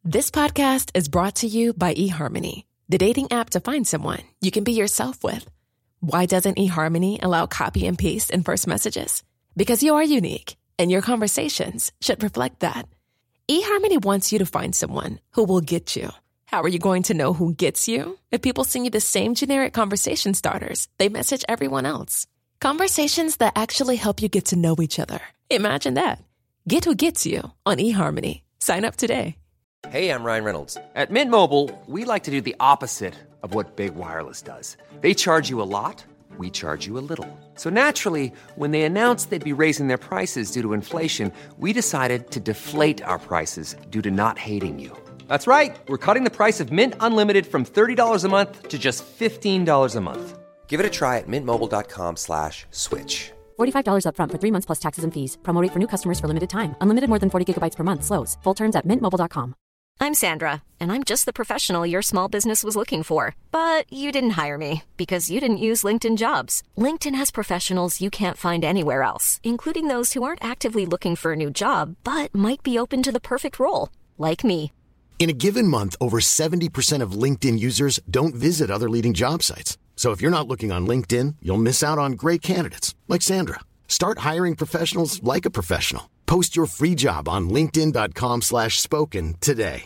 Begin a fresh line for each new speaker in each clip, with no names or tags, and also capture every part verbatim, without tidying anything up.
This podcast is brought to you by eHarmony, the dating app to find someone you can be yourself with. Why doesn't eHarmony allow copy and paste in first messages? Because you are unique, and your conversations should reflect that. eHarmony wants you to find someone who will get you. How are you going to know who gets you? If people send you the same generic conversation starters they message everyone else. Conversations that actually help you get to know each other. Imagine that. Get who gets you on eHarmony. Sign up today.
Hey, I'm Ryan Reynolds. At Mint Mobile, we like to do the opposite of what Big Wireless does. They charge you a lot, we charge you a little. So naturally, when they announced they'd be raising their prices due to inflation, we decided to deflate our prices due to not hating you. That's right. We're cutting the price of Mint Unlimited from thirty dollars a month to just fifteen dollars a month. Give it a try at mintmobile.com slash switch.
forty-five dollars up front for three months plus taxes and fees. Promo rate for new customers for limited time. Unlimited more than forty gigabytes per month slows. Full terms at mint mobile dot com.
I'm Sandra, and I'm just the professional your small business was looking for. But you didn't hire me because you didn't use LinkedIn Jobs. LinkedIn has professionals you can't find anywhere else, including those who aren't actively looking for a new job, but might be open to the perfect role, like me.
In a given month, over seventy percent of LinkedIn users don't visit other leading job sites. So if you're not looking on LinkedIn, you'll miss out on great candidates like Sandra. Start hiring professionals like a professional. Post your free job on linkedin.com slash spoken today.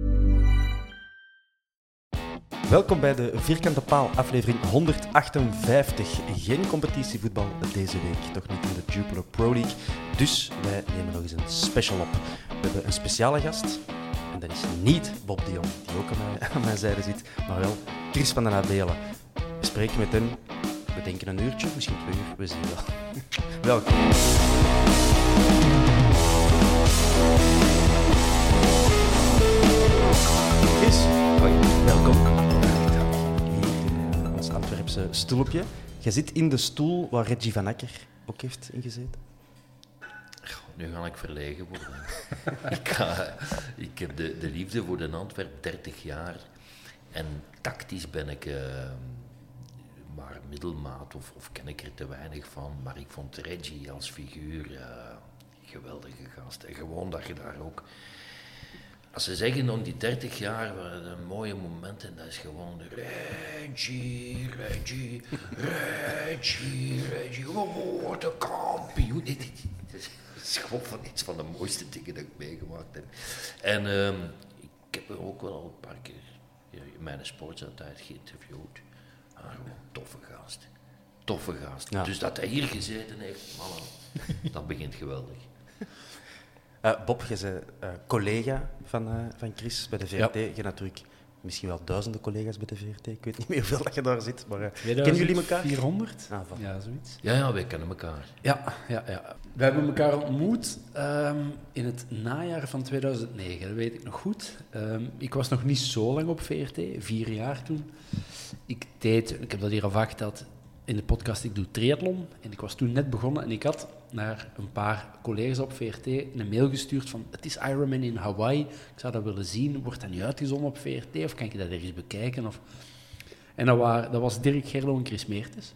Welkom bij de Vierkante Paal, aflevering honderdachtenvijftig. Geen competitievoetbal deze week, toch niet in de Jupiler Pro League. Dus wij nemen nog eens een special op. We hebben een speciale gast. En dat is niet Bob de Jong, die ook aan mijn, aan mijn zijde zit, maar wel Chris van den Abelen. We spreken met hem, we denken een uurtje, misschien twee uur, we zien wel. Welkom. Chris, hoi, welkom. Hier in ons Antwerpse stoelopje. Jij zit in de stoel waar Reggie van Akker ook heeft ingezeten.
Nu ga ik verlegen worden. ik, ga, ik heb de, de liefde voor de Antwerp dertig jaar. En tactisch ben ik uh, maar middelmaat of, of ken ik er te weinig van. Maar ik vond Reggie als figuur uh, geweldige gast. En gewoon dat je daar ook... Als ze zeggen om die dertig jaar waren er mooie momenten, dat is gewoon Reggie, Reggie, Reggie, Reggie, oh, wat een kampioen. Dat is gewoon van iets van de mooiste dingen dat ik meegemaakt heb. En um, ik heb er ook wel al een paar keer in mijn sporttijd geïnterviewd. Ah, gewoon toffe gast. Toffe gast. Ja. Dus dat hij hier gezeten heeft, mannen, dat begint geweldig.
Uh, Bob, je bent uh, collega van, uh, van Chris bij de V R T. Ja. Je hebt natuurlijk misschien wel duizenden collega's bij de V R T. Ik weet niet meer hoeveel dat je daar zit, maar uh, kennen jullie elkaar?
vierhonderd?
Ah, van.
Ja, zoiets.
Ja, ja, wij kennen elkaar.
Ja, ja, ja. We hebben elkaar ontmoet um, in het najaar van tweeduizend negen, dat weet ik nog goed. Um, ik was nog niet zo lang op V R T, vier jaar toen. Ik deed, ik heb dat hier al vaak geteld, in de podcast, ik doe triathlon. En ik was toen net begonnen en ik had naar een paar collega's op V R T een mail gestuurd van het is Ironman in Hawaii, ik zou dat willen zien, wordt dat niet uitgezonden op V R T of kan ik dat ergens bekijken? Of... En dat, waren, dat was Dirk Gerlo en Chris Meertens,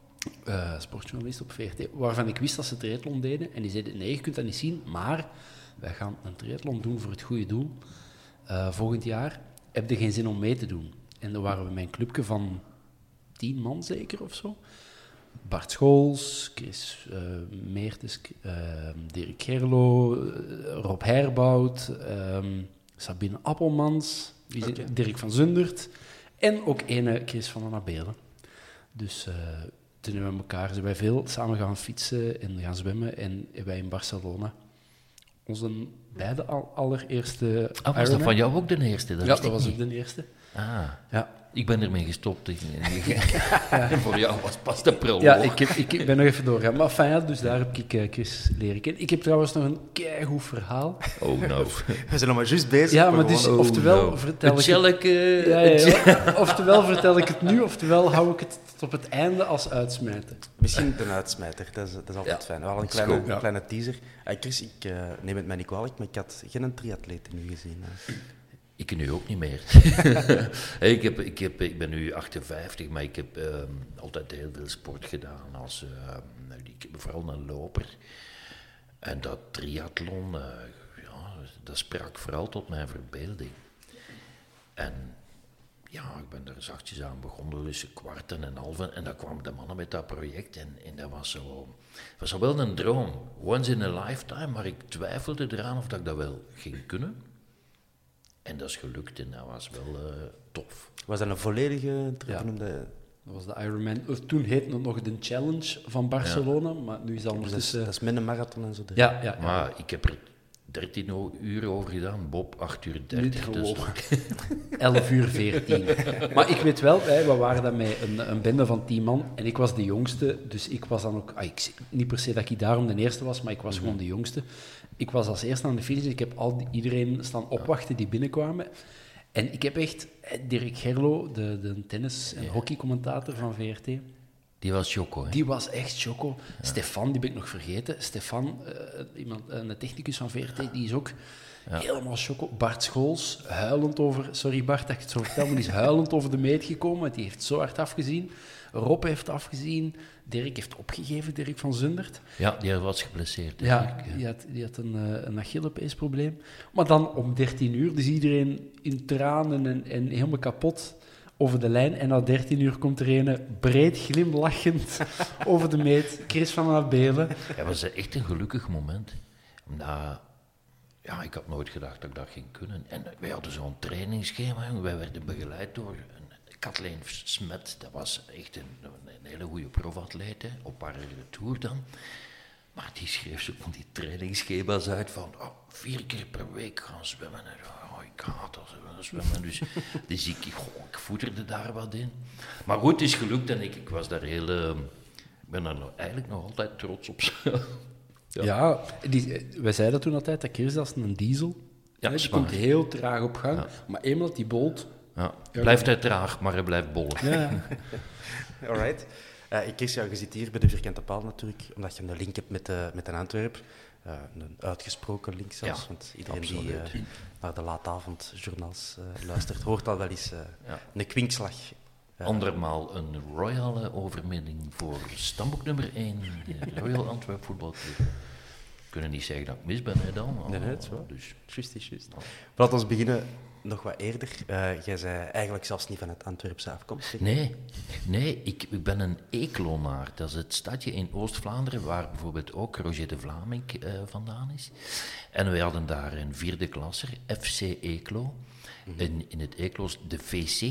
uh, sportjournalist op V R T, waarvan ik wist dat ze triathlon deden. En die zeiden, nee, je kunt dat niet zien, maar wij gaan een triathlon doen voor het goede doel. Uh, volgend jaar heb je geen zin om mee te doen. En dan waren we mijn clubje van tien man zeker of zo. Bart Schols, Chris uh, Meertens, uh, Dirk Gerlo, uh, Rob Herbout, um, Sabine Appelmans, okay. Dirk van Zundert en ook ene Chris van den Abelen. Dus uh, toen hebben we elkaar zijn wij veel samen gaan fietsen en gaan zwemmen en wij in Barcelona. Onze beide al, allereerste
ah, was dat van jou ook de eerste? Dat
ja, dat was ook de eerste.
Ah,
ja.
Ik ben ermee gestopt. Ja. En voor jou was pas de proloog.
Ja, ik, heb, ik ben nog even doorgaan. Maar fijn, ja, dus daar heb ik uh, Chris leren kennen. Ik heb trouwens nog een keigoed verhaal.
Oh, nou.
We zijn nog maar juist bezig.
Ja, maar dus,
oh,
oftewel
no.
vertel
het
ik
jelke,
het... Ja, ja, ja. Oftewel vertel ik het nu, oftewel hou ik het tot op het einde als uitsmijter.
Misschien een uitsmijter, dat is, dat is altijd ja. fijn. Wel een kleine,
ja.
kleine teaser. Uh, Chris, ik uh, neem het mij niet kwalijk, maar ik had geen triatleet in u gezien. Uh.
Ik nu ook niet meer. ik, heb, ik, heb, ik ben nu achtenvijftig, maar ik heb um, altijd heel veel sport gedaan. Als, uh, ik ben vooral een loper. En dat triathlon, uh, ja, dat sprak vooral tot mijn verbeelding. En ja, ik ben er zachtjes aan begonnen, dus kwarten en halven. En dan kwamen de mannen met dat project en, en dat was zo... Het was wel een droom, once in a lifetime, maar ik twijfelde eraan of dat ik dat wel ging kunnen. En dat is gelukt en dat was wel uh, tof.
Was dat een volledige trip?
Ja. Dat was de Ironman. Toen heette het nog de Challenge van Barcelona, ja. maar nu is dat ondertussen...
Dus dat is met een marathon en zo.
Ja, ja, ja.
Maar ik heb er dertien uur over gedaan, Bob acht uur dertig. Dus
elf uur veertien. Maar ik weet wel, hè, we waren dan met een, een bende van tien man en ik was de jongste, dus ik was dan ook... Ah, ik, niet per se dat ik daarom de eerste was, maar ik was mm-hmm. gewoon de jongste. Ik was als eerste aan de finish, ik heb al die, iedereen staan opwachten die binnenkwamen. En ik heb echt Dirk Gerlo, de, de tennis- en ja. hockeycommentator van V R T...
Die was choco, hè?
Die was echt choco. Ja. Stefan, die ben ik nog vergeten. Stefan, uh, iemand, een technicus van V R T, die is ook ja. helemaal choco. Bart Schols, huilend over... Sorry Bart dat ik het zo vertel, maar die is huilend over de meet gekomen. Want die heeft zo hard afgezien. Rob heeft afgezien. Dirk heeft opgegeven, Dirk van Zundert.
Ja, die was geblesseerd.
Ja, Dirk, ja. Die, had, die had een, een Achillespeesprobleem. Maar dan om dertien uur, dus iedereen in tranen en, en helemaal kapot... over de lijn. En na dertien uur komt er een breed glimlachend over de meet. Chris van Abelen.
Dat was echt een gelukkig moment. Omdat, ja, ik had nooit gedacht dat ik dat ging kunnen. En wij hadden zo'n trainingsschema. Wij werden begeleid door Kathleen Smet. Dat was echt een, een hele goede profatleet, hè, op haar tour dan. Maar die schreef zo van die trainingsschema's uit van oh, vier keer per week gaan zwemmen. En, oh, ik haat dat zwemmen. Dus, dus ik, goh, ik voederde daar wat in. Maar goed, het is gelukt en ik, ik was daar heel... Uh, ik ben daar nog, eigenlijk nog altijd trots op.
ja, ja die, wij zeiden toen altijd dat Chris dat is een diesel. Ja, die komt heel traag op gang. Ja. Maar eenmaal dat die bolt...
Ja. Blijft hij traag, maar hij blijft bollen.
Ja.
Alright. Uh, Chris, ja, je zit hier bij de Vierkante Paal natuurlijk, omdat je een link hebt met, uh, met een Antwerp. Uh, een uitgesproken link zelfs, ja, want iedereen absoluut. die uh, naar de laatavondjournaals uh, luistert, hoort al wel eens uh, ja. een kwinkslag.
Uh, Andermaal een royale overwinning voor stamboek nummer één, de Royal Antwerp voetbalclub. We kunnen niet zeggen dat ik mis ben, hè, dan.
Nee, nee, het is wel. Dus. Just is just. Oh. Laten we beginnen nog wat eerder. Uh, jij zei eigenlijk zelfs niet van het Antwerpse afkomst.
Nee, nee ik, ik ben een Eeklonaar. Dat is het stadje in Oost-Vlaanderen waar bijvoorbeeld ook Roger de Vlaming uh, vandaan is. En wij hadden daar een vierde klasser, F C Eeklo. Mm-hmm. in, in het Eeklo's de V C.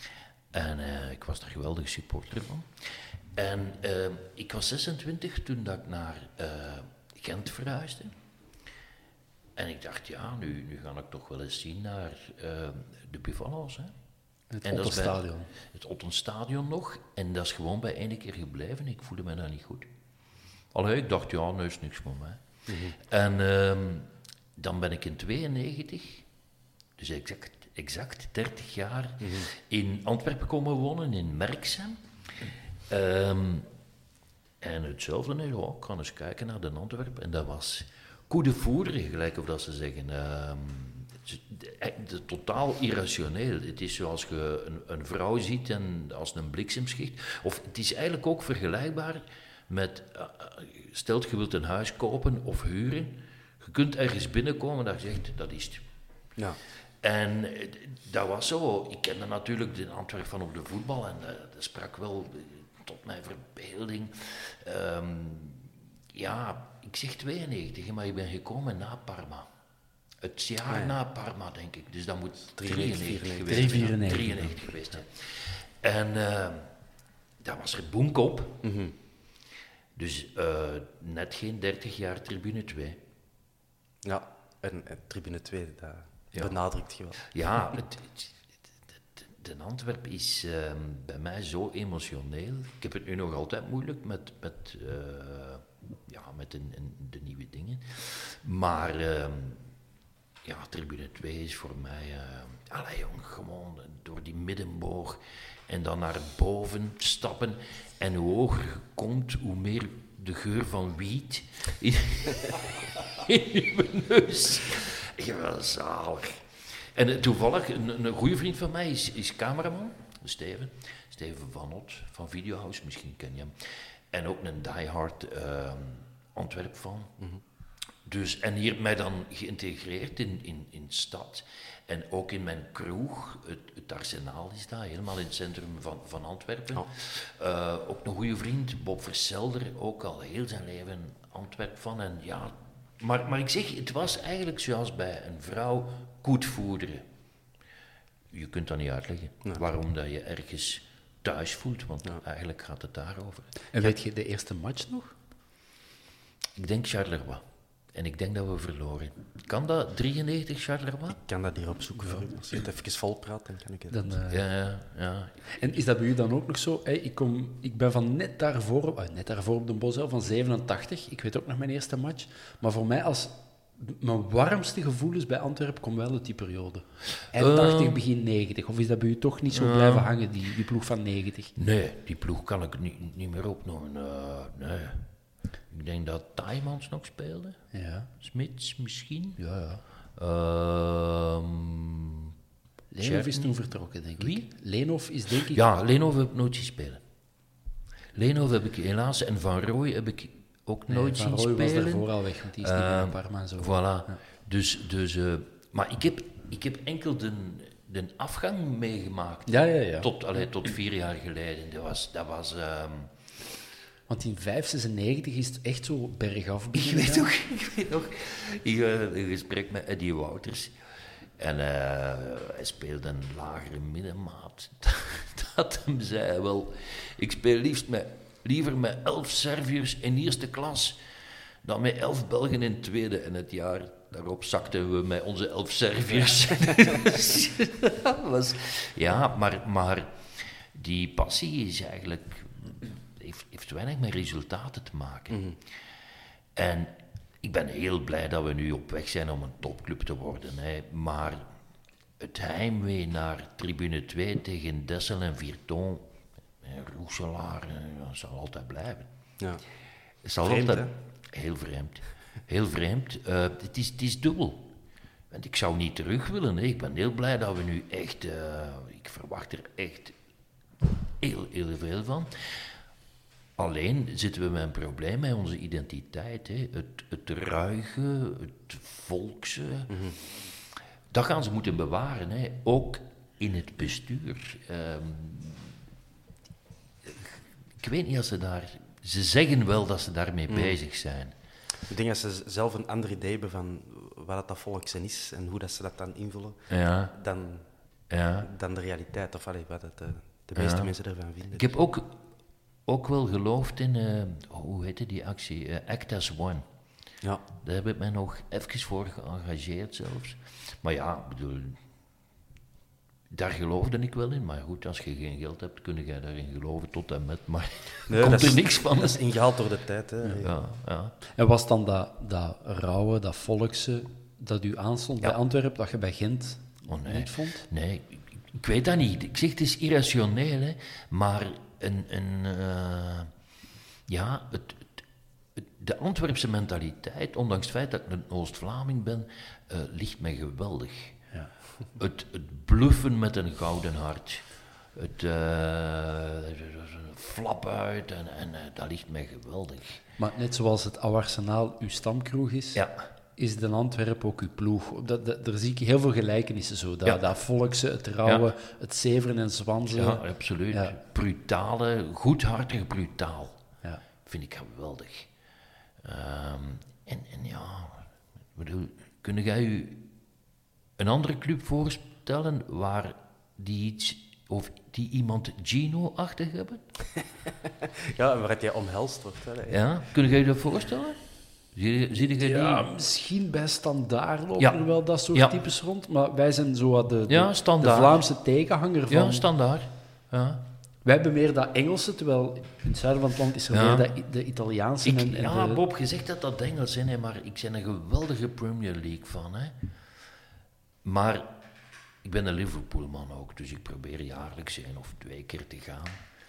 En uh, ik was daar geweldig supporter van. En uh, ik was zesentwintig toen dat ik naar uh, Gent verhuisde. En ik dacht, ja, nu, nu ga ik toch wel eens zien naar uh, de Buffalo's. Hè.
Het Ottenstadion.
Het Ottenstadion nog. En dat is gewoon bij één keer gebleven. Ik voelde me daar niet goed. Allee, ik dacht, ja, nu is niks voor mij. Mm-hmm. En uh, dan ben ik in tweeënnegentig, dus exact, exact dertig jaar, mm-hmm. in Antwerpen komen wonen, in Merksem. Um, en hetzelfde, nee, ja, ik ga eens kijken naar de Antwerpen. En dat was... coup de foudre, gelijk of dat ze zeggen. Uh, de, de, totaal irrationeel. Het is zoals je een, een vrouw ziet en als een bliksemschicht. Of het is eigenlijk ook vergelijkbaar met... Uh, stelt je wilt een huis kopen of huren. Je kunt ergens binnenkomen en je zegt, dat is het.
Ja.
En uh, dat was zo. Ik kende natuurlijk de Antwerpen van op de voetbal en uh, dat sprak wel uh, tot mijn verbeelding. Um, ja... Ik zeg tweeënnegentig, maar ik ben gekomen na Parma. Het jaar ah, ja. na Parma, denk ik. Dus dat moet drieënnegentig geweest zijn. drieënnegentig geweest zijn. En uh, dat was er boenk op. Mm-hmm. Dus uh, net geen dertig jaar tribune twee.
Ja, en, en tribune twee, dat ja. benadrukt je wel.
Ja, het, het, het, de Antwerp is uh, bij mij zo emotioneel. Ik heb het nu nog altijd moeilijk met... met uh, Ja, met de, de nieuwe dingen. Maar uh, ja, tribune twee is voor mij... Uh, allee jong, gewoon door die middenboog en dan naar boven stappen. En hoe hoger je komt, hoe meer de geur van wiet in, in je neus. Geweldig. En uh, toevallig, een, een goede vriend van mij is, is cameraman, Steven. Steven van Ot, van Videohouse, misschien ken je hem. En ook een diehard uh, Antwerp-fan. Mm-hmm. Dus, en hier mij dan geïntegreerd in, in, in de stad. En ook in mijn kroeg, het, het Arsenaal is daar, helemaal in het centrum van, van Antwerpen. Oh. Uh, ook een goede vriend, Bob Verselder, ook al heel zijn leven Antwerpen van. En ja, maar, maar ik zeg, het was eigenlijk zoals bij een vrouw goed voederen. Je kunt dat niet uitleggen, nee. waarom dat je ergens thuis voelt, want ja. eigenlijk gaat het daarover.
En weet je de eerste match nog?
Ik denk Charleroi. En ik denk dat we verloren. Kan dat drieënnegentig Charleroi?
Ik kan dat hier opzoeken voor u. Als je het even vol praat, dan kan ik het. Dan, uh...
ja, ja, ja.
En is dat bij u dan ook nog zo? Hey, ik, kom, ik ben van net daarvoor, uh, net daarvoor op de Bosel, van zevenentachtig. Ik weet ook nog mijn eerste match. Maar voor mij, als mijn warmste gevoelens bij Antwerpen, komt wel uit die periode. Eind tachtig, uh, begin negentig. Of is dat bij u toch niet zo uh, blijven hangen, die, die ploeg van negentig?
Nee, die ploeg kan ik niet, niet meer opnoemen. Uh, nee. Ik denk dat Taimans nog speelde.
Ja.
Smits misschien.
Ja, ja.
Uh,
Leenhoff is toen vertrokken, denk ik.
Wie?
Leenhoff is denk ik...
Ja, Leenhoff heb ik nooit zien spelen. Leenhoff heb ik helaas... En Van Rooij heb ik ook
nee,
nooit
Van
zien
Rooij
spelen.
Van Rooij was daarvoor al weg, want die is niet
uh,
meer een paar maanden zo.
Voilà.
Ja.
Dus... dus uh, maar ik heb, ik heb enkel de, de afgang meegemaakt.
Ja, ja, ja.
Tot, allee, tot vier jaar geleden. Dat was... Dat was um,
Want in vijf zesennegentig is het echt zo bergaf.
Ik weet nog, ik weet nog, ik uh, een gesprek met Eddie Wouters. En uh, hij speelde een lagere middenmaat. Dat hem zei, wel, ik speel liefst met, liever met elf Serviërs in eerste klas dan met elf Belgen in tweede. En het jaar daarop zakten we met onze elf Serviërs. was, ja, maar, maar die passie is eigenlijk... Heeft, heeft weinig met resultaten te maken. Mm-hmm. En ik ben heel blij dat we nu op weg zijn om een topclub te worden. Hè. Maar het heimwee naar tribune twee tegen Dessel en Virton, Roeselaar, dat zal altijd blijven.
Ja.
Het zal
vreemd,
altijd,
hè?
Heel vreemd. Heel vreemd. Uh, het, is, het is dubbel. Want ik zou niet terug willen. Hè. Ik ben heel blij dat we nu echt... Uh, ik verwacht er echt heel, heel veel van. Alleen zitten we met een probleem met onze identiteit. Hè. Het, het ruige, het volkse. Mm-hmm. Dat gaan ze moeten bewaren. Hè. Ook in het bestuur. Um, ik weet niet of ze daar... Ze zeggen wel dat ze daarmee mm. bezig zijn.
Ik denk dat ze zelf een ander idee hebben van wat dat volksen is en hoe dat ze dat dan invullen,
ja.
dan,
ja.
dan de realiteit, of allee, wat het, de, de meeste ja. mensen ervan vinden.
Ik heb ook... Ook wel geloofd in, uh, hoe heette die actie? Uh, Act as One.
Ja.
Daar heb ik mij nog even voor geëngageerd zelfs. Maar ja, bedoel, daar geloofde ik wel in. Maar goed, als je geen geld hebt, kun je daarin geloven tot en met. Maar nee, komt er is, niks van.
Dat is ingehaald door de tijd. Hè.
Ja, ja.
En was dan dat, dat rauwe, dat volkse, dat u aanstond ja. bij Antwerpen, dat je bij Gent
oh, nee.
niet vond?
Nee, ik, ik weet dat niet. Ik zeg, het is irrationeel, hè, maar... Een, een, uh, ja, het, het, de Antwerpse mentaliteit, ondanks het feit dat ik een Oost-Vlaming ben, uh, ligt mij geweldig. Ja. Het, het bluffen met een gouden hart, het uh, flap uit, en, en uh, dat ligt mij geweldig.
Maar net zoals het Oude Arsenaal uw stamkroeg is,
ja.
is de Antwerpen ook uw ploeg. Dat, dat, daar zie ik heel veel gelijkenissen zo. Dat, ja. dat volkse, het rauwe, ja. het zeveren en zwanzen.
Ja, absoluut. Ja. Brutale, goedhartig brutaal.
Ja.
Vind ik geweldig. Um, en, en ja, bedoel, kun jij u een andere club voorstellen waar die iets, of die iemand Gino-achtig hebben?
Ja, waar het je omhelst wordt. Hè.
Ja, kun jij je dat voorstellen? Zie, zie je
ja,
die?
misschien bij Standaard lopen
ja.
er wel dat soort
ja.
types rond, maar wij zijn zo de, de,
ja,
de Vlaamse tegenhanger van...
Ja, Standaard. Ja.
Wij hebben meer dat Engelse, terwijl in het zuiden van het land is er ja. meer dat, de Italiaanse.
Ik,
en, en
ja,
de...
Bob, je zegt dat dat Engels is, hè, maar ik ben een geweldige Premier League fan. Hè. Maar ik ben een Liverpoolman ook, dus ik probeer jaarlijks één of twee keer te gaan.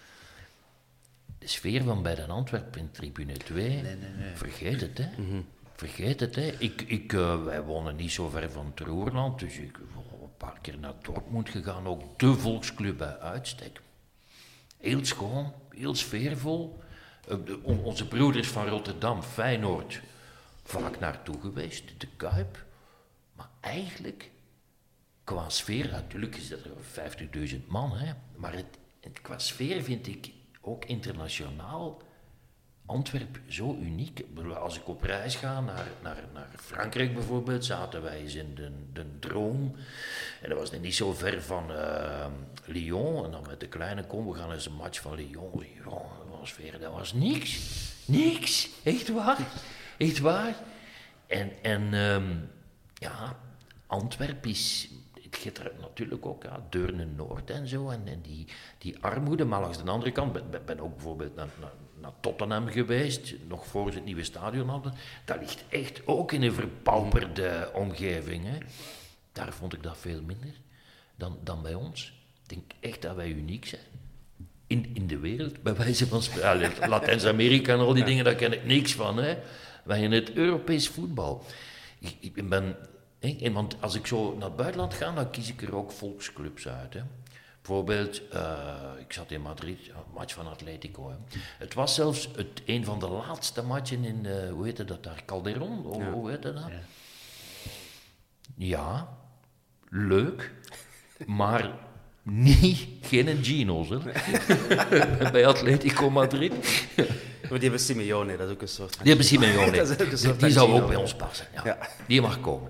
De sfeer van bij de Antwerpen in tribune twee, nee, nee, nee. vergeet het, hè. Mm-hmm. Vergeet het, hè. Ik, ik, uh, wij wonen niet zo ver van het Roerland, dus ik ben een paar keer naar Dortmund gegaan, ook de volksclub bij uitstek. Heel schoon, heel sfeervol. Uh, de, on, onze broeders van Rotterdam, Feyenoord, vaak naartoe geweest, de Kuip. Maar eigenlijk, qua sfeer, natuurlijk is dat er vijftigduizend man, hè, maar het, het, qua sfeer vind ik ook internationaal Antwerpen zo uniek. Als ik op reis ga naar, naar, naar Frankrijk bijvoorbeeld, zaten wij eens in de, de Droom. En dat was niet zo ver van uh, Lyon. En dan met de kleine kom, we gaan eens een match van Lyon. Lyon, dat was sfeer, dat was niks. Niks. Echt waar. Echt waar. En, en um, ja, Antwerpen is... Het gaat natuurlijk ook, ja, Deurne-Noord en zo, en, en die, die armoede. Maar langs de andere kant, ben, ben ook bijvoorbeeld naar, naar, naar Tottenham geweest, nog voor ze het nieuwe stadion hadden. Dat ligt echt ook in een verpauperde omgeving. Hè. Daar vond ik dat veel minder dan, dan bij ons. Ik denk echt dat wij uniek zijn. In, in de wereld, bij wijze van spreken. Latijns-Amerika en al die dingen, daar ken ik niks van. Hè. Wij in het Europees voetbal. Ik, ik ben... He, want als ik zo naar het buitenland ga, dan kies ik er ook volksclubs uit. Hè. Bijvoorbeeld, uh, ik zat in Madrid, een match van Atletico. Hè. Het was zelfs het, een van de laatste matchen in, uh, hoe heette dat daar, Calderon? Hoe, ja. hoe heette dat? Ja. ja, leuk, maar niet, geen Gino's. Hè. Bij Atletico Madrid.
Maar die hebben Simeone, dat is ook een soort van...
Die hebben Simeone,
dat is ook een soort
die zou
Gino.
ook bij ons passen. Ja.
Ja.
Die mag komen.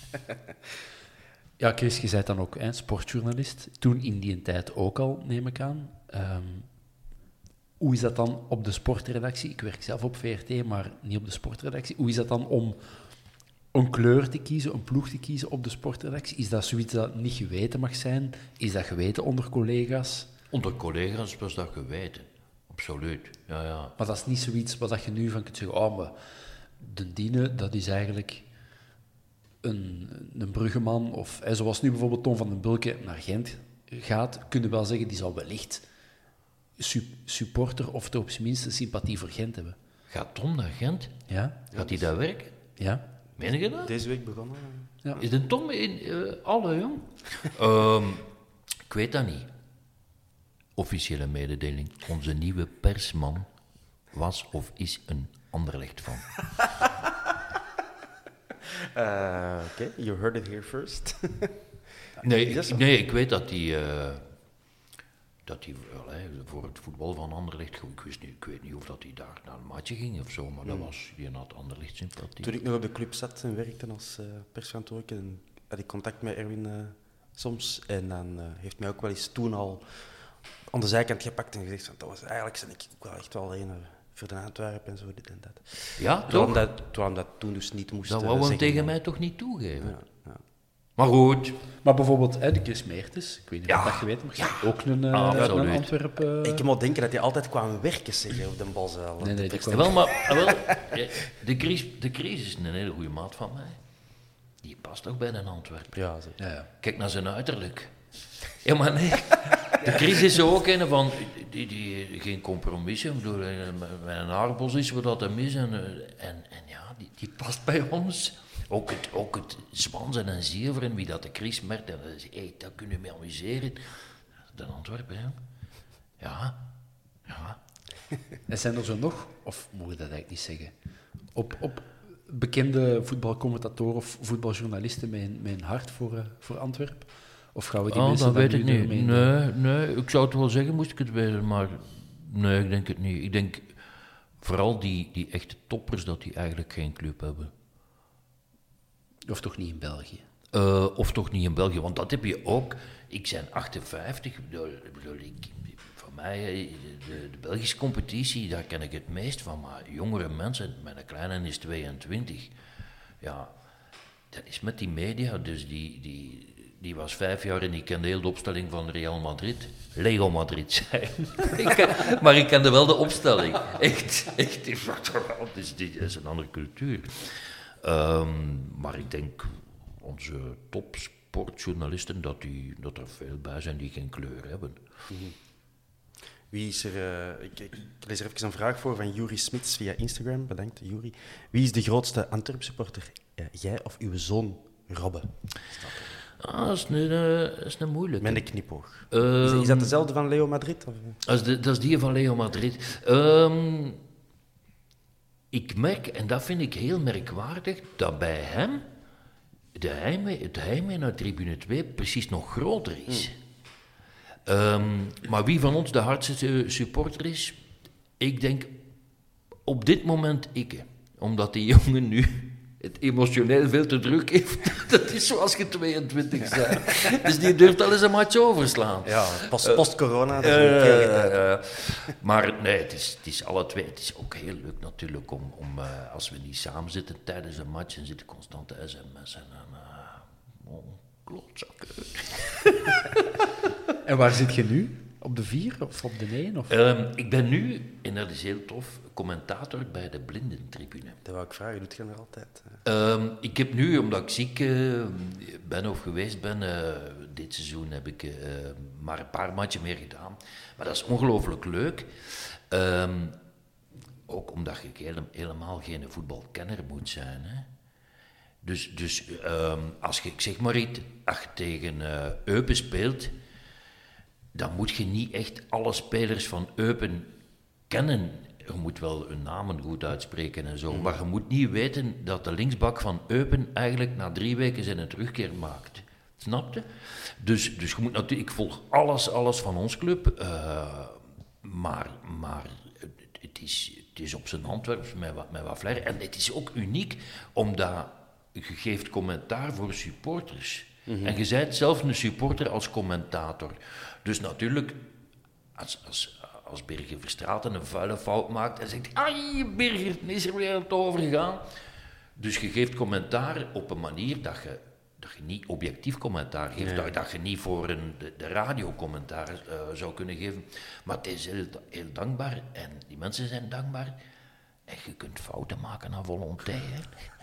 Ja, Chris, je bent dan ook hè, sportjournalist. Toen in die tijd ook al, neem ik aan. Um, hoe is dat dan op de sportredactie? Ik werk zelf op V R T, maar niet op de sportredactie. Hoe is dat dan om een kleur te kiezen, een ploeg te kiezen op de sportredactie? Is dat zoiets dat niet geweten mag zijn? Is dat geweten onder collega's?
Onder collega's was dat geweten. Absoluut, ja, ja.
Maar dat is niet zoiets wat je nu van kunt zeggen, oh, maar de Diene, dat is eigenlijk een, een Bruggeman, of hè, zoals nu bijvoorbeeld Tom van den Bulke naar Gent gaat, kunnen we wel zeggen, die zal wellicht su- supporter of toch op zijn minst sympathie voor Gent hebben.
Gaat Tom naar Gent?
Ja.
Gaat hij daar werken?
Ja.
Meen je dat?
Deze week begonnen.
Ja.
Is de Tom in uh, alle, jong? um, ik weet dat niet. Officiële mededeling. Onze nieuwe persman was of is een Anderlecht van.
uh, Oké, okay. You heard it here first.
nee, ik, nee, ik weet dat hij... Uh, dat hij well, hey, voor het voetbal van Anderlecht... Ik, wist niet, ik weet niet of dat hij daar naar een matje ging of zo, maar mm. dat was... Die had Anderlecht sympathie.
Toen ik nog op de club zat en werkte als uh, persverantwoordelijke, had ik contact met Erwin uh, soms. En dan uh, heeft mij ook wel eens toen al... aan de zijkant gepakt en gezegd van, dat was eigenlijk zijn ik ook wel echt wel een voor de Antwerpen en zo, dit en dat.
Ja,
terwijl
toch?
Dat, terwijl dat toen dus niet moest.
Dat wou hem tegen dan. mij toch niet toegeven.
Ja, ja.
Maar goed.
Maar bijvoorbeeld hè, de Chris Meertens, ik weet niet
Ja.
of dat je weet, maar ja. ook een, uh,
Ah,
een Antwerpen... Uh...
Ik moet denken dat hij altijd kwam werken, zeggen, op de Bosel.
Nee, nee, die kwam...
Wel, maar wel, de Chris, de Chris is een hele goede maat van mij. Die past ook bij een Antwerpen.
Ja, zo.
Ja, ja.
Kijk naar zijn uiterlijk. Ja, maar nee. De Chris is zo ook een van... Die, die, die, geen compromissen. Ik bedoel, met een haarbos is wat dat hem is. En, en, en ja, die, die past bij ons. Ook het, ook het zwansen en zeveren, wie dat de Chris merkt. En dat is, hey, dat kun je me amuseren. De Antwerpen, hè. Ja. Ja.
En zijn er zo nog, of moet je dat eigenlijk niet zeggen, op, op bekende voetbalcommentatoren of voetbaljournalisten met een, met een hart voor, uh, voor Antwerpen? Of gaan we die
oh,
mensen
dat
dan
weet ik
nu
niet.
ermee
Nee, nee, ik zou het wel zeggen, moest ik het weten, maar nee, ik denk het niet. Ik denk vooral die, die echte toppers, dat die eigenlijk geen club hebben.
Of toch niet in België?
Uh, of toch niet in België, want dat heb je ook. Ik ben achtenvijftig, ik bedoel, ik bedoel, ik, voor mij, de, de Belgische competitie, daar ken ik het meest van, maar jongere mensen, mijn kleine is tweeëntwintig, ja, dat is met die media, dus die, die, die was vijf jaar en die kende heel de opstelling van Real Madrid, Lego Madrid, zei ik ken, maar ik kende wel de opstelling, echt, echt, dus dit is een andere cultuur. Um, maar ik denk, onze topsportjournalisten, dat, die, dat er veel bij zijn die geen kleur hebben.
Mm-hmm. Wie is er... Uh, ik, ik lees er even een vraag voor van Juri Smits via Instagram. Bedankt, Juri. Wie is de grootste Antwerp-supporter? Uh, jij of uw zoon Robbe?
Ah, dat is een, uh, dat is een moeilijke.
Met een knipoog.
Um,
is, is dat dezelfde van Leo Madrid? Of?
Dat, is de, dat is die van Leo Madrid. Um, ik merk, en dat vind ik heel merkwaardig, dat bij hem de heimwee, het heimwee naar tribune twee precies nog groter is. Hmm. Um, maar wie van ons de hardste supporter is? Ik denk op dit moment ik. Omdat die jongen nu het emotioneel veel te druk heeft. Dat is zoals je tweeëntwintig bent. Dus die durft al eens een match overslaan.
Ja, post, post-corona. Dat is
uh, uh, uh, maar nee, het is, het is alle twee. Het is ook heel leuk natuurlijk om, om uh, als we niet samen zitten tijdens een match en zitten constante sms'en en uh, oh, klootzakken.
En waar zit je nu? Op de vier of op de negen? Of?
Um, ik ben nu, en dat is heel tof, commentator bij de blindentribune.
Dat wou ik vragen, doet je nog altijd?
Um, ik heb nu, omdat ik ziek uh, ben of geweest ben, uh, dit seizoen heb ik uh, maar een paar matchen meer gedaan. Maar dat is ongelooflijk leuk. Um, ook omdat je hele, helemaal geen voetbalkenner moet zijn. Hè. Dus, dus um, als je, ik zeg maar iets, als je tegen uh, Eupen speelt, dan moet je niet echt alle spelers van Eupen kennen. Je moet wel hun namen goed uitspreken en zo, mm. maar je moet niet weten dat de linksbak van Eupen eigenlijk na drie weken zijn terugkeer maakt. Snap je? Dus, dus je moet natuurlijk, ik volg alles, alles van ons club, uh, maar, maar het, is, het is op zijn Antwerps met wat, met wat flair. En het is ook uniek, omdat je geeft commentaar voor supporters. Mm-hmm. En je bent zelf een supporter als commentator. Dus natuurlijk, als, als, als Birger Verstraeten een vuile fout maakt en zegt, ai, Birger, het is er weer aan het overgaan. Dus je geeft commentaar op een manier dat je, dat je niet objectief commentaar geeft, ja. dat, dat je niet voor een, de, de radio commentaar uh, zou kunnen geven. Maar het is heel, heel dankbaar en die mensen zijn dankbaar. En je kunt fouten maken aan volonté, hè.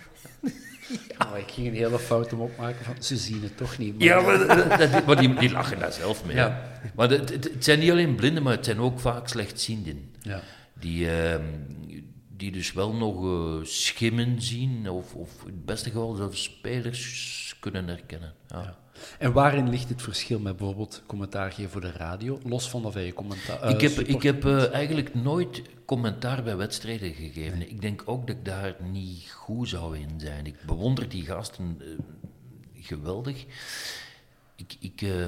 Ja. Oh, ik ging een hele fout om opmaken van, ze zien het toch niet.
Maar ja, maar, dat, maar die, die lachen daar zelf mee. Ja. Maar het, het, het zijn niet alleen blinden, maar het zijn ook vaak slechtzienden. Ja. Die, uh, die dus wel nog uh, schimmen zien, of, of in het beste geval zelfs spelers kunnen herkennen. Ja. Ja.
En waarin ligt het verschil met bijvoorbeeld commentaar geven voor de radio, los van of je commentaar... Uh,
ik heb, ik heb uh, eigenlijk nooit commentaar bij wedstrijden gegeven. Nee. Ik denk ook dat ik daar niet goed zou in zijn. Ik bewonder die gasten uh, geweldig. Ik, ik, uh,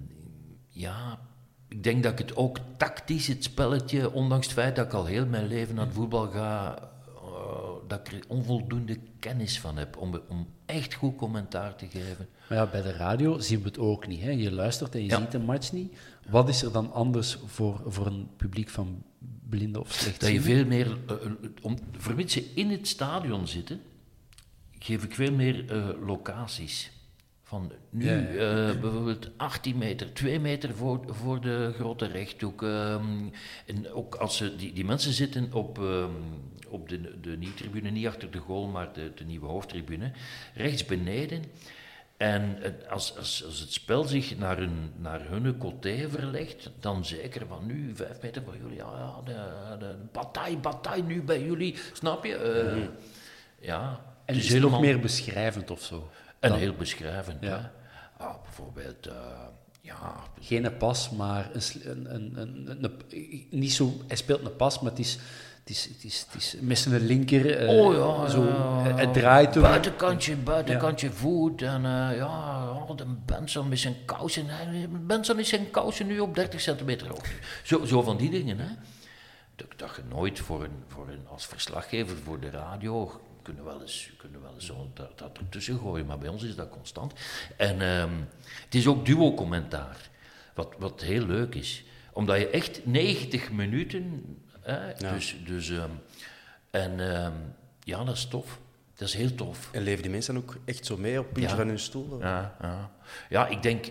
ja, ik denk dat ik het ook tactisch, het spelletje, ondanks het feit dat ik al heel mijn leven aan het voetbal ga, uh, dat ik er onvoldoende kennis van heb om, om echt goed commentaar te geven.
Maar ja, bij de radio zien we het ook niet. Hè? Je luistert en je ja. ziet een match niet. Wat is er dan anders voor, voor een publiek van blinden of slechtzienden?
Dat je veel meer... Uh, om, vermits je in het stadion zitten, geef ik veel meer uh, locaties. Van nu, ja, ja. Uh, bijvoorbeeld achttien meter, twee meter voor, voor de grote rechthoek. Um, en ook als ze, die, die mensen zitten op, um, op de, de nieuwe tribune, niet achter de goal, maar de, de nieuwe hoofdtribune, rechts beneden. En als, als, als het spel zich naar hun, naar hun côté verlegt, dan zeker van nu, vijf meter van jullie, ja, ja de, de bataille, bataille nu bij jullie, snap je? Uh, mm-hmm. Ja.
En is het nog meer beschrijvend of zo?
En dan, heel beschrijvend, ja. Ah, bijvoorbeeld, uh, ja...
Geen pas, maar een, een, een, een, een, niet zo... Hij speelt een pas, maar het is... Het is, het is, het is met zijn linker, uh,
oh, ja,
zo,
uh,
het, het draait...
Buitenkantje, buitenkantje ja. voet en uh, ja, oh, de Benson met zijn kousen. Benson is zijn kousen nu op dertig centimeter hoog. Zo, zo van die dingen, hè. Dat, dat je nooit voor een, voor een, als verslaggever voor de radio... kunnen wel eens, kunnen wel eens zo dat, dat ertussen gooien, maar bij ons is dat constant. En um, het is ook duo-commentaar, wat, wat heel leuk is. Omdat je echt negentig minuten... Hè, ja. Dus, dus, um, en um, ja, dat is tof. Dat is heel tof.
En leven die mensen ook echt zo mee op het puntje ja. van hun stoel?
Ja, ja. ja, ik denk...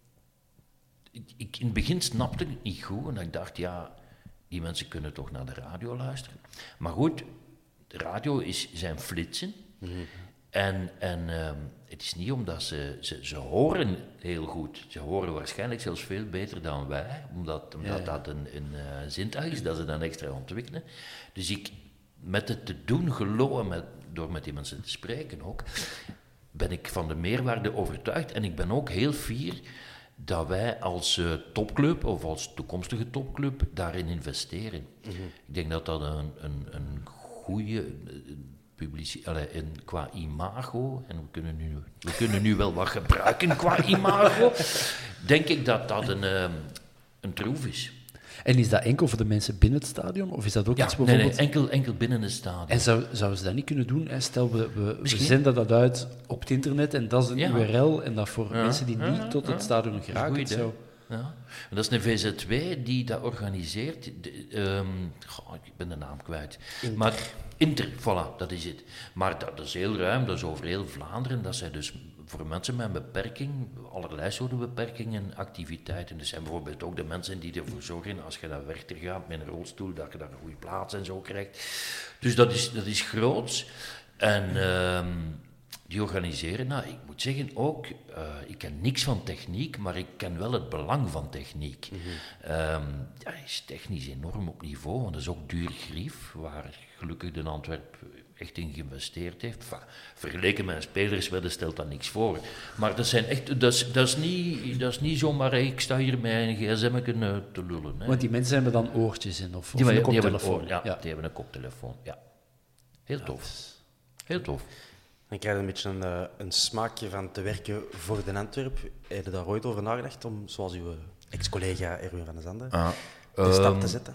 Ik, ik, in het begin snapte ik het niet goed. En ik dacht, ja, die mensen kunnen toch naar de radio luisteren. Maar goed... De radio is, zijn flitsen. Mm-hmm. En, en um, het is niet omdat ze, ze... Ze horen heel goed. Ze horen waarschijnlijk zelfs veel beter dan wij. Omdat, omdat ja, ja. dat een, een uh, zintuig is dat ze dan extra ontwikkelen. Dus ik, met het te doen geloven, met, door met die mensen te spreken ook, ben ik van de meerwaarde overtuigd. En ik ben ook heel fier dat wij als uh, topclub, of als toekomstige topclub, daarin investeren. Mm-hmm. Ik denk dat dat een... een, een goede publici- allee, en qua imago, en we kunnen, nu, we kunnen nu wel wat gebruiken qua imago, denk ik dat dat een, um, een troef is.
En is dat enkel voor de mensen binnen het stadion? Of is dat ook
Ja,
iets
nee,
bijvoorbeeld...
nee, enkel, enkel binnen het stadion.
En zou, zouden ze dat niet kunnen doen? Hè? Stel, we, we, we
Misschien.
zenden dat uit op het internet en dat is een
Ja.
U R L en dat voor
Ja.
mensen die niet
Ja,
tot het
ja.
stadion
Dat is een
geraken
goed idee.
zou...
Ja. En dat is een V Z W die dat organiseert. De, um, goh, ik ben de naam kwijt.
Inter.
Maar Inter, voilà, dat is het. Maar dat, dat is heel ruim, dat is over heel Vlaanderen. Dat zijn dus voor mensen met een beperking, allerlei soorten beperkingen, activiteiten. Er zijn bijvoorbeeld ook de mensen die ervoor zorgen, als je naar Werchter gaat met een rolstoel, dat je daar een goede plaats en zo krijgt. Dus dat is, dat is groots. En... Um, Die organiseren, nou, ik moet zeggen ook, uh, ik ken niks van techniek, maar ik ken wel het belang van techniek. Mm-hmm. Um, ja, is technisch enorm op niveau, want dat is ook duur grief, waar gelukkig de Antwerp echt in geïnvesteerd heeft. Enfin, vergeleken met een spelerswedden stelt dat niks voor. Maar dat, zijn echt, dat, is, dat, is niet, dat is niet zomaar, hey, ik sta hier met een gsm te lullen. Hè.
Want die mensen hebben dan oortjes in, of,
Die,
of een
die hebben,
koptelefoon.
ja,
Ja.
die hebben een koptelefoon, ja. Heel tof. Heel tof.
Dan krijg je een beetje een, uh, een smaakje van te werken voor de Antwerp. Heb je daar ooit over nagedacht om, zoals uw ex-collega Erwin van den Zanden,
Ah,
de stap
um,
te zetten?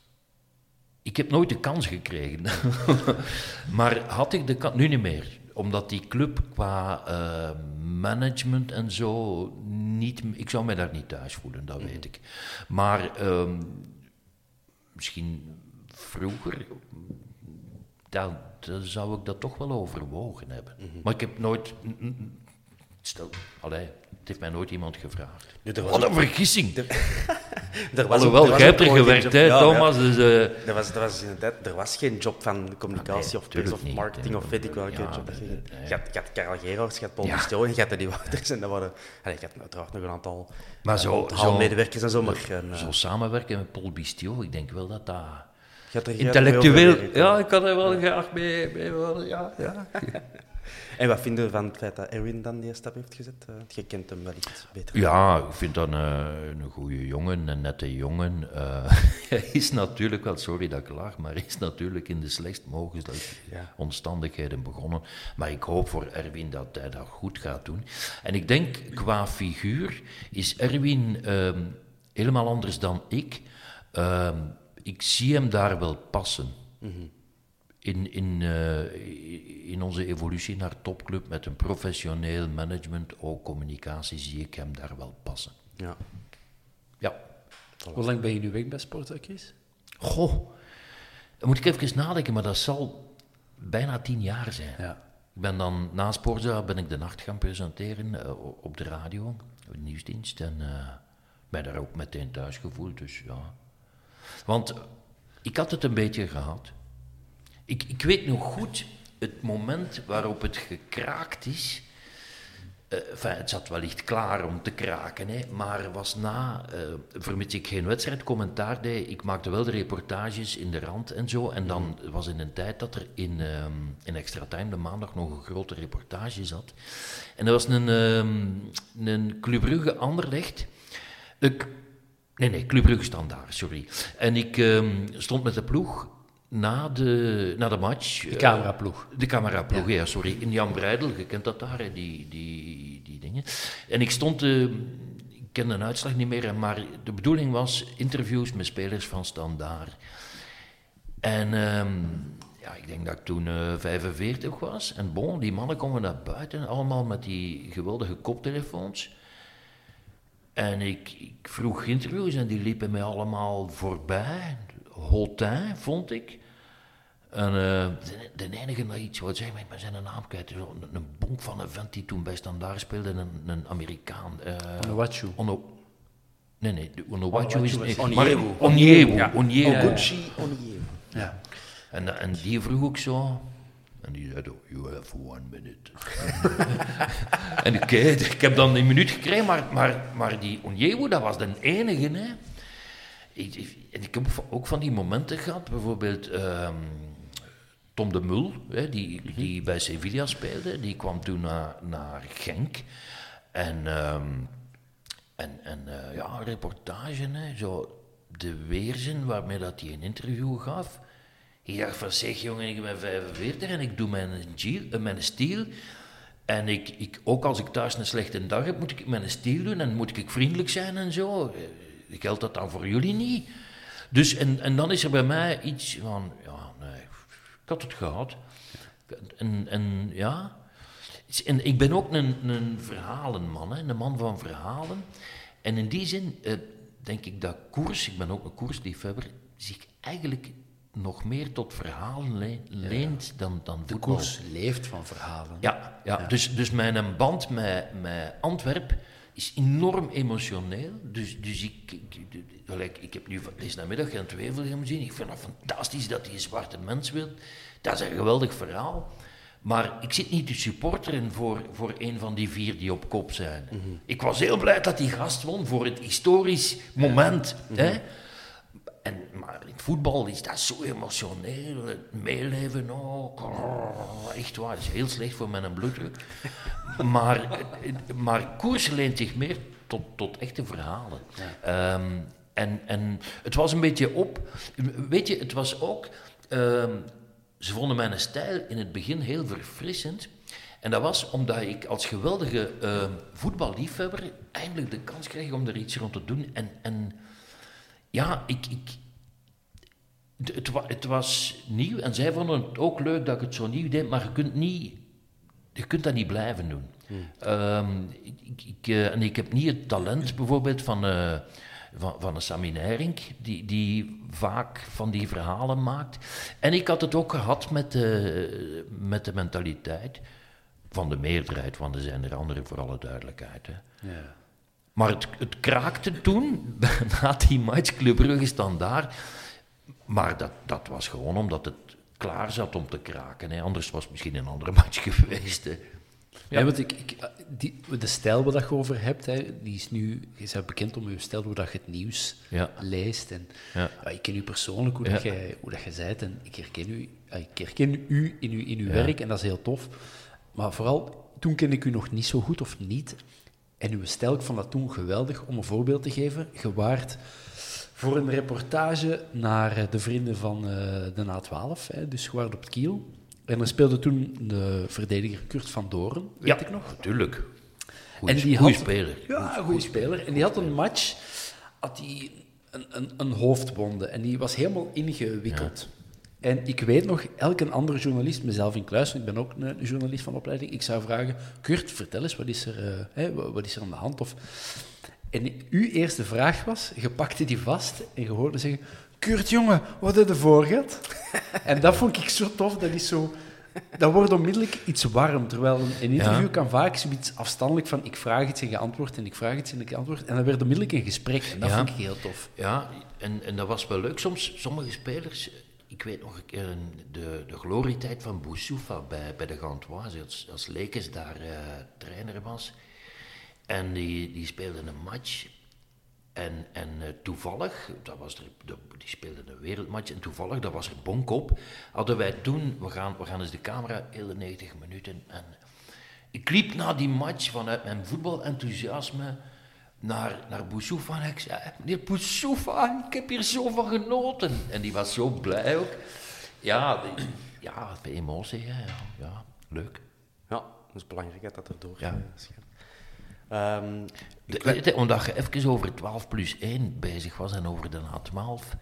Ik heb nooit de kans gekregen. Maar had ik de kans... Nu niet meer. Omdat die club qua uh, management en zo niet... Ik zou mij daar niet thuis voelen, dat weet ik. Maar um, misschien vroeger... Dan, dan zou ik dat toch wel overwogen hebben. Mm-hmm. Maar ik heb nooit... Stel, allee, het heeft mij nooit iemand gevraagd.
Nu, er was
Wat
ook-
een vergissing!
Er, er was
Alhoewel,
ook- er was
jij hebt
ook
er
nooit
gewerkt,
een
hè,
job- ja,
Thomas.
ja.
Dus, uh,
Er was, er was inderdaad, er was geen job van communicatie
Ah, nee,
of pers
tuurlijk
of
niet.
marketing of weet ik welke
Ja,
job. dat je-
nee, nee.
Je had, je had Karel Gerards, je had Paul
Ja.
Bistel en je had Eddie Wouters. En dat waren, allee, je had uiteraard nog een aantal
Maar
uh,
zo-
onthaalmedewerkers en zo. Maar, en, uh,
zo samenwerken met Paul Bistio, ik denk wel dat dat...
je had er graag mee
Intellectueel...
overwerkt,
Ja,
hè.
ik kan er wel graag mee... mee wel, ja, ja.
En wat vind je van het feit dat Erwin dan die stap heeft gezet? Uh, je kent hem wel iets beter.
Ja, ik vind dat een, een goede jongen, een nette jongen. Uh, hij is natuurlijk wel, sorry dat ik lach, maar hij is natuurlijk in de slechtst mogelijke
Ja.
omstandigheden begonnen. Maar ik hoop voor Erwin dat hij dat goed gaat doen. En ik denk, qua figuur is Erwin um, helemaal anders dan ik. Um, ik zie hem daar wel passen.
Mm-hmm.
In, in, uh, in onze evolutie naar topclub met een professioneel management, ook communicatie, zie ik hem daar wel passen.
Ja.
Ja.
Hoe lang ben je nu weg bij Sporza, Chris?
Goh, dan moet ik even nadenken, maar dat zal bijna tien jaar zijn.
Ja.
Ik ben dan, na Sporza ben ik de nacht gaan presenteren uh, op de radio, de nieuwsdienst, en uh, ben daar ook meteen thuis gevoeld, dus ja. Want ik had het een beetje gehad. Ik, ik weet nog goed het moment waarop het gekraakt is. Uh, enfin, het zat wellicht klaar om te kraken, hè, maar was na, uh, vermits ik geen wedstrijdcommentaar deed, ik maakte wel de reportages in de Rand en zo, en dan was in een tijd dat er in, um, in Extra Time de maandag nog een grote reportage zat. En dat was een, um, een Club Brugge Anderlecht. Uh, nee, nee, Club Brugge Standaard, sorry. En ik um, stond met de ploeg na de, na de match...
De cameraploeg.
Uh, de cameraploeg, ja. ja, sorry. In Jan Breidel, je kent dat daar, hè, die, die, die dingen. En ik stond... Uh, ik ken de uitslag niet meer, maar de bedoeling was interviews met spelers van Standaard. En um, ja, ik denk dat ik toen uh, vijfenveertig was. En bon, die mannen komen naar buiten, allemaal met die geweldige koptelefoons. En ik, ik vroeg interviews en die liepen mij allemaal voorbij. Hotin, vond ik. En uh, de, de enige dat iets wat zei, maar ik ben zijn naam kwijt. Zo, een, een bonk van een vent die toen bij Standaard speelde, een, een Amerikaan. Uh,
Onuachu.
Ono, nee, nee, de Onuachu is...
is
Nee,
Onyewu.
maar- Onyewu,
Ja.
Onyewu.
Oguchi Onyewu.
Ja.
En, en die vroeg ik zo... En die zei, oh, you have one minute. En oké, okay, ik heb dan een minuut gekregen, maar, maar, maar die Onyewu, dat was de enige, hè. Ik, ik, en ik heb ook van die momenten gehad, bijvoorbeeld um, Tom de Mul, hè, die, die bij Sevilla speelde, die kwam toen naar, naar Genk. En, um, en, en uh, ja, een reportage, hè, zo de weerzin waarmee dat hij een interview gaf. Ik dacht van, zeg jongen, ik ben vijfenveertig en ik doe mijn, geel, uh, mijn stiel. En ik, ik, ook als ik thuis een slechte dag heb, moet ik mijn stiel doen en moet ik vriendelijk zijn en zo. Geldt dat dan voor jullie niet? Dus, en, en dan is er bij mij iets van, ja, nee, ik had het gehad. En, en ja, en ik ben ook een, een verhalenman, hè, een man van verhalen. En in die zin eh, denk ik dat koers, ik ben ook een koersliefhebber, zich eigenlijk nog meer tot verhalen le- leent ja. dan, dan
de
voetbal.
De koers leeft van verhalen.
Ja, ja, ja. Dus, dus mijn band met, met Antwerpen is enorm emotioneel. Dus, dus ik, ik, gelijk, ik heb nu deze namiddag Gent Wevelgem gezien. Ik vind het fantastisch dat hij een zwarte mens wil. Dat is een geweldig verhaal. Maar ik zit niet te supporteren voor, voor een van die vier die op kop zijn. Mm-hmm. Ik was heel blij dat die gast won voor het historisch moment. Mm-hmm. Hè? En, maar in het voetbal is dat zo emotioneel. Het meeleven ook. Oh, echt waar, dat is heel slecht voor mijn bloeddruk. maar, maar koers leent zich meer tot, tot echte verhalen. Ja. Um, en, en het was een beetje op... Weet je, het was ook... Um, ze vonden mijn stijl in het begin heel verfrissend. En dat was omdat ik als geweldige uh, voetballiefhebber eindelijk de kans kreeg om er iets rond te doen. En, en ja, ik... ik het, het was nieuw en zij vonden het ook leuk dat ik het zo nieuw deed, maar je kunt, niet, je kunt dat niet blijven doen. Hmm. Um, ik, ik, uh, en ik heb niet het talent bijvoorbeeld van... Uh, Van, van een Sammy Nijrink, die, die vaak van die verhalen maakt. En ik had het ook gehad met de, met de mentaliteit van de meerderheid, want er zijn er anderen voor alle duidelijkheid. Hè. Ja. Maar het, het kraakte toen, na die match Club Brugge Standaard. Maar dat, dat was gewoon omdat het klaar zat om te kraken. Hè. Anders was het misschien een andere match geweest. Hè.
Ja, ja, want ik, ik, die, de stijl waar je over hebt, hè, die is nu, je bent bekend om je stijl hoe dat je het nieuws ja. leest. En, ja. Ja, ik ken u persoonlijk, hoe, ja. dat jij, hoe dat je bent, en ik herken u, ik herken u in uw, in uw ja. werk, en dat is heel tof. Maar vooral, toen kende ik u nog niet zo goed, of niet. En uw stijl, ik vond dat toen geweldig. Om een voorbeeld te geven, je waart voor een reportage naar de vrienden van uh, de A twaalf, hè, dus je waart op het Kiel. En er speelde toen de verdediger Kurt van Doren, weet
ja,
ik nog.
Natuurlijk.
Goeie
speler.
Ja, een goede speler. En die had een match, had hij een, een, een hoofdwonde. En die was helemaal ingewikkeld. Ja. En ik weet nog, elke andere journalist, mezelf in kluis, ik ben ook een journalist van opleiding, ik zou vragen, Kurt, vertel eens, wat is er, uh, hè, wat is er aan de hand? Of... En uw eerste vraag was, je pakte die vast en je hoorde zeggen... Kurt, jongen, wat heb je voor gehad? En dat vond ik zo tof, dat is zo... Dat wordt onmiddellijk iets warm, terwijl een, een interview ja. kan vaak zoiets afstandelijk van ik vraag iets en je antwoordt en ik vraag iets en ik antwoord. En dan werd onmiddellijk een gesprek en dat ja. vond ik heel tof.
Ja, en, en dat was wel leuk. Soms, sommige spelers... Ik weet nog een keer de, de glorietijd van Boussoufa bij, bij de Gantoise, als, als Lekes daar uh, trainer was. En die, die speelde een match... En, en uh, toevallig, dat was er, de, die speelde een wereldmatch, en toevallig, dat was er bonk op, hadden wij toen, we gaan, we gaan eens de camera, hele negentig minuten, en ik liep na die match vanuit mijn voetbalenthousiasme naar, naar Boussoufa, en ik zei, meneer Boussoufa, ik heb hier zo van genoten. En die was zo blij ook. Ja, die, ja, bij emotie, hè, ja, ja, leuk.
Ja, dat is belangrijk dat er door
ja.
gaat. Um,
de, de, omdat je even over twaalf plus één bezig was en over de A twaalf.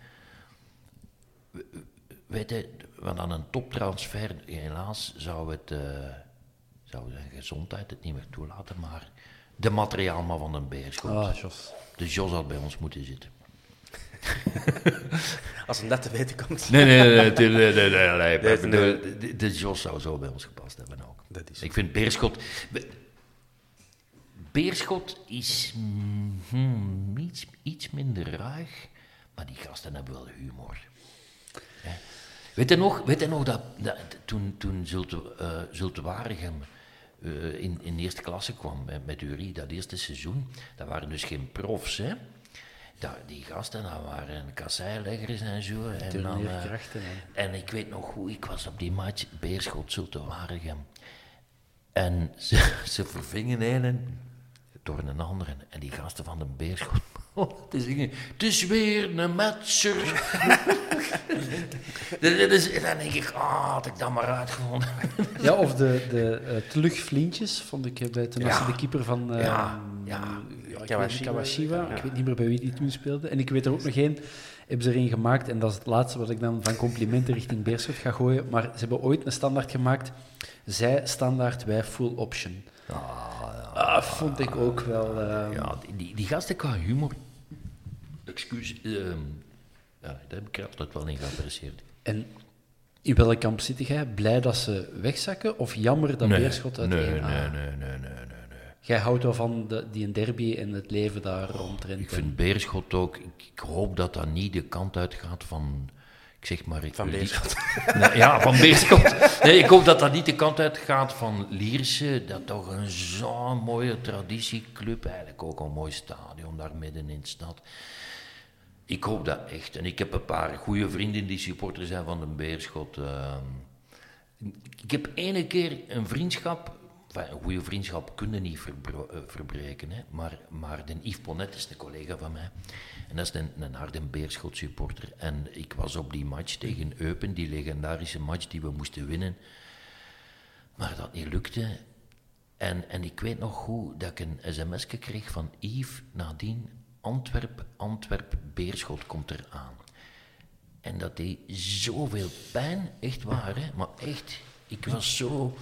Weet je, want aan een toptransfer, helaas zou het, uh, zou zijn gezondheid het niet meer toelaten, maar de materiaalman van een Beerschot.
Ah, Jos.
De Jos had bij ons moeten zitten.
Als hij net te weten komt.
Nee, nee, nee, nee, nee, nee, nee, nee. De, de, de, de Jos zou zo bij ons gepast hebben ook.
Dat is
Ik vind Beerschot... Beerschot is mm, iets, iets minder ruig, maar die gasten hebben wel humor. Ja. Weet je nog, weet je nog dat, dat toen, toen Zulte, uh, Zulte Waregem uh, in, in de eerste klasse kwam met, met Uri, dat eerste seizoen, dat waren dus geen profs, hè. Dat, die gasten, dat waren kasseileggers en zo. En, dan, uh, en ik weet nog hoe, ik was op die match Beerschot Zulte Waregem. En ze, ze vervingen een door een andere. En die gasten van de Beerschot, te zingen. Het is weer een matcher. dus, dan denk ik, ah, oh, had ik dat maar uitgevonden.
Ja, of de, de uh, terugvlientjes, vond ik bij ten ja. de keeper van uh,
ja. Ja.
Ja, Kawashiwa. Kawashiwa. Ja. Ik weet niet meer bij wie die toen speelde. En ik weet er ook nog één, hebben ze erin gemaakt, en dat is het laatste wat ik dan van complimenten richting Beerschot ga gooien, maar ze hebben ooit een standaard gemaakt, zij standaard, wij full option.
Ah, ja.
ah, vond ik ook wel... Uh...
Ja, die, die gasten qua humor... Excuus, uh, ja, daar heb ik er altijd wel in geapprecieerd.
En in welk kamp zit jij? Blij dat ze wegzakken, of jammer dat
nee,
Beerschot uit
nee,
één
nee,
A?
nee, nee, nee, nee, nee.
Jij houdt wel van de, die een derby en het leven daar rondrent.
Ik vind Beerschot ook... Ik, ik hoop dat dat niet de kant uitgaat van... Ik zeg maar... Ik,
van Beerschot.
Nee, ja, van Beerschot. Nee, ik hoop dat dat niet de kant uitgaat van Lierse. Dat toch een zo'n mooie traditieclub. Eigenlijk ook een mooi stadion daar midden in de stad. Ik hoop dat echt. En ik heb een paar goede vrienden die supporter zijn van de Beerschot. Uh, ik heb ene keer een vriendschap... Enfin, een goede vriendschap kunnen niet verbro- uh, verbreken, hè. Maar, maar de Yves Ponnet is een collega van mij. En dat is een, een harde Beerschot supporter. En ik was op die match tegen Eupen, die legendarische match die we moesten winnen. Maar dat niet lukte. En, en ik weet nog goed dat ik een sms'je kreeg van Yves nadien. Antwerp, Antwerp, Beerschot komt eraan. En dat deed zoveel pijn, echt waar, hè. Maar echt, ik was zo...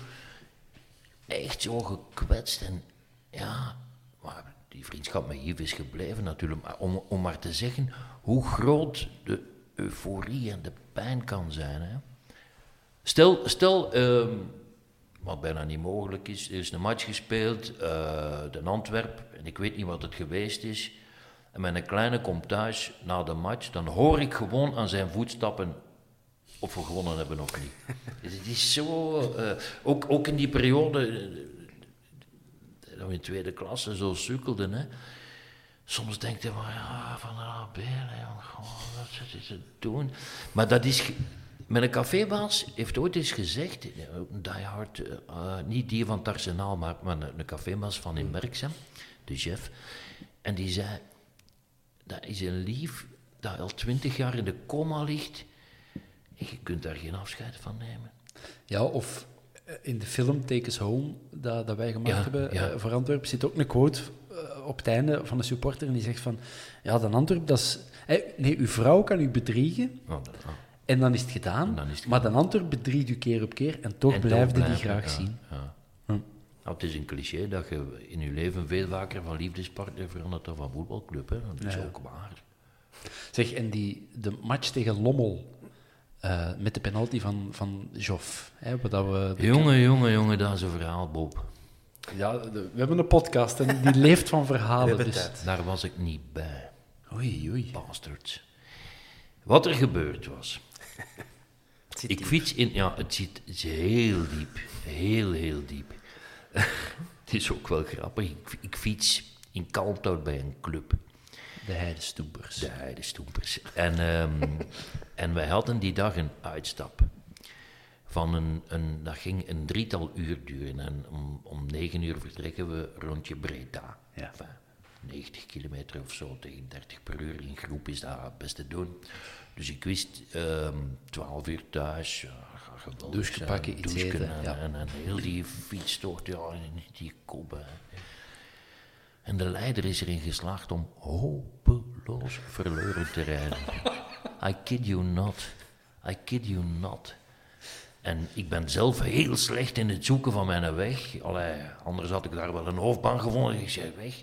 Echt zo gekwetst en ja, maar die vriendschap met Yves is gebleven natuurlijk. Maar om, om maar te zeggen hoe groot de euforie en de pijn kan zijn. Hè. Stel, stel um, wat bijna niet mogelijk is, er is een match gespeeld, uh, de Antwerp, en ik weet niet wat het geweest is. En mijn kleine komt thuis na de match, dan hoor ik gewoon aan zijn voetstappen... of we gewonnen hebben of niet. Dus het is zo... Uh, ook, ook in die periode... Uh, dat we in tweede klasse zo sukkelden, hè. Soms denk je van... Ja, van de A B, wat zit je te doen? Maar dat is... Mijn cafébaas heeft ooit eens gezegd... Een diehard... Uh, niet die van het Arsenaal, maar, maar een, een cafébaas van in Merksem. De chef. En die zei... Dat is een lief... dat al twintig jaar in de coma ligt... Je kunt daar geen afscheid van nemen.
Ja, of in de film Take Us Home, dat, dat wij gemaakt
ja,
hebben
ja.
uh, voor Antwerpen, zit ook een quote uh, op het einde van een supporter en die zegt van, ja, dan Antwerpen, dat is... Hey, nee, uw vrouw kan u bedriegen
oh, dat, oh.
en dan is het gedaan,
Dan is het
maar dan Antwerpen bedriegt u keer op keer en toch blijft u die graag
ja,
zien.
Ja.
Hm.
Nou, het is een cliché dat je in je leven veel vaker van liefdespartner verandert dan van voetbalclub. Hè. Dat is
ja.
ook waar.
Zeg, en die, de match tegen Lommel... Uh, met de penalty van, van Joff. Hè, dat we
jongen, jongen, jongen, dat is een verhaal, Bob.
Ja, de, we hebben een podcast en die leeft van verhalen. Dus.
Daar was ik niet bij.
Oei, oei.
Bastards. Wat er gebeurd was. Ik diep. fiets in... Ja, het zit, het is heel diep. Heel, heel diep. Het is ook wel grappig. Ik, ik fiets in Kalmthout bij een club.
De Heidestoempers.
De Heidestoempers. En, um, en wij hadden die dag een uitstap. Van een, een, dat ging een drietal uur duren. En om, om negen uur vertrekken we rondje Breda.
Ja.
Enfin, negentig kilometer of zo, tegen dertig per uur. In groep is dat het best te doen. Dus ik wist, um, twaalf uur thuis, ja, geweldig.
Douche pakken, iets eten.
En,
ja.
en, en heel die fietstocht, ja, die kop. En de leider is erin geslaagd om hopeloos verloren te rijden. I kid you not. I kid you not. En ik ben zelf heel slecht in het zoeken van mijn weg. Allee, anders had ik daar wel een hoofdbaan gevonden. Ik zei, weg.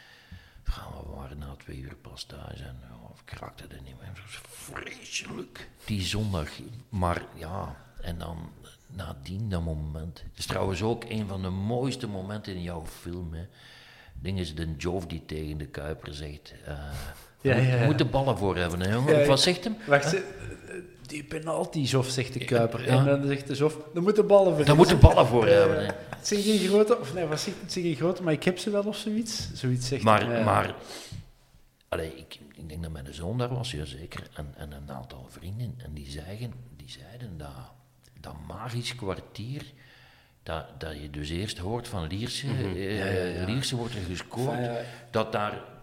We waren na twee uur pas thuis en oh, ik raakte er niet meer. Het was vreselijk, die zondag. Maar ja, en dan nadien dat moment. Het is trouwens ook een van de mooiste momenten in jouw film, hè. Ding is de Jove die tegen de Kuiper zegt... Uh,
ja, ja, ja.
Je moet de ballen voor hebben, hè, jongen.
Ja, ja.
Wat zegt hem?
Wacht, huh? Die penalty, Joff, zegt de Kuiper. Ja. En dan zegt de Joff, daar moeten ballen voor
Daar moeten ballen voor uh, hebben, hè.
Het zijn geen grote... Of nee, wat zegt het? Het zijn geen grote, maar ik heb ze wel of zoiets. Zoiets zegt
Maar,
hij,
maar allee, ik, ik denk dat mijn zoon daar was, ja zeker. En, en een aantal vrienden. En die zeiden, die zeiden dat, dat magisch kwartier... Dat, dat je dus eerst hoort van Lierse, mm-hmm. eh, ja, ja, ja. Lierse wordt er gescoord, ja, ja. dat daar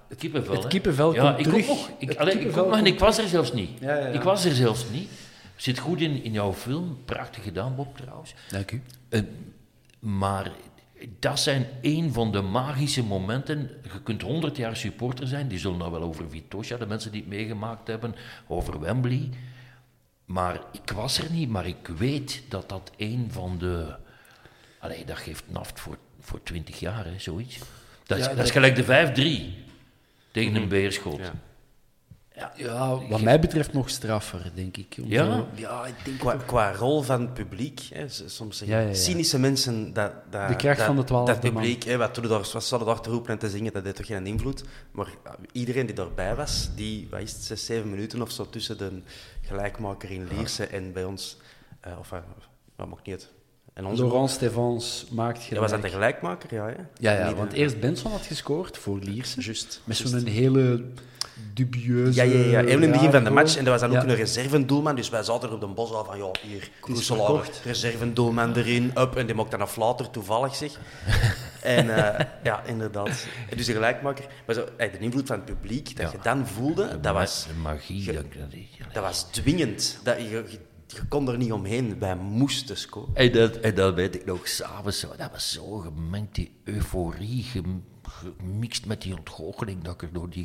Het kippenvel,
Het kippenvel
ja,
komt
ik
terug.
Ook nog, ik,
Het
allee, ik,
kippenvel
ook nog en
komt
ik was er zelfs niet.
Ja, ja, ja.
Ik was er zelfs niet. Zit goed in, in jouw film. Prachtig gedaan, Bob, trouwens.
Dank u.
Uh, maar dat zijn een van de magische momenten. Je kunt honderd jaar supporter zijn. Die zullen nou wel over Vitosha, de mensen die het meegemaakt hebben, over Wembley. Maar ik was er niet, maar ik weet dat dat een van de... Allee, dat geeft naft voor, voor twintig jaar, hè, zoiets. Dat is,
Ja,
dat
dat-
is gelijk de vijf drie tegen een Beerschot.
Ja.
Ja.
Ja, wat mij betreft nog straffer, denk ik. Om
Ja?
zo- ja, ik denk
Qua,
toch-
qua rol van het publiek, hè, s- soms zeggen
Ja, ja, ja.
cynische mensen dat, dat,
De kracht
dat,
van de twaalfde
dat publiek, hè, wat, toen daar, wat zouden daar te roepen en te zingen, dat heeft toch geen invloed. Maar ja, iedereen die daarbij was, die, wat is het, zes, zeven minuten of zo tussen de gelijkmaker in Lierse en bij ons, uh, of uh, dat mag niet uit. En onze
Laurent Stevens maakt
ja,
gelijk.
was dat de gelijkmaker? Ja, hè?
Ja, ja,
Niet,
want
hè?
eerst Benson had gescoord voor Lierse.
Juist.
Met
juist.
zo'n hele dubieuze...
Ja, ja, ja. Even in het begin van de
rare
match.
goal.
En er was dan ook
Ja.
een reservendoelman. Dus wij zaten er op de bos al van, ja, hier, Kroeselaar,
verkocht.
reservendoelman erin, up. En die maakt dan een flater, toevallig zeg. En uh, ja, inderdaad. En dus de gelijkmaker. Maar zo, hey, de invloed van het publiek, dat
Ja.
je dan voelde, dat was,
De magie.
ge-
dat, dat, dat,
dat was dwingend. Dat, je, je, je kon er niet omheen. Wij moesten scoren.
En dat, en dat weet ik nog, s'avonds, zo, dat was zo gemengd, die euforie, gem- gemixt met die ontgoocheling, dat ik er door die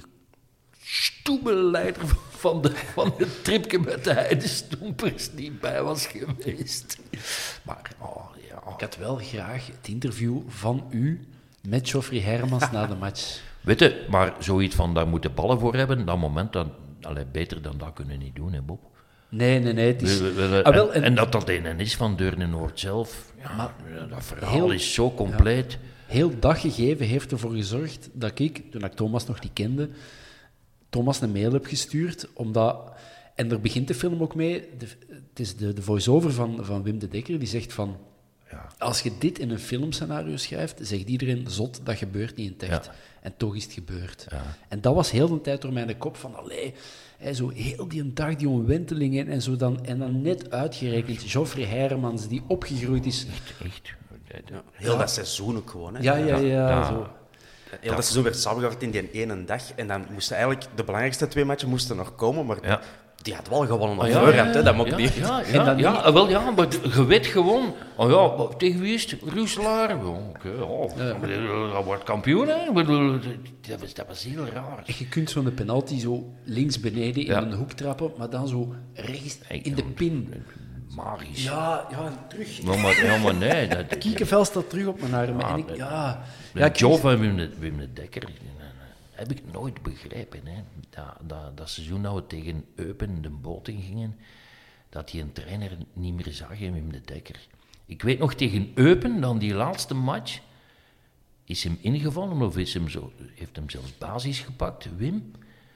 stoeme leider van de, van het tripje met de heidestoempers niet bij was geweest. Maar, oh ja.
Ik had wel graag het interview van u met Geoffrey Hermans na de match.
Weet je, maar zoiets van, daar moeten ballen voor hebben, dat moment, dan, allee, beter dan dat kunnen we niet doen, hè Bob?
Nee, nee, nee. Het is...
We- we- we-
Ah, wel,
en,
en-
en dat dat een is van Deurne-Noord zelf, ja,
Maar
ja, dat verhaal
heel-
is zo compleet.
Heel dat gegeven heeft ervoor gezorgd dat ik, toen ik Thomas nog niet kende, Thomas een mail heb gestuurd, omdat... En daar begint de film ook mee. De, het is de, de voice-over van, van Wim de Dekker, die zegt van...
Ja.
Als je dit in een filmscenario schrijft, zegt iedereen, zot, dat gebeurt niet in het echt.
Ja.
En toch is het gebeurd.
Ja.
En dat was heel de tijd door mijn kop van, allee, hè, zo heel die dag, die omwentelingen en zo dan, en dan net uitgerekend, Geoffrey Hermans, die opgegroeid is.
Echt.
Ja. Heel dat seizoen ook gewoon. Hè.
Ja, ja, ja.
Ja.
Zo.
Heel dat seizoen werd samengevat in die ene dag. En dan moesten eigenlijk de belangrijkste twee matchen moesten nog komen. Maar
Ja.
die had wel gewonnen op
Ah, ja,
voorhand.
ja,
hè. Dat mocht
ja,
niet.
Ja,
En
ja,
dan
ja,
niet-
ah, wel ja, maar je weet gewoon... Oh ja, maar tegen wie is het? Roeselaar? Ja, oké, oh, dat wordt kampioen, hè? Ik bedoel, dat was, dat was heel raar.
En je kunt zo'n penalty zo links beneden in
Ja.
een hoek trappen, maar dan zo rechts in de pin.
Magisch.
Ja, ja, en terug.
Ja, maar, ja, maar nee. Dat,
Kiekenvel staat terug op mijn arm.
Ja,
en ik,
dat-
ja,
De
ja, ik-
job van Wim de, Wim de Dekker eh, heb ik nooit begrepen. Hè. Dat, dat, dat seizoen dat we tegen Eupen de boot in gingen, dat hij een trainer niet meer zag, hè, Wim de Dekker. Ik weet nog tegen Eupen, dan die laatste match, is hem ingevallen of is hem zo, heeft hem zelfs basis gepakt, Wim.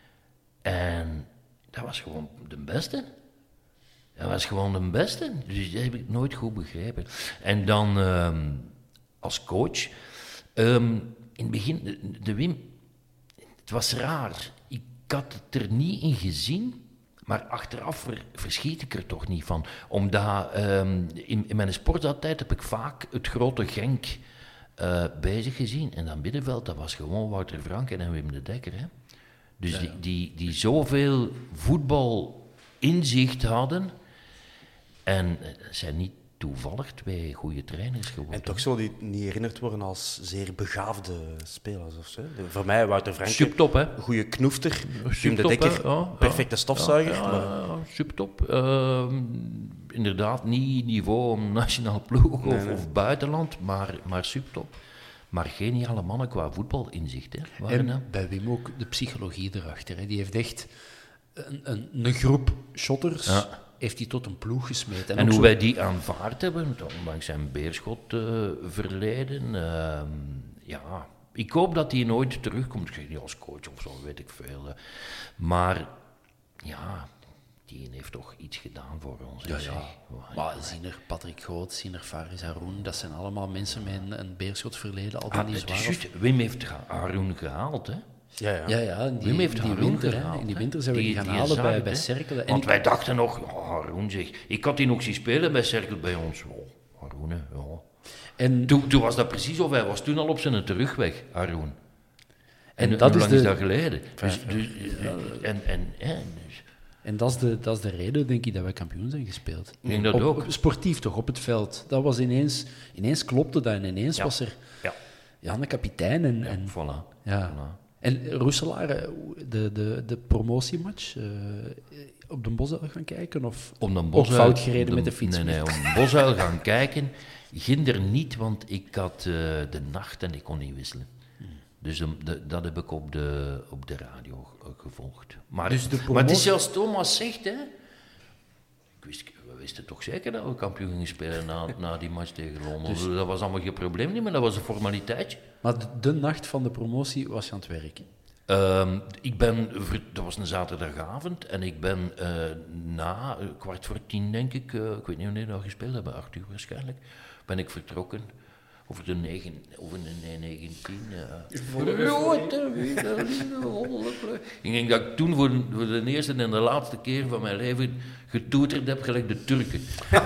En dat was gewoon de beste. Dat was gewoon de beste. Dus dat heb ik nooit goed begrepen. En dan ehm, als coach. ehm, in het begin, de, de Wim, het was raar. Ik had het er niet in gezien. Maar achteraf ver- verschiet ik er toch niet van. Omdat ehm, in, in mijn sporttijd heb ik vaak het grote Genk eh, bezig gezien. En dat middenveld, dat was gewoon Wouter Franken en Wim de Dekker. Hè? Dus Die, die, die zoveel voetbalinzicht hadden. En eh, zijn niet toevallig twee goede trainers geworden.
En toch zou die niet herinnerd worden als zeer begaafde spelers of zo. Voor mij, Wouter Franke,
Subtop, hè?
een goede knoefter. Wim de
Subtop,
Dekker,
hè? Ja,
perfecte
ja.
stofzuiger.
Ja, ja,
maar
ja, subtop. Ehm, inderdaad, niet niveau om nationaal ploeg of,
Nee, nee.
of buitenland, maar, maar subtop. Maar geniale mannen qua voetbalinzicht, hè? Waren dat?
En bij Wim ook de psychologie erachter. Hè. Die heeft echt een, een, een groep shotters
Ja.
heeft hij tot een ploeg gesmeten.
En
ook
hoe
zo-
wij die aanvaard hebben, ondanks zijn beerschot eh, verleden. ehm, ja, ik hoop dat hij nooit terugkomt. Ik zeg niet als coach of zo, weet ik veel. hè. Maar ja, die heeft toch iets gedaan voor ons. hè,
Ja,
zeg.
ja.
Wow.
Maar Zinner, Patrick Groot, Zinner, Faris, Haroun, dat zijn allemaal mensen met een, een beerschotverleden, al dan
Ah,
niet
het is
zwaar.
juist, Wim heeft Haroun gehaald, hè?
ja, ja.
Ja, ja, in die,
Wim heeft
in die
Haroun
winter, hè.
gehaald,
In die
hè.
winter zijn we die, gaan halen
zag
bij,
het,
bij
hè.
Cerkelen. En
Want
ik-
wij dachten nog, ja, Haroun zeg. Ik had die nog zien spelen bij Cerkel bij ons. Oh, Haroun, hè, ja.
en,
Toen, toen was dat precies of hij was toen al op zijn terugweg, Haroun. En, en dat hoe lang is, de... is dat geleden? Dus, dus, en, en, en, dus.
en dat, is de, dat is de reden, denk ik, dat wij kampioen zijn gespeeld.
Ik denk dat
op,
ook.
Sportief toch, op het veld. Dat was ineens... Ineens klopte dat en ineens
ja.
was er...
Ja.
Ja, een kapitein en...
Ja,
en
voilà.
Ja.
Voilà.
En Roeselaar, de, de, de promotiematch, uh, op de Bosuil gaan kijken? Of
om de
ook fout gereden de, met de fiets?
Nee, nee, om de Bosuil gaan kijken, ging er niet, want ik had uh, de nacht en ik kon niet wisselen. Hmm. Dus de, de, dat heb ik op de, op de radio gevolgd. Maar,
dus de promo-
maar het is zoals Thomas zegt, hè. Ik wist, we wisten toch zeker dat we kampioen gingen spelen na, na die match tegen Londen. Dus, dat was allemaal geen probleem niet, maar dat was een formaliteitje.
Maar de, de nacht van de promotie was je aan het werk?
Um, ik ben, dat was een zaterdagavond en ik ben uh, na, uh, kwart voor tien denk ik, uh, ik weet niet wanneer we dat gespeeld hebben, acht uur waarschijnlijk, ben ik vertrokken. Over de negen, over de negentien. Ik denk dat ik toen voor de, voor de eerste en de laatste keer van mijn leven getoeterd heb, gelijk de Turken.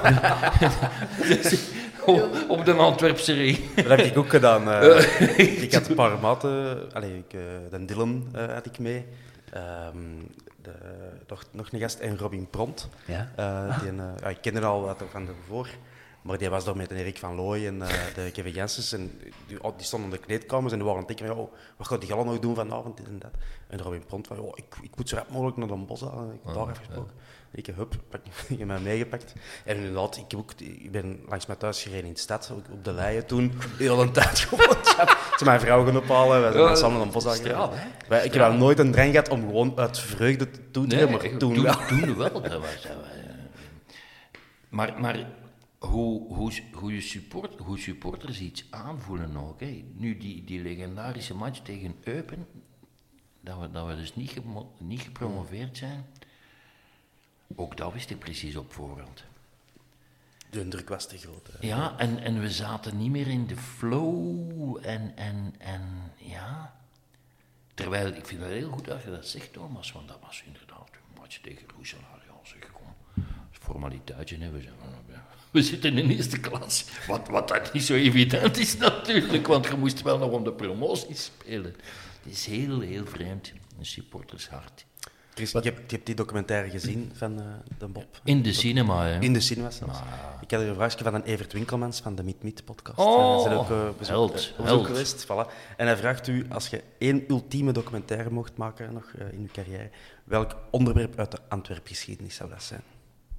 op, op de Antwerpse Ring.
Dat heb ik ook gedaan. Uh, ik had een paar maten, allee, ik, uh, de Dylan uh, had ik mee. Um, de, nog, nog een gast en Robin Pront.
Ja?
Uh, die, uh, ja, ik kende al wat van ervoor. Maar die was daar met Erik van Looy en uh, de Kevin Janssens. En die, oh, die stonden in de kleedkamers en die waren aan het denken van, oh, wat gaat die Gallen nog doen vanavond? Dit en dat. En Robin Pront van, oh, ik, ik moet zo rap mogelijk naar Den Bosch aan. Ik heb daar afgesproken. Ja. Ik heb hup, ik heb mij meegepakt. En inderdaad, ik, heb ook, ik ben langs mijn thuis gereden in de stad, op, op de Leien toen. Heel een tijd gewoond. Ze mijn vrouw gaan ophalen, wij zijn samen naar Den Bosch aangereden. Ik heb wel nooit een drang gehad om gewoon uit vreugde toe te nemen,
nee,
maar toen
doen,
wel.
Toen wel. Dat was, dat was, maar... maar Hoe, hoe, hoe, je support, hoe supporters iets aanvoelen ook. Hè. Nu, die, die legendarische match tegen Eupen, dat we, dat we dus niet, gemo, niet gepromoveerd zijn, ook dat wist ik precies op voorhand.
De indruk was te groot. Hè.
Ja, en, en we zaten niet meer in de flow en, en, en ja... Terwijl, ik vind het heel goed dat je dat zegt, Thomas, want dat was inderdaad een match tegen Roeselaar. Ja, zeg, kom, formaliteitje, hè, we zijn... We zitten in eerste klas, wat, wat dat niet zo evident is natuurlijk, want je moest wel nog om de promotie spelen. Het is heel, heel vreemd, een supportershart.
Chris, je hebt, je hebt die documentaire gezien van uh, de Bob?
In de cinema, hè?
In de cinema zelfs. Maar... Ik had er een vraagje van een Evert Winkelmans van de Meet Meet podcast.
Oh,
uh, ook, uh, bezoek,
held,
uh,
held.
geweest, voilà. En hij vraagt u, als je één ultieme documentaire mocht maken nog uh, in uw carrière, welk onderwerp uit de Antwerpgeschiedenis zou dat zijn?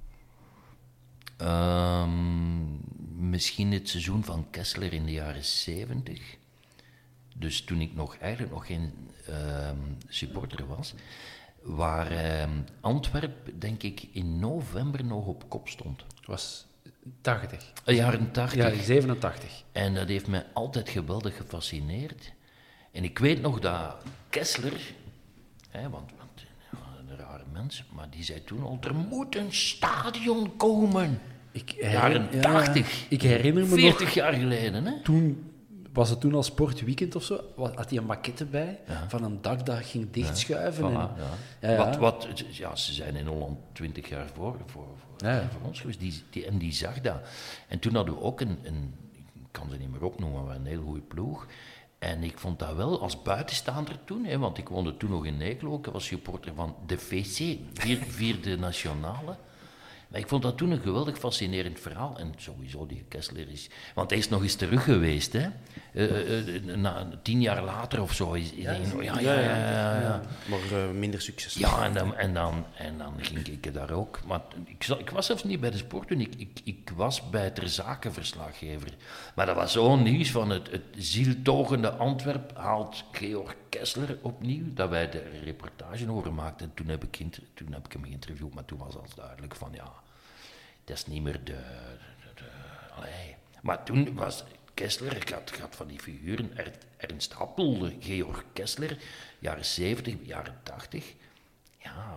Um, misschien het seizoen van Kessler in de jaren zeventig. Dus toen ik nog, eigenlijk nog geen um, supporter was. Waar um, Antwerpen, denk ik, in november nog op kop stond.
Het was tachtig.
Uh, jaren tachtig.
Ja, zevenentachtig.
En dat heeft mij altijd geweldig gefascineerd. En ik weet nog dat Kessler, hè, want... want een rare mens, maar die zei toen al, er moet een stadion komen.
Ik
jaren ja, tachtig.
Ik herinner me
veertig
nog,
jaar geleden. Hè?
Toen, was het toen al sportweekend of zo, had hij een maquette bij ja. van een dak dat ging dichtschuiven.
Ja,
voilà,
en,
ja. Ja,
wat, wat, ja, ze zijn in Holland twintig jaar voor, voor, voor,
ja.
voor ons geweest, die, die, en die zag dat. En toen hadden we ook een, een ik kan ze niet meer opnoemen, maar een heel goede ploeg. En ik vond dat wel als buitenstaander toen, hè, want ik woonde toen nog in Eeklo, ik was supporter van de V C, vier, vierde nationale. Maar ik vond dat toen een geweldig fascinerend verhaal. En sowieso, die Kessler is... Want hij is nog eens terug geweest, hè. Uh, uh, na, tien jaar later of zo. Is, is
ja,
hij,
ja,
ja, ja,
ja,
ja, ja, ja.
Maar uh, minder succes.
Ja, en dan, en, dan, en dan ging ik daar ook. Maar ik, ik was zelfs niet bij de sport toen. Ik, ik, ik was bij ter zake verslaggever. Maar dat was zo'n nieuws van het, het zieltogende Antwerp haalt Georg Kessler opnieuw. Dat wij er een reportage over maakten. En toen heb ik, inter, toen heb ik hem geïnterviewd. Maar toen was al duidelijk van ja... Dat is niet meer de... de, de allee. Maar toen was Kessler, ik had, ik had van die figuren, Ernst Happel, Georg Kessler, jaren zeventig, jaren tachtig. Ja,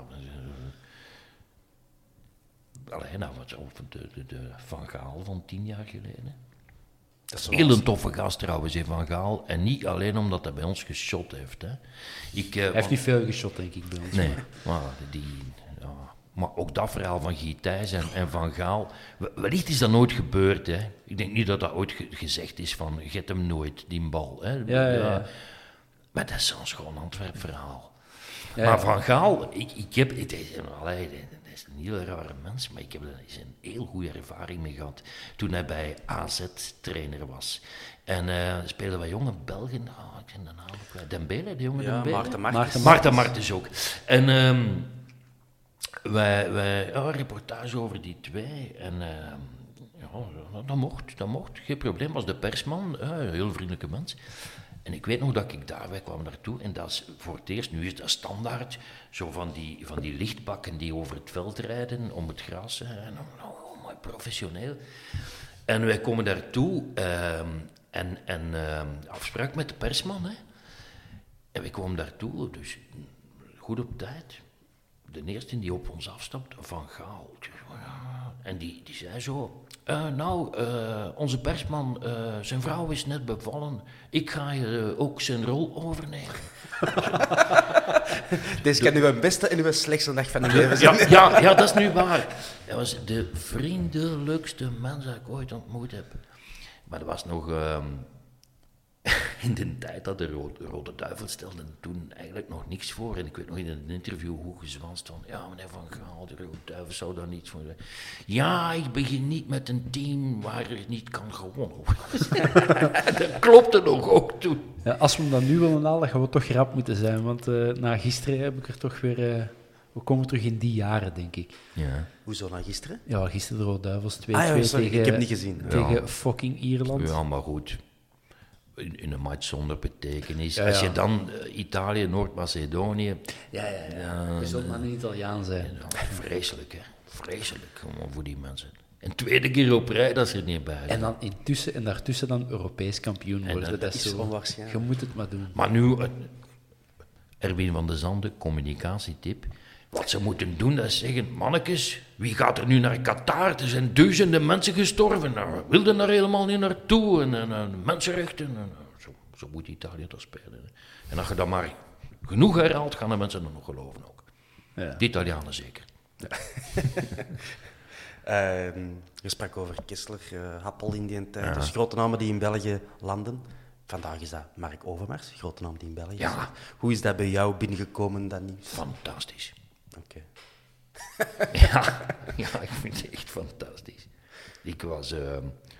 uh, allee, nou, wat over de, de, de Van Gaal van tien jaar geleden. Dat is heel een toffe gast trouwens, in Van Gaal. En niet alleen omdat hij bij ons geschot heeft. Hè. Ik, uh,
hij heeft niet veel geschot, denk ik, bij ons.
Nee, maar die... Ja. Maar ook dat verhaal van Guy Thijs en, en Van Gaal, wellicht is dat nooit gebeurd. Hè. Ik denk niet dat dat ooit ge- gezegd is van, get hem nooit, die bal. Hè.
Ja, ja, ja.
Maar dat is zo'n schoon Antwerp-verhaal.
Ja,
maar
ja.
Van Gaal, ik, ik heb... Het is, allee, het is een hele rare mens, maar ik heb er eens een heel goede ervaring mee gehad. Toen hij bij A Z trainer was. En uh, speelden wij jonge Belgen... Oh, ik ken de naam ook wel. Dembele, de jonge
Ja,
Dembele.
Maarten Martens.
Maarten
Maarten Martens ook. En um, wij... wij ja, een reportage over die twee. En... Uh, ja, dat mocht, dat mocht. Geen probleem. Was de persman, uh, een heel vriendelijke mens. En ik weet nog dat ik daar, wij kwamen naartoe en dat is voor het eerst, nu is dat standaard, zo van die, van die lichtbakken die over het veld rijden, om het gras. En, oh, mooi professioneel. En wij komen daartoe uh, en, en uh, afspraak met de persman. Hè. En wij komen daartoe, dus goed op tijd. De eerste die op ons afstapt, Van Gaal. En die, die zei zo... Uh, nou, uh, onze persman, uh, zijn vrouw is net bevallen. Ik ga je uh, ook zijn rol overnemen.
Deze kan uw beste en uw slechtste dag van uw leven
Ja,
zijn.
ja, ja, dat is nu waar. Hij was de vriendelijkste mens dat ik ooit ontmoet heb. Maar dat was nog... Uh, in de tijd dat de Rode, Rode Duivel stelde toen eigenlijk nog niks voor. En ik weet nog in een interview hoe gezwanst van... Ja, meneer Van Gaal, de Rode Duivel zou daar niets voor zijn. Ja, ik begin niet met een team waar er niet kan gewonnen worden. Dat klopte nog ook toen.
Ja, als we hem dan nu willen halen, dan gaan we toch rap moeten zijn. Want uh, na gisteren heb ik er toch weer... Uh, we komen terug in die jaren, denk ik.
Ja.
Hoezo na gisteren?
Ja, gisteren de Rode Duivels twee-twee
Ah, ja, sorry,
tegen,
ik heb niet gezien.
tegen
Ja.
fucking Ierland.
Ja, maar goed. In, in een match zonder betekenis.
Ja,
Als
ja.
je dan uh, Italië, Noord-Macedonië...
Ja, ja, ja.
Ja,
Je zult maar niet Italiaan zijn.
Ja, vreselijk, hè. Vreselijk, gewoon voor die mensen. En tweede keer op rij dat ze er niet bij zijn.
En dan intussen en daartussen dan Europees kampioen
En
worden.
dat
Dat, is
is
zo.
onwaarschijnlijk.
Je moet het maar doen.
Maar nu, uh, Erwin van de Zande, communicatietip. Wat ze moeten doen, dat is zeggen, mannetjes, wie gaat er nu naar Qatar? Er zijn duizenden mensen gestorven. Nou, we wilden daar helemaal niet naartoe. En, en, en mensenrechten. En, zo, zo moet Italië toch spelen. Hè. En als je dat maar genoeg herhaalt, gaan de mensen er nog geloven ook.
Ja.
De Italianen zeker.
Uh, je sprak over Kessler, uh, Happel in die tijd.
Ja.
Dus grote namen die in België landen. Vandaag is dat Mark Overmars, grote naam die in België
Ja.
is. Hoe is dat bij jou binnengekomen, dat nieuws?
Fantastisch.
Oké.
Ja, ja, ik vind het echt fantastisch. Ik was, uh,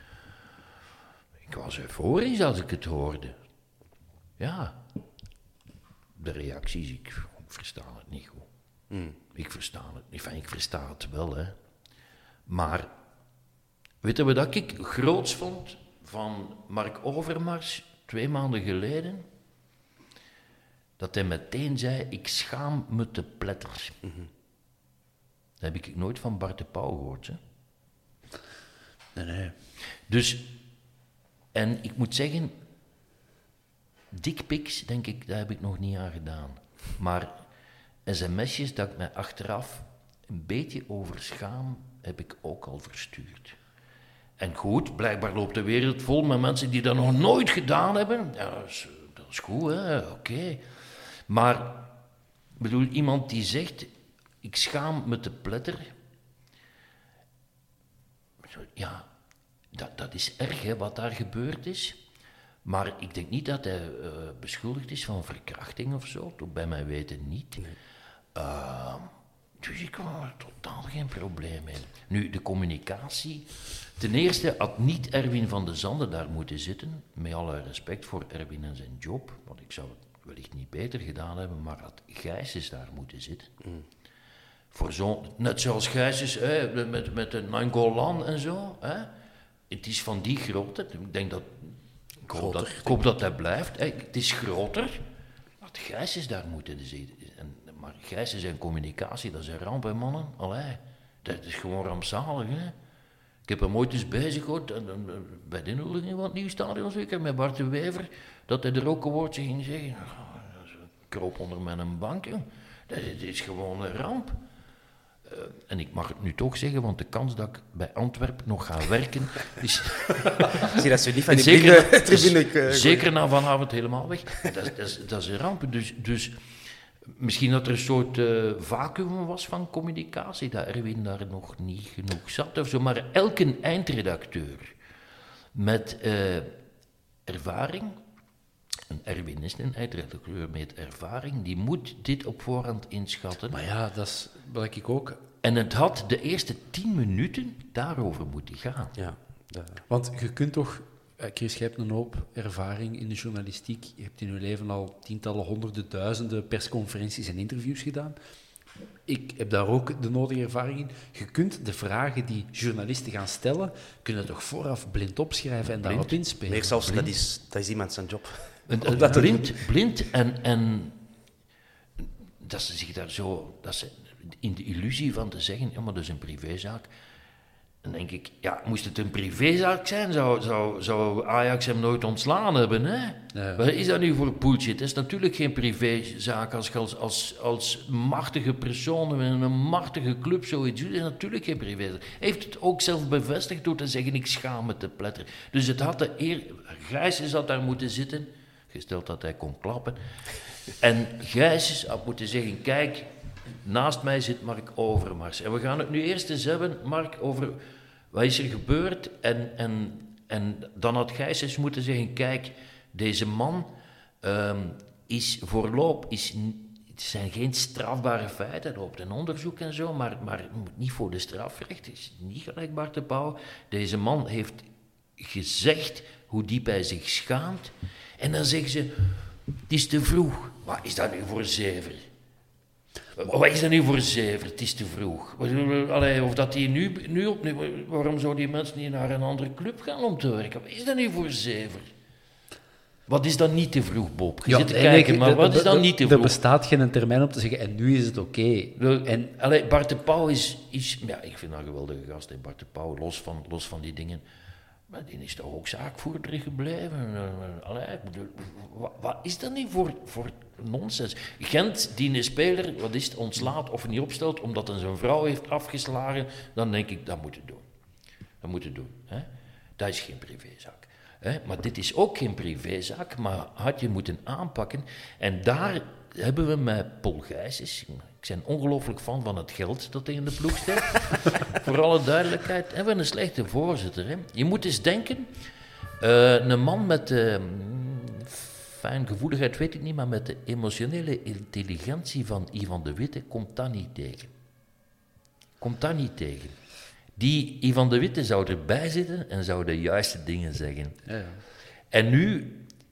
ik was euforisch als ik het hoorde. Ja. De reacties, ik versta het niet goed.
Mm.
Ik versta het niet. Enfin, ik versta het wel, hè. Maar, weet je wat ik groots vond van Mark Overmars twee maanden geleden? Dat hij meteen zei, ik schaam me te pletter.
Mm-hmm.
Dat heb ik nooit van Bart de Pauw gehoord, hè.
Nee, nee.
Dus, en ik moet zeggen, dickpics, denk ik, daar heb ik nog niet aan gedaan. Maar sms'jes dat ik mij achteraf een beetje over schaam, heb ik ook al verstuurd. En goed, blijkbaar loopt de wereld vol met mensen die dat nog nooit gedaan hebben. Ja, dat is, dat is goed, hè, oké. Okay. Maar, ik bedoel, iemand die zegt, ik schaam me te pletter. Ja, dat, dat is erg, hè, wat daar gebeurd is. Maar ik denk niet dat hij uh, beschuldigd is van verkrachting of zo. Tot bij mij weten niet. Nee. Uh, dus ik had er totaal geen probleem mee. Nu, de communicatie. Ten eerste had niet Erwin van de Zande daar moeten zitten. Met alle respect voor Erwin en zijn job. Want ik zou het wellicht niet beter gedaan hebben. Maar had Gijsens daar moeten zitten. Mm. Voor zo, net zoals Gijsens, hè, met, met de Nangolan en zo. Hè. Het is van die grootte. Ik denk dat... Ik hoop, dat, ik hoop dat dat blijft. Hè. Het is groter. Had Gijsens daar moeten zitten. En, maar Gijsens en communicatie, dat is een ramp, hè, mannen. Allee, dat is gewoon rampzalig, hè. Ik heb hem ooit eens bezig gehoord, bij de inhuldiging van het Nieuwstadion zeker, met Bart de Wever, dat hij er ook een woordje ging zeggen. Oh, ik kroop onder mijn bank, hè. Dat is gewoon een ramp. Uh, en ik mag het nu toch zeggen, want de kans dat ik bij Antwerpen nog ga werken is...
Zie dat ze niet van die
zeker,
binnen,
is,
binnen, uh,
zeker na vanavond helemaal weg. Dat, dat, is, dat is een ramp. Dus, dus misschien dat er een soort uh, vacuüm was van communicatie, dat Erwin daar nog niet genoeg zat of zo. Maar elke eindredacteur met uh, ervaring een Erwin is een eindredacteur met ervaring, die moet dit op voorhand inschatten.
Maar ja, dat is wat ik ook.
En het had de eerste tien minuten daarover moeten gaan.
Ja, de... want je kunt toch... Chris, je hebt een hoop ervaring in de journalistiek. Je hebt in je leven al tientallen, honderden, duizenden persconferenties en interviews gedaan. Ik heb daar ook de nodige ervaring in. Je kunt de vragen die journalisten gaan stellen, kunnen toch vooraf blind opschrijven en daarop inspelen.
Meer zelfs, dat is, dat is iemand zijn job.
En, dat blind, blind en, en dat ze zich daar zo, dat ze in de illusie van te zeggen, ja, maar dat is een privézaak. Dan denk ik, ja, moest het een privézaak zijn, zou, zou, zou Ajax hem nooit ontslaan hebben, hè? Ja. Wat is dat nu voor bullshit? Het is natuurlijk geen privézaak als je als, als, als machtige persoon in een machtige club zoiets doet. Het is natuurlijk geen privézaak. Hij heeft het ook zelf bevestigd door te zeggen, ik schaam me te pletteren. Dus het had de eer... Gijsens had daar moeten zitten, gesteld dat hij kon klappen. En Gijsens had moeten zeggen, kijk... Naast mij zit Mark Overmars. En we gaan het nu eerst eens hebben, Mark, over wat is er gebeurd. En, en, en dan had Gijs eens moeten zeggen, kijk, deze man um, is voorloop, is, het zijn geen strafbare feiten, er loopt een onderzoek en zo, maar, maar het moet niet voor de strafrecht, het is niet gelijk Bart de Pauw. Deze man heeft gezegd hoe diep hij zich schaamt. En dan zeggen ze, het is te vroeg. Wat is dat nu voor zever? Wat is dat nu voor zever? Het is te vroeg. Allee, of dat die nu, nu opnieuw... Waarom zou die mensen niet naar een andere club gaan om te werken? Wat is dat nu voor zever? Wat is dan niet te vroeg, Bob? Je
ja,
zit te kijken, maar wat is dan niet te vroeg?
Er bestaat geen termijn om te zeggen, en nu is het oké. Okay.
En allee, Bart de Pauw is, is... Ja, ik vind dat een geweldige gast, hè, Bart de Pauw, los van, los van die dingen... Maar die is toch ook zaakvoerder gebleven? Allee, wat, wat is dat niet voor, voor nonsens? Gent, die een speler, wat is het, ontslaat of niet opstelt, omdat hij zijn vrouw heeft afgeslagen, dan denk ik, dat moet je doen. Dat moet je doen. Hè? Dat is geen privézaak. Hè? Maar dit is ook geen privézaak, maar had je moeten aanpakken. En daar hebben we met Paul Gijsens... Ik ben ongelooflijk fan van het geld dat hij in de ploeg steekt. Voor alle duidelijkheid. En we een slechte voorzitter. Hè? Je moet eens denken... Uh, een man met... Uh, fijngevoeligheid weet ik niet, maar met de emotionele intelligentie van Ivan de Witte komt dat niet tegen. Komt dat niet tegen. Die Ivan de Witte zou erbij zitten en zou de juiste dingen zeggen. Ja, ja. En nu...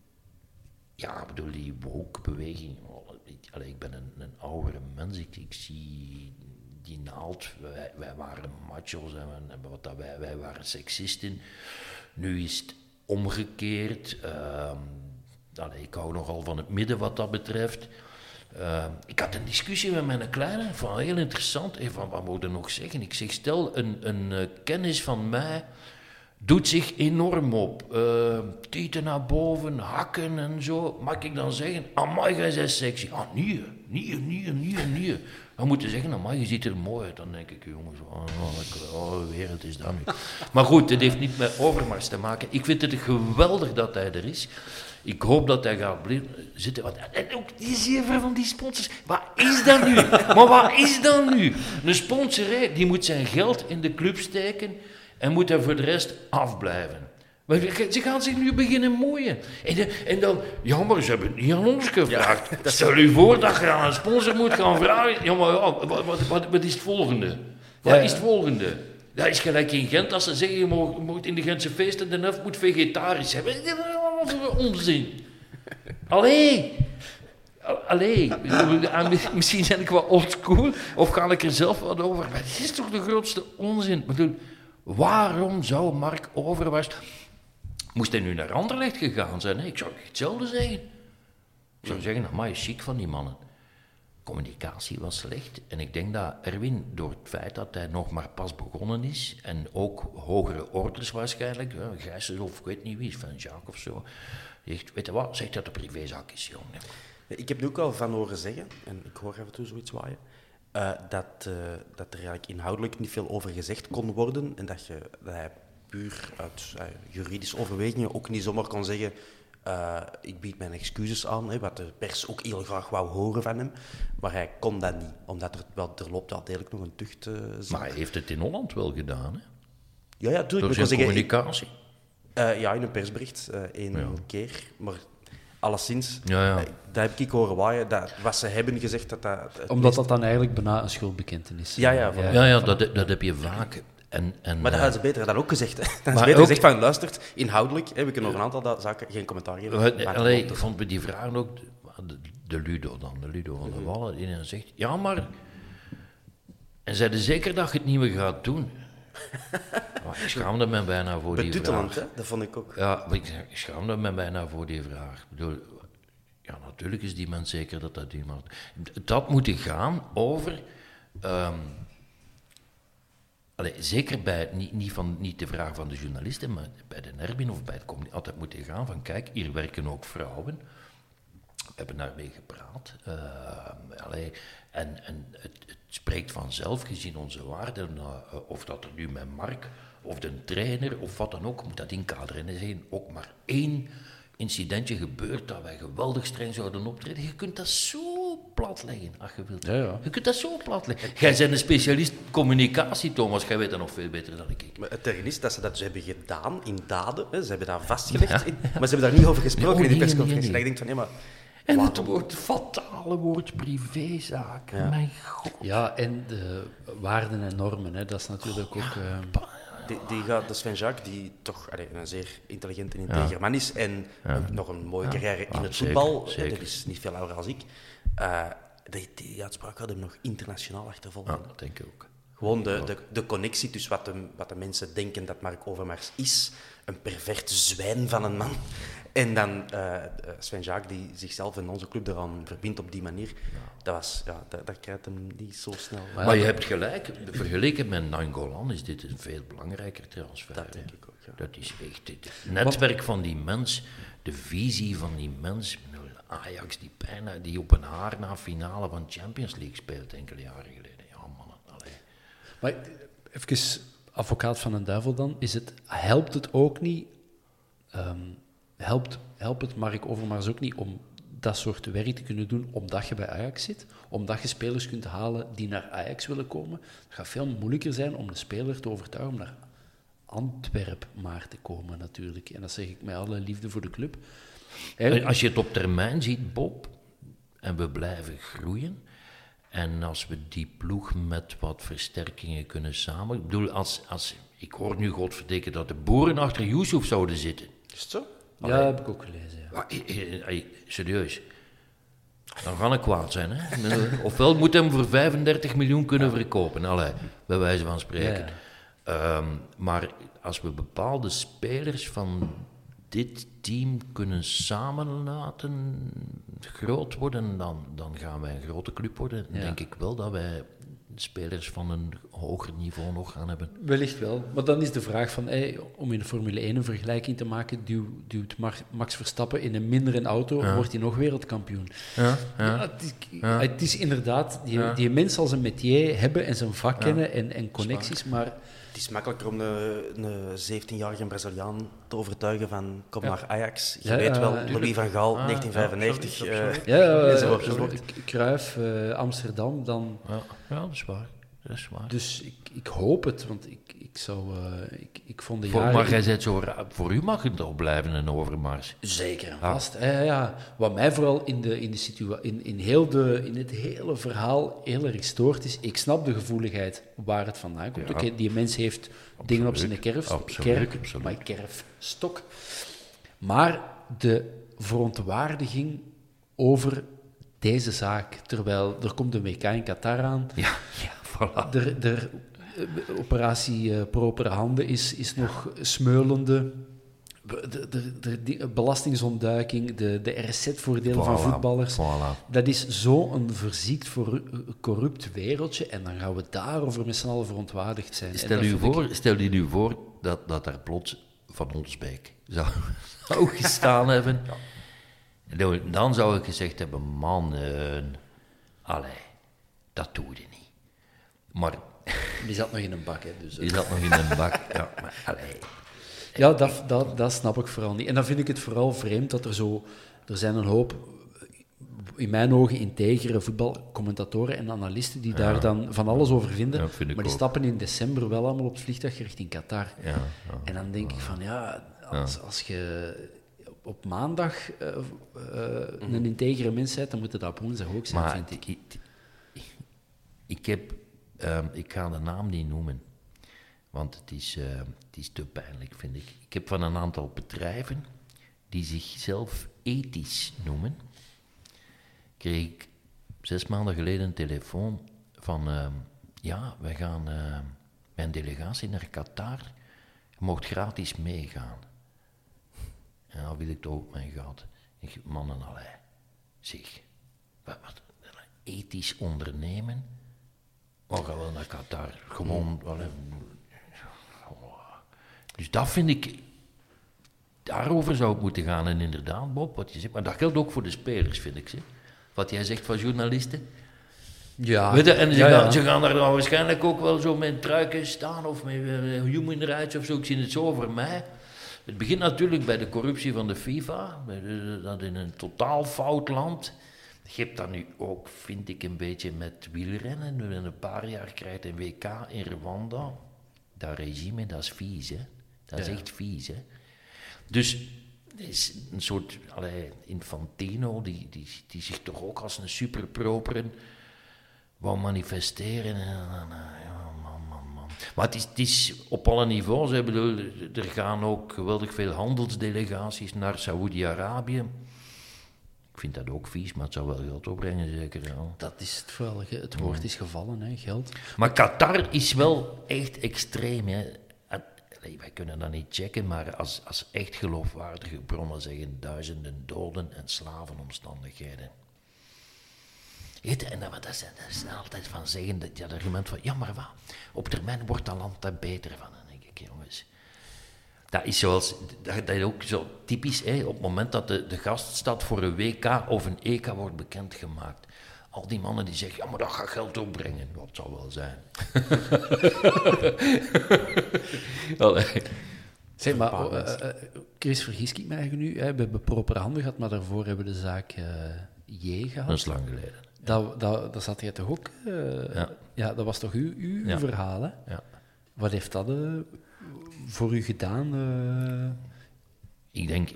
Ja, ik bedoel, die woke-beweging... Allee, ik ben een, een oudere mens, ik, ik zie die naald. Wij, wij waren macho's en, en wat dat wij, wij waren seksisten. Nu is het omgekeerd. Uh, allee, ik hou nogal van het midden wat dat betreft. Uh, ik had een discussie met mijn kleine, van heel interessant. Hey, van, wat moet ik nog zeggen? Ik zeg, stel, een, een uh, kennis van mij... doet zich enorm op. Uh, tieten naar boven, hakken en zo. Mag ik dan zeggen, amai, jij bent sexy. Ah, nee, nee, nee, nee, nee. Dan moet je zeggen, amai, je ziet er mooi uit. Dan denk ik, jongens, oh, oh, de wereld is dat nu. Maar goed, het heeft niet met Overmars te maken. Ik vind het geweldig dat hij er is. Ik hoop dat hij gaat blijven zitten. En ook die zeven van die sponsors. Wat is dat nu? Maar wat is dat nu? Een sponsorij, die moet zijn geld in de club steken... en moet er voor de rest afblijven. Maar ze gaan zich nu beginnen moeien. En, de, en dan, ja, maar ze hebben het niet aan ons gevraagd. Ja, Stel u voor dat je aan een sponsor moet gaan vragen. Ja, maar ja, wat, wat, wat, wat is het volgende? Wat ja, ja. is het volgende? Dat is gelijk in Gent als ze zeggen, je mag, moet in de Gentse feesten de helft moet vegetarisch zijn. Wat voor onzin. Allee. Allee, misschien ben ik wel oldschool, of ga ik er zelf wat over. Maar het is toch de grootste onzin. Ik bedoel, waarom zou Mark Overmars... Moest hij nu naar Anderlecht gegaan zijn? Nee, ik zou hetzelfde zeggen. Ik zou zeggen, amai, is chic van die mannen. Communicatie was slecht. En ik denk dat Erwin, door het feit dat hij nog maar pas begonnen is, en ook hogere orders waarschijnlijk, Gijsens of ik weet niet wie, Van Jacques of zo, zegt, weet je wat, zegt dat het een privézaak is, jongen.
Ik heb er ook al van horen zeggen, en ik hoor af en toe zoiets waaien, uh, dat, uh, dat er eigenlijk inhoudelijk niet veel over gezegd kon worden en dat, je, dat hij puur uit uh, juridische overwegingen ook niet zomaar kon zeggen uh, ik bied mijn excuses aan, hè, wat de pers ook heel graag wou horen van hem, maar hij kon dat niet, omdat er, wel, er loopt wel degelijk nog een tucht. Uh,
maar hij heeft het in Holland wel gedaan, hè?
Ja, ja, tuurlijk.
Door zijn
zeggen,
communicatie?
Uh, ja, in een persbericht, uh, één ja. keer, maar... alleszins.
Ja, ja.
Dat heb ik horen waaien. Dat, wat ze hebben gezegd... Dat dat, het
Omdat
meest...
dat dan eigenlijk bijna een schuldbekentenis is.
Ja, ja. Van,
Ja, ja, dat, dat heb je vaak. En, en,
maar dat
uh,
hadden ze beter dan ook gezegd. Hè. Dat
maar
is beter
ook-
gezegd van, luistert, inhoudelijk, hè, we kunnen over een aantal da- zaken geen commentaar geven.
Uh,
Maar
allee,
dat-
ik vond bij die vragen ook, de, de Ludo dan, de Ludo van der Wallen, die dan zegt, ja maar, en zeiden zeker dat je het niet meer gaat doen? Maar ik schaamde me bijna voor die
Betuttelend,
vraag.
hè? Dat vond ik ook.
Ja, maar ik, zeg, ik schaamde me bijna voor die vraag. Ik bedoel, ja, natuurlijk is die mens zeker dat dat die maakt. Dat moet gaan over... Um, allee, zeker bij, niet, niet, van, niet de vraag van de journalisten, maar bij de Nerbin of bij het communie, altijd moeten gaan van, kijk, hier werken ook vrouwen. We hebben daarmee gepraat. Uh, allee, en en het, het spreekt vanzelf, gezien onze waarden, uh, of dat er nu met Mark, of de trainer, of wat dan ook, moet dat inkaderen. En er is ook maar één incidentje gebeurt dat wij geweldig streng zouden optreden. Je kunt dat zo plat leggen, als je wilt.
Ja, ja.
Je kunt dat zo plat leggen. Jij bent een specialist communicatie, Thomas. Jij weet dat nog veel beter dan ik.
Maar het ergste is dat ze dat dus hebben gedaan in daden. Hè. Ze hebben dat vastgelegd. In, maar ze hebben daar niet over gesproken
Nee,
in die
nee,
persconferentie.
nee,
Dat ik denk van, nee, maar...
En
waarom?
het woord, fatale woord privézaak.
Ja.
Mijn god.
Ja, en de waarden en normen, hè, dat is natuurlijk ook... eh,
Die, die gaat, de Sven Jacques, die toch allee, een zeer intelligent en integer ja. man is en
Ja.
een- nog een mooie carrière in
Ja,
het
zeker,
voetbal,
zeker.
dat is niet veel ouder als ik, uh, die, die uitspraak had hem nog internationaal achtervolgen.
Ja, dat denk ik ook.
Gewoon de, de, de connectie tussen wat de, wat de mensen denken dat Mark Overmars is, een pervert zwijn van een man, en dan uh, Sven Jacques die zichzelf en onze club eraan verbindt op die manier, dat, was, ja, dat, dat krijgt hem niet zo snel.
Maar
Maar
ja,
je
dat-
hebt gelijk, vergeleken met Nainggolan is dit een veel belangrijker transfer.
Dat
hè.
denk ik ook, ja.
Dat is echt het netwerk van die mens, de visie van die mens. Ik bedoel, Ajax die bijna, die op een haar na finale van Champions League speelt enkele jaren geleden. Ja, mannen, allee.
Maar even advocaat van een duivel dan, is het, helpt het ook niet, ehm, helpt, helpt het Mark Overmars ook niet om dat soort werk te kunnen doen omdat je bij Ajax zit, omdat je spelers kunt halen die naar Ajax willen komen? Het gaat veel moeilijker zijn om de speler te overtuigen om naar Antwerpen maar te komen natuurlijk. En dat zeg ik met alle liefde voor de club.
En als je het op termijn ziet, Bob, en we blijven groeien, en als we die ploeg met wat versterkingen kunnen samen... Ik bedoel, als, als, ik hoor nu godverdikke dat de boeren achter Yusuf zouden zitten.
Is het zo?
Ja, heb ik ook gelezen. Ja.
Maar, eh, eh, eh, serieus. Dan ga ik kwaad zijn, hè. Ofwel moet hem voor vijfendertig miljoen kunnen verkopen, allee, bij wijze van spreken.
Ja.
Um, maar als we bepaalde spelers van dit team kunnen samen laten groot worden, dan, dan gaan wij een grote club worden. Dan
Ja.
denk ik wel dat wij spelers van een hoger niveau nog gaan hebben.
Wellicht wel. Maar dan is de vraag van, hey, om in de Formule één een vergelijking te maken, duw, duwt Mar- Max Verstappen in een mindere auto,
Ja.
wordt hij nog wereldkampioen.
Ja, ja.
Ja, het, is,
Ja.
het is inderdaad, die,
Ja.
die mens zal zijn métier hebben en zijn vak kennen en, en connecties, maar
Het is makkelijker om een, een zeventienjarige Braziliaan te overtuigen van kom
Ja.
naar Ajax. Je
Ja,
weet
ja,
wel,
ja.
Louis van Gaal,
Ah,
negentien vijfennegentig.
ja,
eh,
absoluut,
ja,
enzovoort,
uh,
enzovoort.
Cruijff, uh, Amsterdam, dan...
Ja, ja, dat is waar. Dat is waar.
Dus ik, ik hoop het, want ik, ik zou... Uh, ik, ik vond de
Voor,
jaren...
maar jij zegt zo, ra- voor u mag het toch blijven een Overmars.
Zeker en
Ah.
vast. Ja, ja, ja. Wat mij vooral in, de, in, de situa- in, in, heel de, in het hele verhaal heel erg stoort is, ik snap de gevoeligheid waar het vandaan komt.
Ja.
Oké, die mens heeft dingen op zijn kerf,
Absoluut,
kerk,
absoluut.
maar kerfstok. Maar de verontwaardiging over deze zaak, terwijl er komt een W K in Qatar aan,
Ja, ja, voilà.
er, er, eh, operatie uh, Propere Handen is, is nog smeulende. De, de, de, de belastingsontduiking, de, de R Z-voordelen van
Voilà,
voetballers.
voilà.
Dat is zo'n verziekt, voor, corrupt wereldje. En dan gaan we daarover met z'n allen verontwaardigd zijn. En
Stel
dat
u
vind ik-
voor, stel je nu voor dat, dat daar plots Van Olsbeek zou, zou gestaan hebben. Dan, dan zou ik gezegd hebben, man, uh, allee, dat doe je niet. Maar
Die zat nog in een bak, hè. Dus,
die zat nog in een bak. Ja, maar allee.
Ja, dat, dat, dat snap ik vooral niet. En dan vind ik het vooral vreemd dat er zo... Er zijn een hoop, in mijn ogen, integere voetbalcommentatoren en analisten die daar dan van alles over vinden.
Ja, vind ik
maar die
ook.
stappen in december wel allemaal op het vliegtuig richting Qatar.
Ja, ja.
En dan denk ik van, ja, als, als je op maandag uh, uh, mm. een integere mens bent, dan moet het op woensdag ook zijn,
maar
vind ik.
ik. Ik, ik heb... Um, ik ga de naam niet noemen, want het is, uh, het is te pijnlijk, vind ik. Ik heb van een aantal bedrijven die zichzelf ethisch noemen, kreeg ik zes maanden geleden een telefoon van... Uh, ja, wij gaan uh, met een delegatie naar Qatar. Je mocht gratis meegaan. En dan wil ik toch op mijn gat. Ik zeg, mannen allee. Zeg, wat, wat, ethisch ondernemen? We gaan wel naar Qatar. Gewoon, allee, dus dat vind ik... Daarover zou het moeten gaan. En inderdaad, Bob, wat je zegt. Maar dat geldt ook voor de spelers, vind ik. Zeg. Wat jij zegt van journalisten...
Ja.
Weet je, en ze,
ja,
gaan,
ja.
ze gaan daar dan waarschijnlijk ook wel zo met truiken staan of met uh, human rights of zo. Ik zie het zo voor mij. Het begint natuurlijk bij de corruptie van de FIFA, dat in een totaal fout land. Je hebt dat nu ook, vind ik, een beetje met wielrennen. Nu in een paar jaar krijgt een W K in Rwanda. Dat regime, dat is vies, hè. Dat is ja. echt vies, hè. Dus er is een soort allee, Infantino, die, die, die zich toch ook als een superproperen wou manifesteren. Ja, man, man, man. Maar het is, het is op alle niveaus. Hè. Bedoel, er gaan ook geweldig veel handelsdelegaties naar Saoedi-Arabië. Ik vind dat ook vies, maar het zou wel geld opbrengen, zeker. Ja.
Dat is het vooral. Het woord is gevallen, hè, geld.
Maar Qatar is wel echt extreem. Hè. Wij kunnen dat niet checken, maar als, als echt geloofwaardige bronnen zeggen duizenden doden en slavenomstandigheden. En dat, dat, is, dat is altijd van zeggen, dat, ja, dat argument van, ja maar wat, op termijn wordt dat land daar beter van. Dan denk ik, jongens, dat is zoals, dat, dat is ook zo typisch, hè, op het moment dat de, de gaststad voor een W K of een E K wordt bekendgemaakt. Al die mannen die zeggen, ja maar dat gaat geld opbrengen. Dat zou wel zijn.
Zeg maar, uh, uh, Chris, vergis ik mij nu, hè, we hebben proper handen gehad, maar daarvoor hebben we de zaak uh, J gehad.
Dat is lang geleden.
Dat, dat, dat zat jij toch ook? Uh, ja. ja, dat was toch uw, uw ja. verhaal, hè?
Ja.
Wat heeft dat uh, voor u gedaan? Uh...
Ik denk...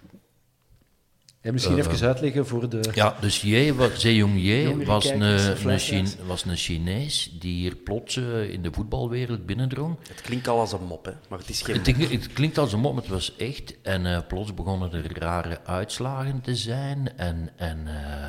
Ja, misschien uh, even uitleggen voor de...
Ja, dus J, was, Zejong J was een, een, Chine, was een Chinees die hier plots uh, in de voetbalwereld binnendrong.
Het klinkt al als een mop, hè? Maar het is geen
het, mop. Het klinkt als een mop, maar het was echt. En uh, plots begonnen er rare uitslagen te zijn. En, en uh,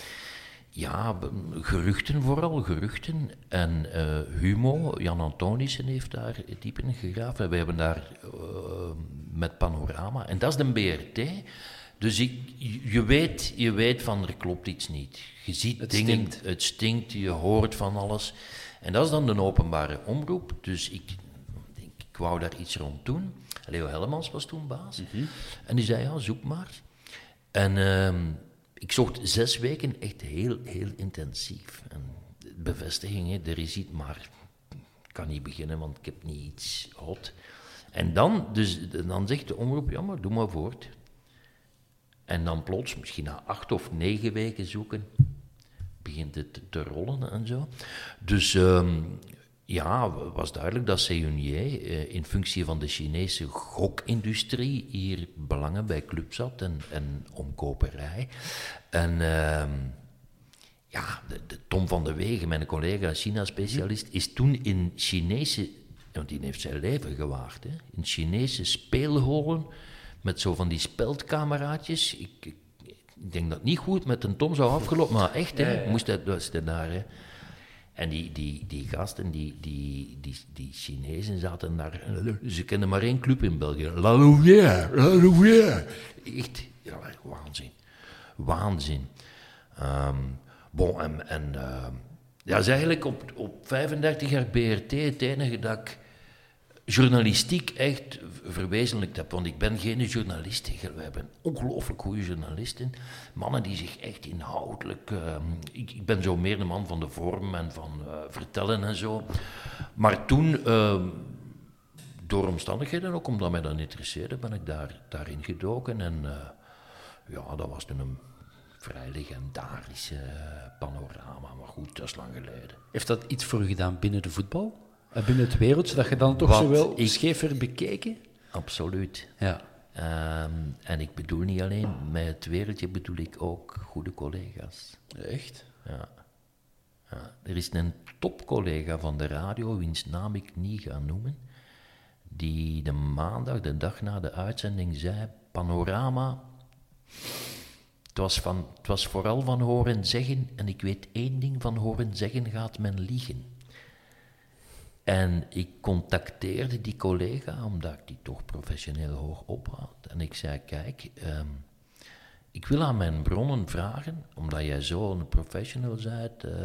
ja, geruchten vooral, geruchten. En uh, Humo, Jan Antonissen heeft daar diep in gegraven. We hebben daar uh, met Panorama, en dat is de B R T... Dus ik, je, weet, je weet van er klopt iets niet. Je ziet het dingen, stinkt. Het stinkt, je hoort van alles. En dat is dan de openbare omroep. Dus ik, ik, ik wou daar iets rond doen. Leo Hellemans was toen baas. Mm-hmm. En die zei, ja, zoek maar. En uh, ik zocht zes weken echt heel, heel intensief. En bevestiging, hè, er is iets, maar ik kan niet beginnen, want ik heb niet iets hot. En dan, dus, dan zegt de omroep, ja, maar doe maar voort. En dan plots, misschien na acht of negen weken zoeken, begint het te, te rollen en zo. Dus um, ja, was duidelijk dat Seunier uh, in functie van de Chinese gokindustrie hier belangen bij clubs had en, en omkoperij. En uh, ja, de, de Tom van de Wegen, mijn collega China-specialist, is toen in Chinese, want die heeft zijn leven gewaagd, hè, in Chinese speelholen, met zo van die speldkameraadjes. Ik, ik, ik denk dat het niet goed met een Tom zou afgelopen, maar echt, hè, ja, ja. Moest dat, was dat daar. Hè. En die, die, die gasten, die, die, die, die Chinezen zaten daar. Ze kenden maar één club in België. La Louvière, La Louvière. Echt, ja, waanzin. Waanzin. Um, bon, en, en uh, ja, is eigenlijk op, op vijfendertig jaar B R T het enige dat ik journalistiek echt verwezenlijkt heb, want ik ben geen journalist. We hebben ongelooflijk goede journalisten. Mannen die zich echt inhoudelijk... Uh, ik, ik ben zo meer de man van de vorm en van uh, vertellen en zo. Maar toen, uh, door omstandigheden, ook omdat mij dat interesseerde, ben ik daar, daarin gedoken. En uh, ja, dat was toen een vrij legendarische uh, panorama. Maar goed, dat is lang geleden.
Heeft dat iets voor u gedaan binnen de voetbal? Binnen het wereldje, dat je dan toch
Wat
zo wel
ik...
scheef werd bekeken?
Absoluut.
Ja.
Um, en ik bedoel niet alleen, met het wereldje bedoel ik ook goede collega's.
Echt?
Ja. ja. Er is een topcollega van de radio, wiens naam ik niet ga noemen, die de maandag, de dag na de uitzending, zei: Panorama, het was, van, het was vooral van horen zeggen, en ik weet één ding, van horen zeggen gaat men liegen. En ik contacteerde die collega, omdat ik die toch professioneel hoog ophoud. En ik zei: kijk, um, ik wil aan mijn bronnen vragen, omdat jij zo'n professional bent, uh,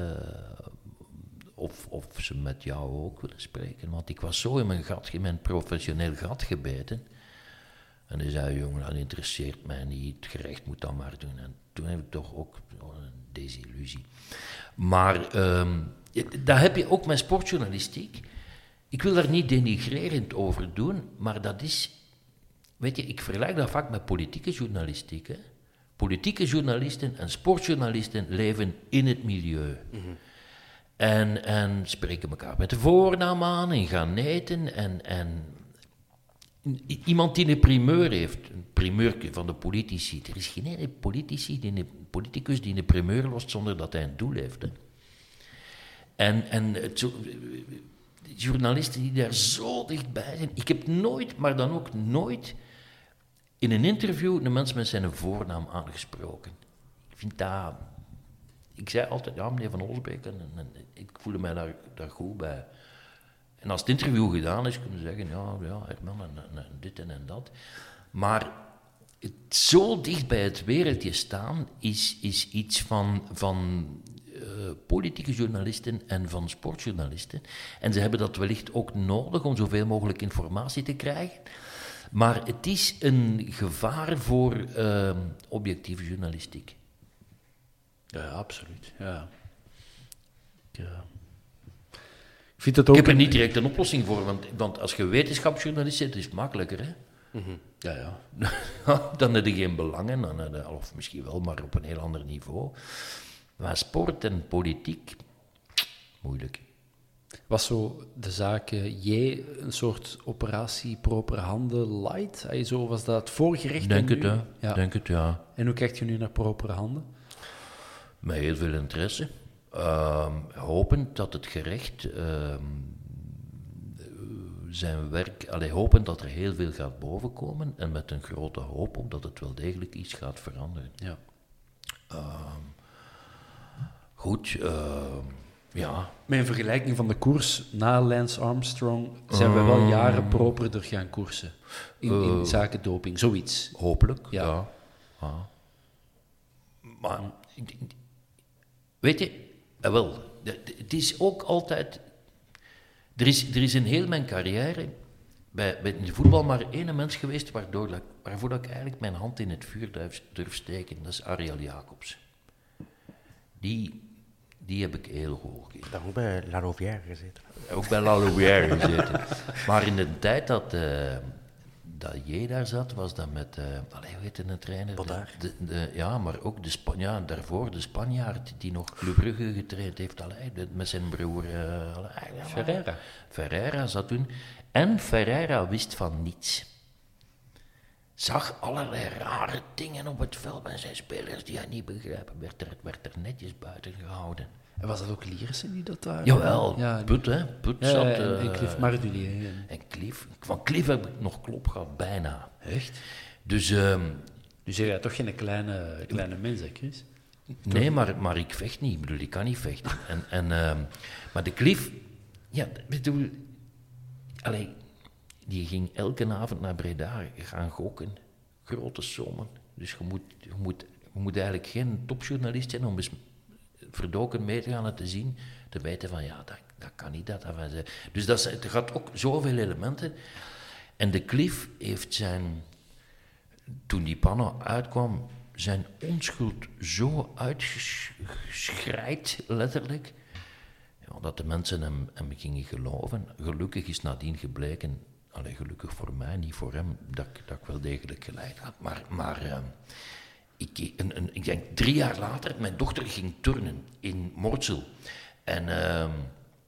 of, of ze met jou ook willen spreken. Want ik was zo in mijn, gat, in mijn professioneel gat gebeten. En hij zei: jongen, dat interesseert mij niet, het gerecht moet dat maar doen. En toen heb ik toch ook oh, een desillusie. Maar um, dat heb je ook met sportjournalistiek. Ik wil daar niet denigrerend over doen, maar dat is... Weet je, ik vergelijk dat vaak met politieke journalistiek. Hè. Politieke journalisten en sportjournalisten leven in het milieu. Mm-hmm. En, en spreken elkaar met de voornaam aan en gaan eten. En, en iemand die een primeur heeft, een primeurtje van de politici. Er is geen ene politici die een, politicus die een primeur lost zonder dat hij een doel heeft. Hè. En, en het zo, journalisten die daar zo dichtbij zijn. Ik heb nooit, maar dan ook nooit, in een interview een mens met zijn voornaam aangesproken. Ik vind dat... Ik zei altijd: ja, meneer Van Olsbeek, en, en, ik voelde mij daar, daar goed bij. En als het interview gedaan is, kunnen ze zeggen: ja, ja, Herman, en, en, en dit en, en dat. Maar het zo dicht bij het wereldje staan is, is iets van... van Uh, politieke journalisten en van sportjournalisten. En ze hebben dat wellicht ook nodig om zoveel mogelijk informatie te krijgen. Maar het is een gevaar voor uh, objectieve journalistiek.
Ja, absoluut. Ja. Ja. Ik, vind dat ook
Ik heb er
een...
niet direct een oplossing voor, want, want als je wetenschapsjournalist bent, is het makkelijker, hè?
Mm-hmm. Ja,
ja. Dan heb je geen belangen, dan heb je, of misschien wel, maar op een heel ander niveau. Maar sport en politiek, moeilijk.
Was zo de zaak uh, J een soort operatie proper handen light? Ay, zo was dat het voorgerecht?
Denk het,
nu?
ja. Denk het, ja.
En hoe kijkt je nu naar propere handen?
Met heel veel interesse. Uh, hopend dat het gerecht uh, zijn werk... Allee, hopend dat er heel veel gaat bovenkomen en met een grote hoop op dat het wel degelijk iets gaat veranderen.
Ja.
Uh, Goed, uh, ja.
Met een vergelijking van de koers na Lance Armstrong zijn we wel jaren properder gaan koersen. In, in uh, zaken doping, zoiets.
Hopelijk, ja.
ja.
ja. Maar, weet je, uh, wel, het is ook altijd... Er is, er is in heel mijn carrière bij, bij de voetbal maar één mens geweest waardoor dat, waarvoor dat ik eigenlijk mijn hand in het vuur durf, durf steken. Dat is Ariel Jacobs. Die, die heb ik heel hoog gezeten.
Daar ook bij La Louvière gezeten.
Ook bij La Louvière gezeten. Maar in de tijd dat, uh, dat J daar zat, was dat met... Uh, allee, hoe heette de trainer? De, de, de, ja, maar ook de Spa- ja, daarvoor de Spanjaard die nog Club Brugge getraind heeft. Allee, de, met zijn broer... Uh, allee, ja,
Ferreira.
Ferreira zat toen. En Ferreira wist van niets. Zag allerlei rare dingen op het veld en zijn spelers die hij niet begrijpen, werd er, werd er netjes buiten gehouden.
En was dat ook Liersen die dat daar...
Jawel,
ja,
Put, hè. Put
ja,
zat...
en, en
uh,
Cliff Mardulier. En,
en Cliff. Van Cliff heb ik nog klop gehad, bijna.
Echt?
Dus... Um,
dus jij toch geen kleine, kleine mens, hè, Chris?
Nee, maar, maar ik vecht niet. Ik bedoel, ik kan niet vechten. en, en, um, maar de Cliff... Ja, bedoel... Allee, die ging elke avond naar Breda gaan gokken. Grote sommen. Dus je moet, je, moet, je moet eigenlijk geen topjournalist zijn om eens verdoken mee te gaan en te zien, te weten van ja, dat, dat kan niet dat. dat dus dat, het gaat ook zoveel elementen. En de Cliff heeft zijn, toen die Panno uitkwam, zijn onschuld zo uitgeschreid, letterlijk, ja, dat de mensen hem, hem gingen geloven. Gelukkig is nadien gebleken... Allee, gelukkig voor mij, niet voor hem, dat, dat ik wel degelijk gelijk had. Maar, maar uh, ik, een, een, ik denk drie jaar later, mijn dochter ging turnen in Mortsel. En uh,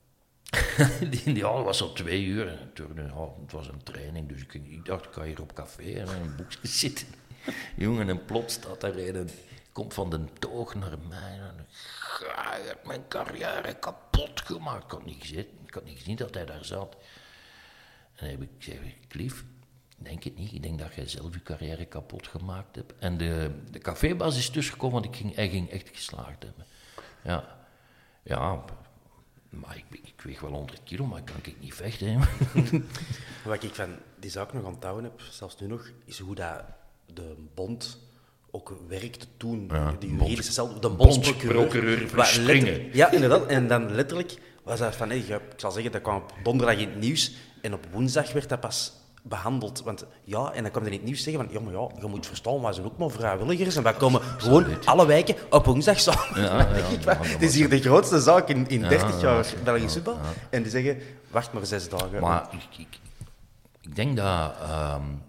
die, ja, dat was al twee uur. En turnen, ja, het was een training, dus ik, ik dacht, ik ga hier op café en in een boekje zitten. Jongen, en plots staat daar een, komt van de toog naar mij. En, ja, je hebt mijn carrière kapot gemaakt. Ik had niet gezien, ik had niet gezien dat hij daar zat. En dan heb ik gezegd, Cliff, ik denk het niet. Ik denk dat jij zelf je carrière kapot gemaakt hebt. En de, de cafébaas is tussengekomen, want ik ging, hij ging echt geslaagd hebben. Ja, ja, maar ik, ik weeg wel honderd kilo, maar kan ik niet vechten.
Wat ik van die zaak nog onthouden heb, zelfs nu nog, is hoe dat de bond ook werkte toen.
Ja,
de juridische cel, de
bondsprocureur
bondsprocureur.
Verstringen.
Ja, inderdaad. En dan letterlijk was dat van, hey, ik zal zeggen, dat kwam op donderdag in het nieuws en op woensdag werd dat pas behandeld. Want ja, en dan kwam er in het nieuws zeggen van, ja, maar ja, je moet verstaan, wij zijn ook maar vrijwilligers en wij komen gewoon alle wijken op woensdag samen. Ja, ja, ja, het is hier de grootste zaak in, in dertig ja, jaar ja, Belgisch voetbal. Ja, ja. En die zeggen, wacht maar zes dagen.
Maar ik, ik, ik denk dat um,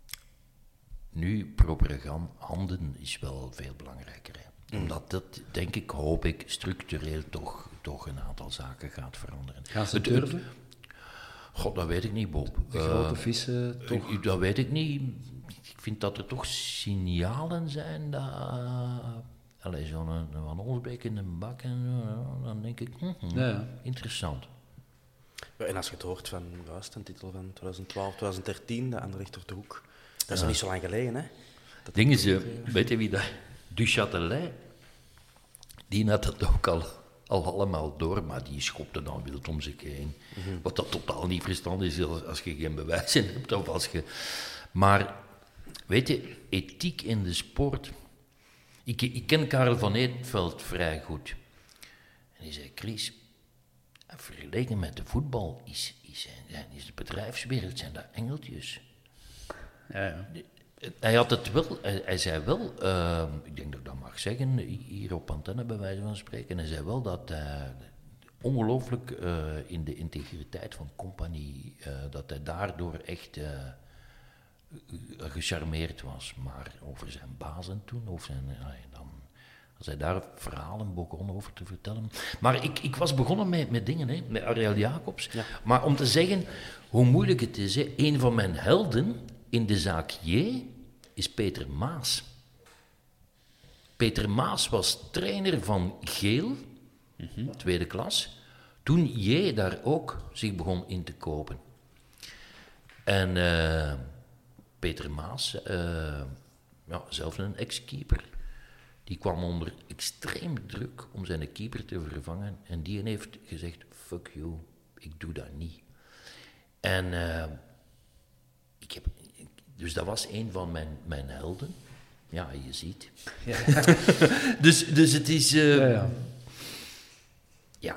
nu propaganden is wel veel belangrijker. Hè. Mm. Omdat dat, denk ik, hoop ik, structureel toch, toch een aantal zaken gaat veranderen.
Gaan ze durven?
God, dat weet ik niet, Bob.
De grote vissen, uh, toch?
Uh, dat weet ik niet. Ik vind dat er toch signalen zijn dat... Uh, Allee, zo'n Van Olsbeek in de bak en uh, dan denk ik, mm, mm, ja, ja. interessant.
Ja, en als je het hoort van juist een titel van twintig twaalf, twintig dertien, de Anderlecht op de hoek, dat is ja. nog niet zo lang geleden, hè?
Dat Ding is, uh, weet je wie dat... Du Châtelet, die had het ook al... al allemaal door, maar die schopte dan wild om zich heen. Mm-hmm. Wat dat totaal niet verstandig is als, als je geen bewijzen hebt. Of als je... Maar, weet je, ethiek in de sport... Ik, ik ken Karel van Eetveld vrij goed. En die zei, Chris, vergeleken met de voetbal is, is, is de bedrijfswereld, zijn dat engeltjes.
Ja, ja.
Hij had het wel, hij, hij zei wel, uh, ik denk dat ik dat mag zeggen, hier op antenne bij wijze van spreken, hij zei wel dat hij ongelooflijk uh, in de integriteit van Compagnie, uh, dat hij daardoor echt uh, gecharmeerd was. Maar over zijn bazen toen, over zijn, uh, dan, als hij daar verhalen begon over te vertellen. Maar ik, ik was begonnen met, met dingen, hè, met Ariel Jacobs, ja. Maar om te zeggen hoe moeilijk het is, hè, een van mijn helden in de zaak J is Peter Maas. Peter Maas was trainer van Geel, mm-hmm. tweede klas, toen J daar ook zich begon in te kopen. En uh, Peter Maas, uh, ja, zelf een ex-keeper, die kwam onder extreem druk om zijn keeper te vervangen. En die heeft gezegd, fuck you, ik doe dat niet. En uh, ik heb... Dus dat was een van mijn, mijn helden. Ja, je ziet. Ja. dus, dus het is... Uh, ja, ja. ja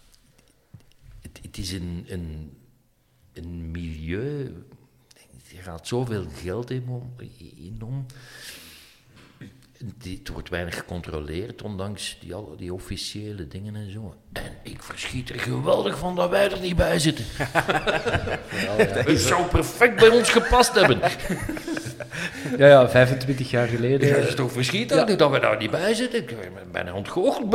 het, het is een, een, een milieu... Er gaat zoveel geld in om. In om. Het wordt weinig gecontroleerd, ondanks die, die officiële dingen en zo. En ik verschiet er geweldig van dat wij er niet bij zitten. Ja, ja. Het zou perfect bij ons gepast hebben.
Ja, ja, vijfentwintig jaar geleden...
Ja, dat is toch verschieten ja. dat we daar niet bij zitten? Ik ben bijna ontgoocheld.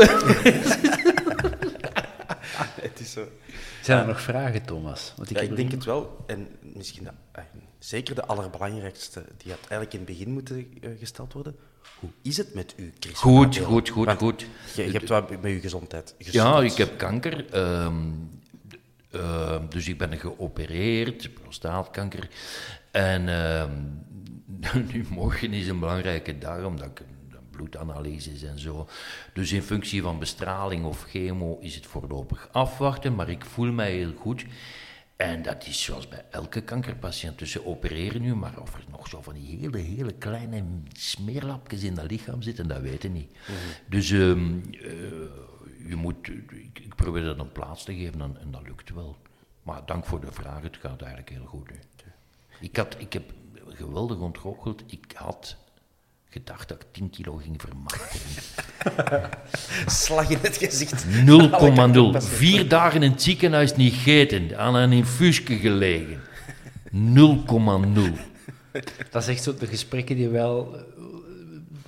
Het is zo.
Zijn er nog vragen, Thomas? Want ik
ja, ik denk het wel. En misschien uh, zeker de allerbelangrijkste, die had eigenlijk in het begin moeten uh, gesteld worden. Hoe is het met u, Chris?
Goed, goed, goed,
Want
goed.
Je, je hebt wat met je gezondheid gestopt.
Ja, ik heb kanker. Um, uh, dus ik ben geopereerd, prostaatkanker. En uh, nu morgen is een belangrijke dag, omdat ik bloedanalyses en zo. Dus in functie van bestraling of chemo is het voorlopig afwachten, maar ik voel mij heel goed. En dat is zoals bij elke kankerpatiënt. Dus ze opereren nu, maar of er nog zo van die hele, hele kleine smeerlapjes in dat lichaam zitten, dat weten niet. Mm-hmm. Dus um, uh, je moet, ik, ik probeer dat een plaats te geven en, en dat lukt wel. Maar dank voor de vraag, het gaat eigenlijk heel goed nu. Ik, had, ik heb geweldig ontgoocheld. Ik had gedacht dat ik tien kilo ging vermageren.
Slag in het gezicht.
nul komma nul. Vier dagen in het ziekenhuis niet gegeten, aan een infuusje gelegen. nul komma nul.
Dat is echt zo de gesprekken die wel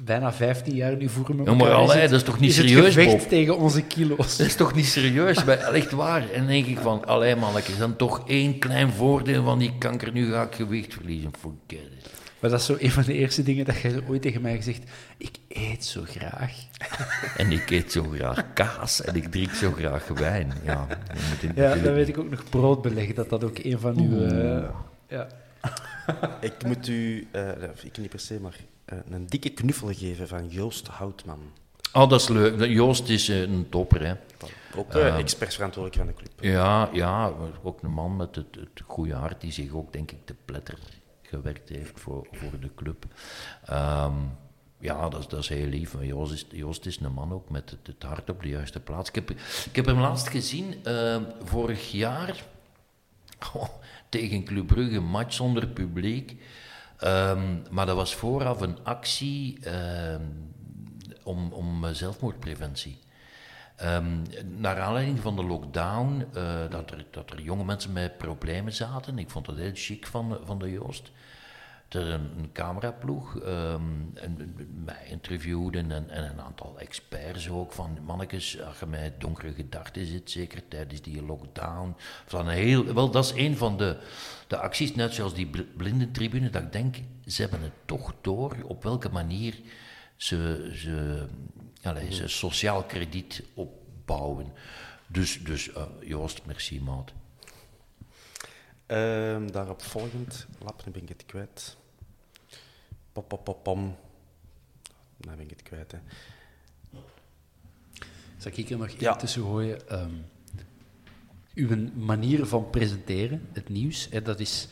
bijna vijftien jaar nu voeren met
Ja, maar
elkaar.
allee,
het-
dat is toch niet
is
serieus,
het gevecht
Bob?
tegen onze kilo's.
Dat is toch niet serieus? Maar echt waar. En dan denk ik van, allee mannetjes, dan toch één klein voordeel van die kanker. Nu ga ik gewicht verliezen. Forget it.
Maar dat is zo een van de eerste dingen dat jij ooit tegen mij gezegd. Ik eet zo graag.
En ik eet zo graag kaas en ik drink zo graag wijn. Ja, je moet in-
Ja,
natuurlijk-
dan weet ik ook nog broodbeleg, dat dat ook een van uw... eh, ja.
Ik moet u, uh, ik niet per se, maar uh, een dikke knuffel geven van Joost Houtman.
Oh, dat is leuk. Joost is uh, een topper, hè.
Ook uh,
Uh,
expertsverantwoordelijk van de club.
Ja, ja, ook een man met het, het goede hart die zich ook, denk ik, te pletter gewerkt heeft voor, voor de club. Um, ja, dat, dat is heel lief. Joost is, Joost is een man ook met het, het hart op de juiste plaats. Ik heb, ik heb hem laatst gezien, uh, vorig jaar, oh, tegen Club Brugge, een match zonder publiek. Um, maar dat was vooraf een actie um, om, om zelfmoordpreventie. Um, naar aanleiding van de lockdown, uh, dat, er, dat er jonge mensen met problemen zaten. Ik vond dat heel chic van, van de Joost. Er een, een cameraploeg, um, en, mij interviewden en, en een aantal experts ook. Van mannetjes, als je met donkere gedachten zit, zeker tijdens die lockdown. Van een heel, wel, dat is een van de, de acties, net zoals die blindentribune, dat ik denk, ze hebben het toch door op welke manier ze... ze Allee, ze sociaal krediet opbouwen. Dus, dus uh, Joost, merci maat.
Um, daarop volgend, lap, nu ben ik het kwijt. Pop, pop, pop, pom. Nou ben ik het kwijt, hè.
Zal ik er nog één
Ja.
tussen gooien? Um, uw manier van presenteren, het nieuws, hè, dat is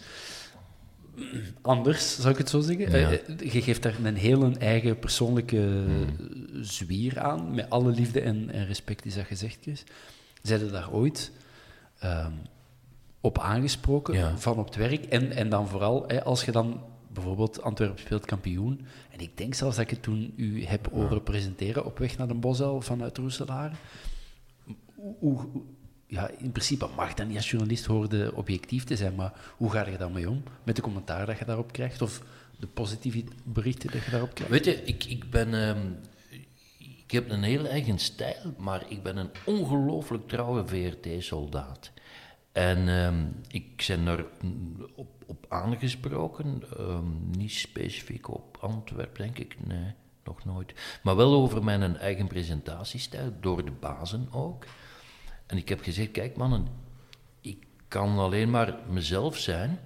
anders, zou ik het zo zeggen.
Ja.
Uh, je geeft daar een heel eigen persoonlijke
Hmm.
zwier aan, met alle liefde en, en respect is dat gezegd, Chris. Zijn er daar ooit um, op aangesproken,
Ja.
van op het werk? En, en dan vooral, hè, als je dan bijvoorbeeld Antwerpen speelt kampioen, en ik denk zelfs dat ik het toen u heb horen presenteren op weg naar de Bosuil vanuit Roeselare. Hoe, hoe, ja, in principe mag dat niet als journalist hoorde objectief te zijn, maar hoe ga je daarmee om? Met de commentaar dat je daarop krijgt, of de positieve berichten dat je daarop krijgt?
Weet je, ik, ik ben... Um, ik heb een heel eigen stijl, maar ik ben een ongelooflijk trouwe V R T-soldaat. En um, ik ben er op, op aangesproken, um, niet specifiek op Antwerpen, denk ik, nee, nog nooit. Maar wel over mijn eigen presentatiestijl, door de bazen ook. En ik heb gezegd, kijk mannen, ik kan alleen maar mezelf zijn,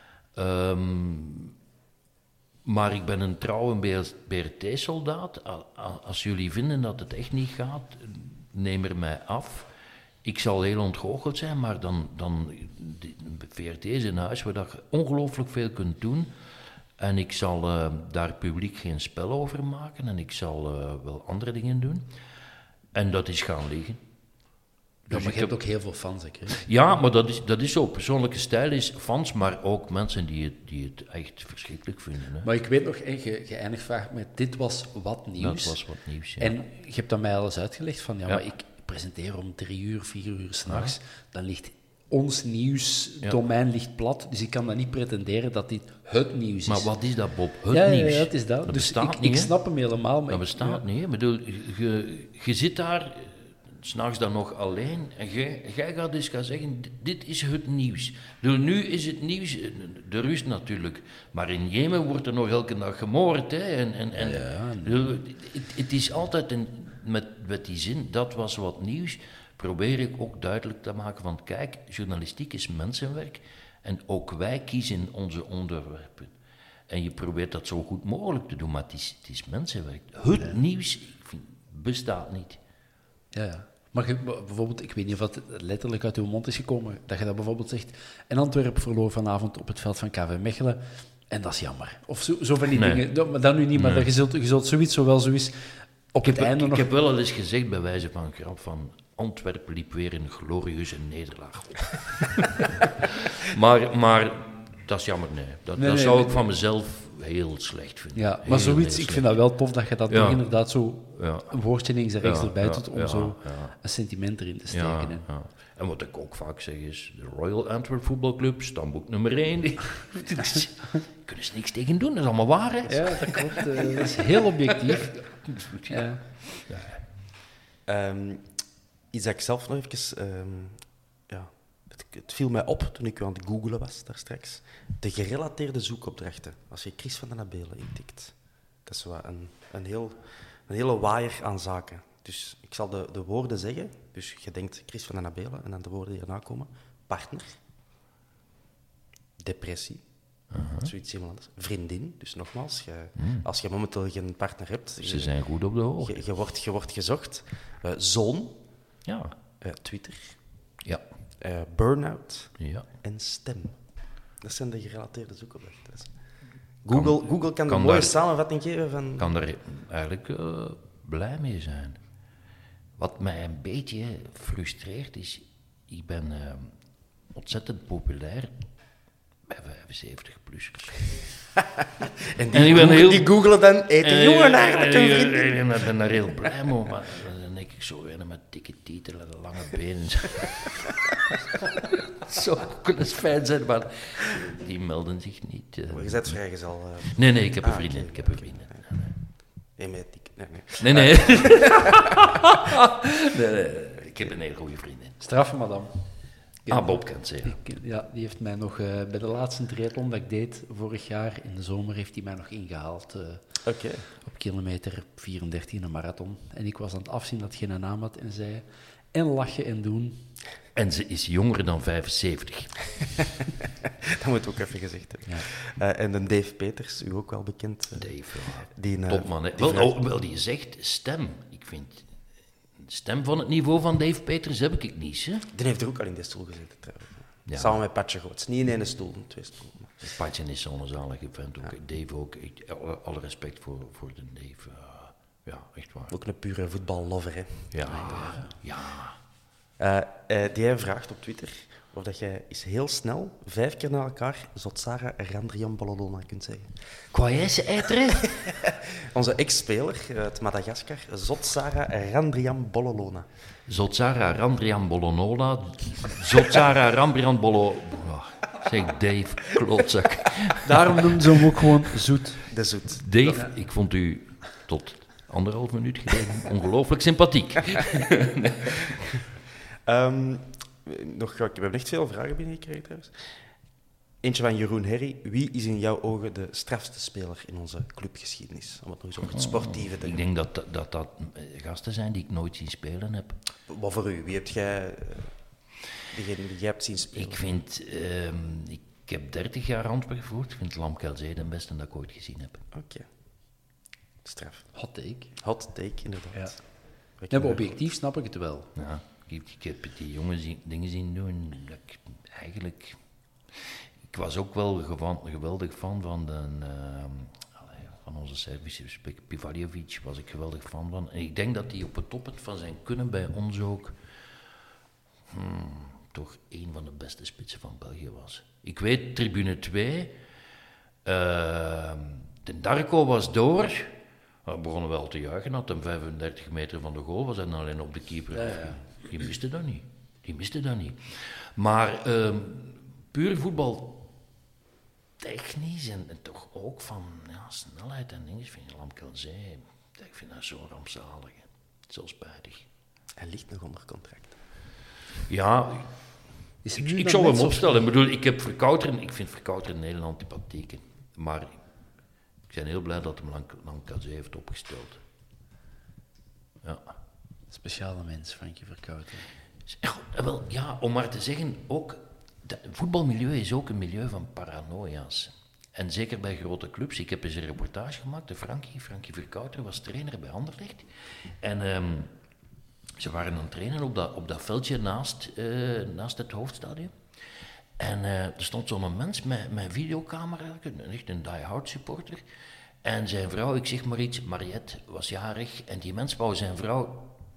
um, maar ik ben een trouwe B R T-soldaat. Als jullie vinden dat het echt niet gaat, neem er mij af. Ik zal heel ontgoocheld zijn, maar dan, dan de V R T is een huis waar je ongelooflijk veel kunt doen. En ik zal uh, daar publiek geen spel over maken en ik zal uh, wel andere dingen doen. En dat is gaan liggen.
Ja,
Dus
maar je
ik
hebt
heb-
ook heel veel fans, hè, Chris?
Ja, maar dat is, dat is zo. Persoonlijke stijl is fans, maar ook mensen die het, die het echt verschrikkelijk vinden. Hè.
Maar ik weet nog, hè, je, je eindigt vaak met dit was wat nieuws.
Dat was wat nieuws, ja.
En je hebt dat mij al eens uitgelegd van, ja,
Ja.
maar ik presenteer om drie uur, vier uur s'nachts. Dan ligt ons nieuwsdomein ligt plat, dus ik kan dat niet pretenderen dat dit het nieuws is.
Maar wat is dat, Bob? Het
ja, ja,
nieuws?
ja, het is dat.
Dat
dus
bestaat
ik,
niet,
ik
hè?
snap hem helemaal. Maar
Dat
ik-
bestaat
ja.
niet. Ik bedoel, je, je zit daar, s'nachts dan nog alleen, en jij, jij gaat dus gaan zeggen, dit- dit is het nieuws. Ik bedoel, nu is het nieuws, eh, de rust natuurlijk, maar in Jemen wordt er nog elke dag gemoord. Hè, en, en, en, Ik bedoel, het, het is altijd, een, met, met die zin, dat was wat nieuws, probeer ik ook duidelijk te maken van, kijk, journalistiek is mensenwerk, en ook wij kiezen onze onderwerpen. En je probeert dat zo goed mogelijk te doen, maar het is, het is mensenwerk. Het nieuws ik vind, bestaat niet.
Ja, ja. Maar je, bijvoorbeeld, ik weet niet of dat letterlijk uit uw mond is gekomen, dat je dat bijvoorbeeld zegt, en Antwerpen verloor vanavond op het veld van K V Mechelen, en dat is jammer. Of zo, zo van die
Nee.
dingen. Dat, maar dan nu niet, maar
Nee.
dat je, zult, je zult zoiets wel zoiets op
Ik
het
heb,
einde
ik
nog...
heb wel al eens gezegd, bij wijze van grap, van Antwerpen liep weer een glorieuze nederlaag op. maar, maar dat is jammer, nee. Dat,
Nee,
dat
nee,
zou
nee,
ik van mezelf heel slecht vind.
Ja,
heel,
maar zoiets,
heel
ik vind dat wel tof dat je dat
ja.
toch inderdaad zo
Ja.
een woordje links en rechts
Ja,
erbij
ja,
doet om
ja,
zo
ja.
een sentiment erin te steken.
Ja,
hè.
ja. En wat ik ook vaak zeg is, de Royal Antwerp voetbalclub, stamboek nummer één, die daar kunnen ze niks tegen doen, dat is allemaal waar, hè?
Ja, dat klopt. Uh, dat is heel objectief. Ja.
Um, iets dat ik zelf nog even... Um, ja, het, het viel mij op toen ik aan het googlen was, daar straks. De gerelateerde zoekopdrachten. Als je Chris van den Abelen intikt. Dat is wel een, een, heel, een hele waaier aan zaken. Dus ik zal de, de woorden zeggen. Dus je denkt Chris van den Abelen en dan de woorden die erna komen. Partner. Depressie. Uh-huh. Zoiets similants. Vriendin. Dus nogmaals, je, mm. als je momenteel geen partner hebt...
Ze
je,
zijn goed op de hoogte.
Je, je, wordt, je wordt gezocht. Uh, zoon.
Ja.
Uh, Twitter.
Ja.
Uh, burn-out.
Ja.
En stem. Dat zijn de gerelateerde zoekopdrachten. Google kan, Google kan, kan een mooie daar, samenvatting geven van...
kan er eigenlijk uh, blij mee zijn. Wat mij een beetje frustreert is... Ik ben uh, ontzettend populair bij vijfenzeventig-plussers.
en die, en Google, heel, die googelen dan... Eten jongen eigenlijk een vriendin.
Ik ben daar heel blij mee, maar dan denk ik zo weer met dikke tieten en lange benen. Zou kunnen fijn zijn, maar die melden zich niet. Uh.
Maar je bent vrijgezel. Uh...
Nee, nee, ik heb
ah,
een vriendin.
Okay,
ik heb een
okay.
vriendin.
Nee, nee. Nee, nee.
Nee, nee. nee, nee. Ik heb een hele goede vriendin.
Straffe madame.
Ah, Bob kent ze, ja.
Ik, ja, die heeft mij nog uh, bij de laatste triathlon dat ik deed, vorig jaar in de zomer, heeft hij mij nog ingehaald. Uh,
okay.
Op kilometer vierendertig in een marathon. En ik was aan het afzien dat geen naam had en zei... En lachen en doen.
En ze is jonger dan vijfenzeventig.
Dat moet ook even gezegd hebben. Ja. Uh, en dan Dave Peters, u ook wel bekend. Uh,
Dave, ja.
Die, uh,
topman, hè.
Die
wel,
vraag...
oh, wel, die zegt stem. Ik vind... Stem van het niveau van Dave Peters heb ik niet, hè.
Die heeft er ook al in de stoel gezeten, trouwens.
Ja.
Samen met Patje Goots. Niet in één stoel, in twee stoelen. Maar...
Patje is zo'n zalige vent ook. Ja. Dave ook. Ik, alle, alle respect voor, voor de Dave. Uh, ja, echt waar.
Ook een pure voetballover, hè.
Ja, ja.
Uh, uh, die hij vraagt op Twitter of dat jij eens heel snel, vijf keer na elkaar, Zotsara Randrian Bololona kunt zeggen.
Quoi is het?
Onze ex-speler uit Madagaskar, Zotsara Randrian Bololona.
Zotsara Randrian Bololona. Zotsara Randrian Bololona. Oh, zeg Dave, klootzak.
Daarom noemden ze hem ook gewoon Zoet.
De Zoet.
Dave, ja. Ik vond u tot anderhalf minuut geleden ongelooflijk sympathiek.
nee. Um, nog, we hebben echt veel vragen binnengekregen trouwens. Eentje van Jeroen Herry. Wie is in jouw ogen de strafste speler in onze clubgeschiedenis? Om het nog eens over het sportieve te doen.
Ik denk dat dat, dat gasten zijn die ik nooit zien spelen heb.
Wat voor u? Wie hebt jij, degene die jij hebt zien spelen?
Ik vind... Um, ik heb dertig jaar Antwerpen gevoerd. Ik vind Lam Kelzee de beste dat ik ooit gezien heb.
Oké. Okay. Straf.
Hot take.
Hot take, inderdaad.
Ja. Ja, maar objectief snap ik het wel.
Ja. Ik, ik heb die jongen zien, dingen zien doen. Dat ik, eigenlijk... Ik was ook wel gevan, geweldig fan van, de, uh, van onze Servische Pivaljevic. Was ik geweldig fan van. En ik denk dat hij op het toppunt van zijn kunnen bij ons ook... Hmm, toch een van de beste spitsen van België was. Ik weet, tribune twee... Uh, de Darko was door... We begonnen wel te juichen, dat hij vijfendertig meter van de goal was en alleen op de keeper.
Ja, ja.
Die miste dat niet. Die miste dat niet. Maar uh, puur voetbal technisch en, en toch ook van ja, snelheid en dingen, vind ik Lam Kelzee, ik vind dat zo rampzalig. Zo spijtig.
Hij ligt nog onder contract.
Ja,
is
ik, ik zou hem opstellen. Ik bedoel, ik heb Verkouteren, ik vind Verkouteren een hele antipathieke. Maar ik ben heel blij dat hem Lam Kelzee heeft opgesteld. Ja.
Speciale mens, Frankie Verkouteren.
Ja, wel, ja, om maar te zeggen, ook, het voetbalmilieu is ook een milieu van paranoia's. En zeker bij grote clubs. Ik heb eens een reportage gemaakt, de Frankie, Frankie Verkouteren was trainer bij Anderlecht. En um, ze waren aan het trainen op dat, op dat veldje naast, uh, naast het hoofdstadion. En uh, er stond zo'n mens met, met een videocamera, echt een die-hard supporter. En zijn vrouw, ik zeg maar iets, Mariette, was jarig. En die mens wou zijn vrouw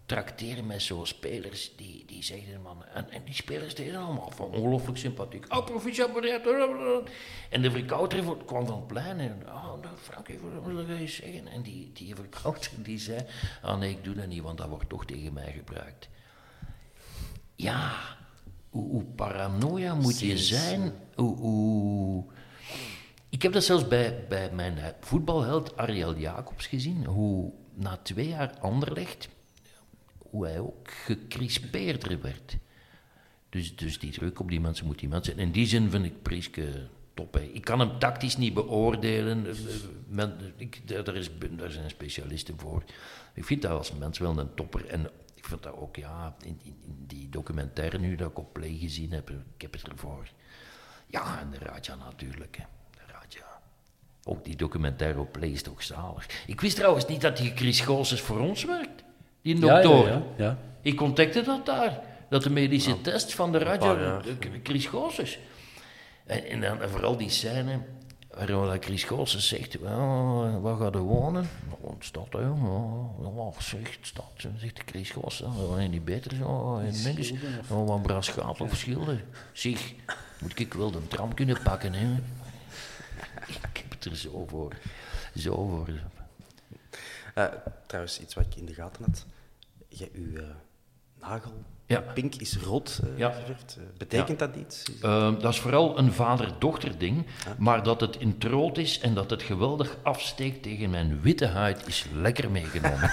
trakteren met zo'n spelers die, die zeggen, man, en, en die spelers deden allemaal van ongelooflijk sympathiek. Oh, proficiat bereid. En de verkouter kwam van het plein en, oh, Frankie, wat wil je zeggen? En die, die verkouter die zei, ah nee, ik doe dat niet, want dat wordt toch tegen mij gebruikt. Ja, hoe, hoe paranoia moet je zijn? Hoe, hoe... Ik heb dat zelfs bij, bij mijn voetbalheld Ariel Jacobs gezien, hoe na twee jaar Anderlecht, hoe hij ook gecrispeerder werd. Dus, dus die druk op die mensen moet die mensen... In die zin vind ik Prieske top. Hè. Ik kan hem tactisch niet beoordelen. Men, ik, daar, is, daar zijn specialisten voor. Ik vind dat als mens wel een topper. En ik vind dat ook, ja, in, in, in die documentaire nu dat ik op Play gezien heb, ik heb het ervoor. Ja, en de Radja natuurlijk. Hè. De Radja. Ook die documentaire op Play is toch zalig. Ik wist trouwens niet dat die Chris Goossens voor ons werkt. Die dokter.
Ja, ja, ja, ja.
Ik ontdekte dat daar. Dat de medische
Ja,
test van de Radja,
jaar,
de Chris Goossens. En, en dan en vooral die scène waar Chris Goossens zegt, well, waar gaat er wonen? Nou, in de stad, hè. Ja, zegt stad, zegt de Chris Goossens. Dat is niet beter zo. In Menges, oh, wat Braschaat of Schilder. Zeg, moet ik wel de tram kunnen pakken, hè? Ik heb het er zo voor. Zo voor.
Uh, trouwens, iets wat ik in de gaten had. Je, uw uh, nagel,
Ja.
pink, is rood uh,
Ja.
geverfd. Uh, betekent
Ja.
dat iets? Is
Uh, dat is vooral een vader-dochter ding, maar dat het in het rood is en dat het geweldig afsteekt tegen mijn witte huid is lekker meegenomen.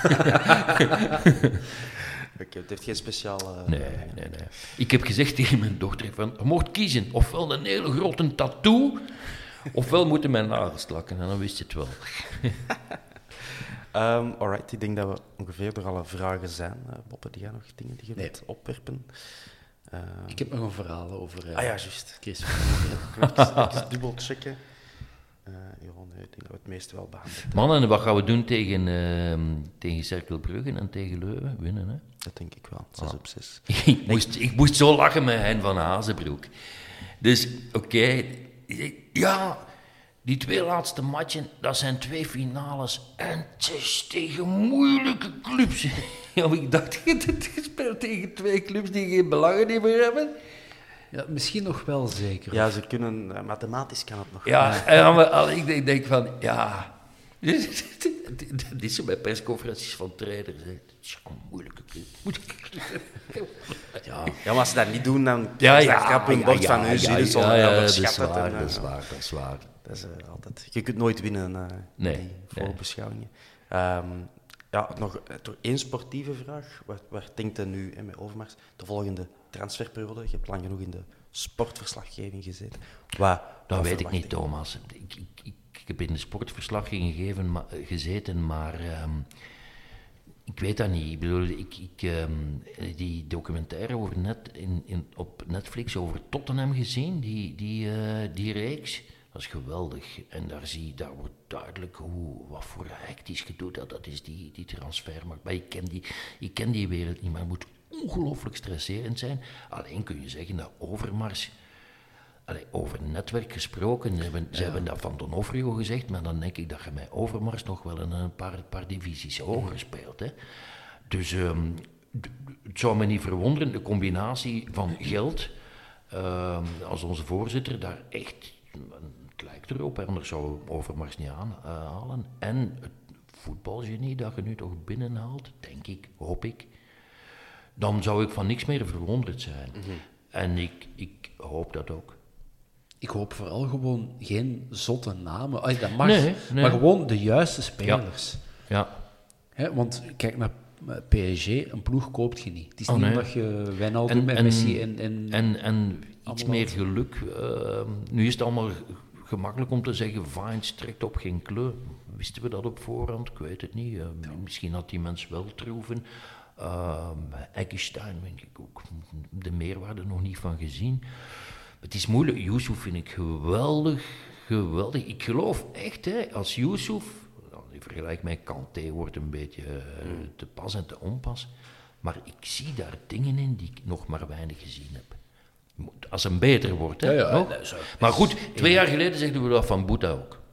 Oké, het heeft geen speciale...
Nee, nee, nee. Ik heb gezegd tegen mijn dochter, van, je mocht kiezen, ofwel een hele grote tattoo, ofwel moeten mijn nagels lakken, en dan wist je het wel.
Um, alright, ik denk dat we ongeveer door alle vragen zijn. Uh, Boppe, die gaan nog dingen die je
Nee.
wilt opwerpen. Uh,
Ik heb nog een verhaal over uh,
ah ja, juist.
Chris.
Even, even dubbel checken. Uh, Jeroen, ik denk dat we het meeste wel behandeld hebben.
Mannen, en wat gaan we doen tegen, uh, tegen Cercle Brugge en tegen Leuven? Winnen, hè?
Dat denk ik wel. Zes op zes.
ik, moest, ik moest zo lachen met Hein van Hazenbroek. Dus, oké, okay, ja, die twee laatste matchen, dat zijn twee finales en het is tegen moeilijke clubs. Ja, ik dacht, je hebt gespeeld tegen twee clubs die geen belangen meer hebben.
Ja, misschien nog wel zeker.
Ja, ze kunnen... Uh, mathematisch kan het nog.
Ja, en dan, al, ik denk, denk van, ja... Dit is zo bij persconferenties van trainers. Het is een moeilijke club.
Ja, ja, maar als ze dat niet doen, dan
Ja,
is
ja,
dat grap een
ja,
bord
ja,
van hun
ja,
ziel.
ja, ja,
Ja,
dat is
dat
waar,
en,
dat is
uh,
waar, dat is waar.
Dat is uh, altijd... Je kunt nooit winnen, uh,
Nee,
die
nee.
voorbeschouwingen. Um, ja, nog uh, toch één sportieve vraag. Waar, waar denkt u nu hè, met Overmars de volgende transferperiode? Je hebt lang genoeg in de sportverslaggeving gezeten. Wat,
Dat
wat
weet ik
verwacht
niet,
je?
Thomas. Ik, ik, ik, ik heb in de sportverslaggeving gegeven, ma, gezeten, maar um, ik weet dat niet. Ik bedoel, ik, ik, um, die documentaire over net in, in, op Netflix over Tottenham gezien, die, die, uh, die reeks, dat is geweldig. En daar, zie, daar wordt duidelijk hoe, wat voor hectisch gedoe dat, dat is, die, die transfermarkt. Maar ik ken die, ik ken die wereld niet, maar het moet ongelooflijk stresserend zijn. Alleen kun je zeggen dat Overmars... Allee, over netwerk gesproken, ze hebben, ze
Ja.
hebben dat van Donofrio gezegd, maar dan denk ik dat je met Overmars nog wel een, een paar, paar divisies hoger speelt. Hè. Dus um, d- het zou me niet verwonderen, de combinatie van geld, um, als onze voorzitter daar echt, het lijkt erop, hè, anders zou Overmars niet aanhalen, en het voetbalgenie dat je nu toch binnenhaalt, denk ik, hoop ik, dan zou ik van niks meer verwonderd zijn. Mm-hmm. En ik, ik hoop dat ook.
Ik hoop vooral gewoon geen zotte namen. Allee, dat mag,
Nee, nee.
maar gewoon de juiste spelers.
Ja.
Hè, want kijk naar P S G, een ploeg koopt je niet. Het is
Oh,
niet
nee.
omdat je Wijnaldum en, Messi en... en,
En, en iets
allemaal
meer
wat.
geluk. Uh, nu is het allemaal g- gemakkelijk om te zeggen, Vines trekt op geen kleur. Wisten we dat op voorhand? Ik weet het niet. Uh, misschien had die mens wel troeven. Uh, Eggestein, denk ik ook. De meerwaarde nog niet van gezien. Het is moeilijk. Yusuf vind ik geweldig, geweldig. Ik geloof echt, hè, als Yusuf, nou, in vergelijking met Kanté wordt een beetje uh, mm. te pas en te onpas, maar ik zie daar dingen in die ik nog maar weinig gezien heb. Als een beter wordt, hè.
Ja, ja,
nog?
dat is ook-
Maar goed, twee jaar geleden zegden we dat van Boeta ook.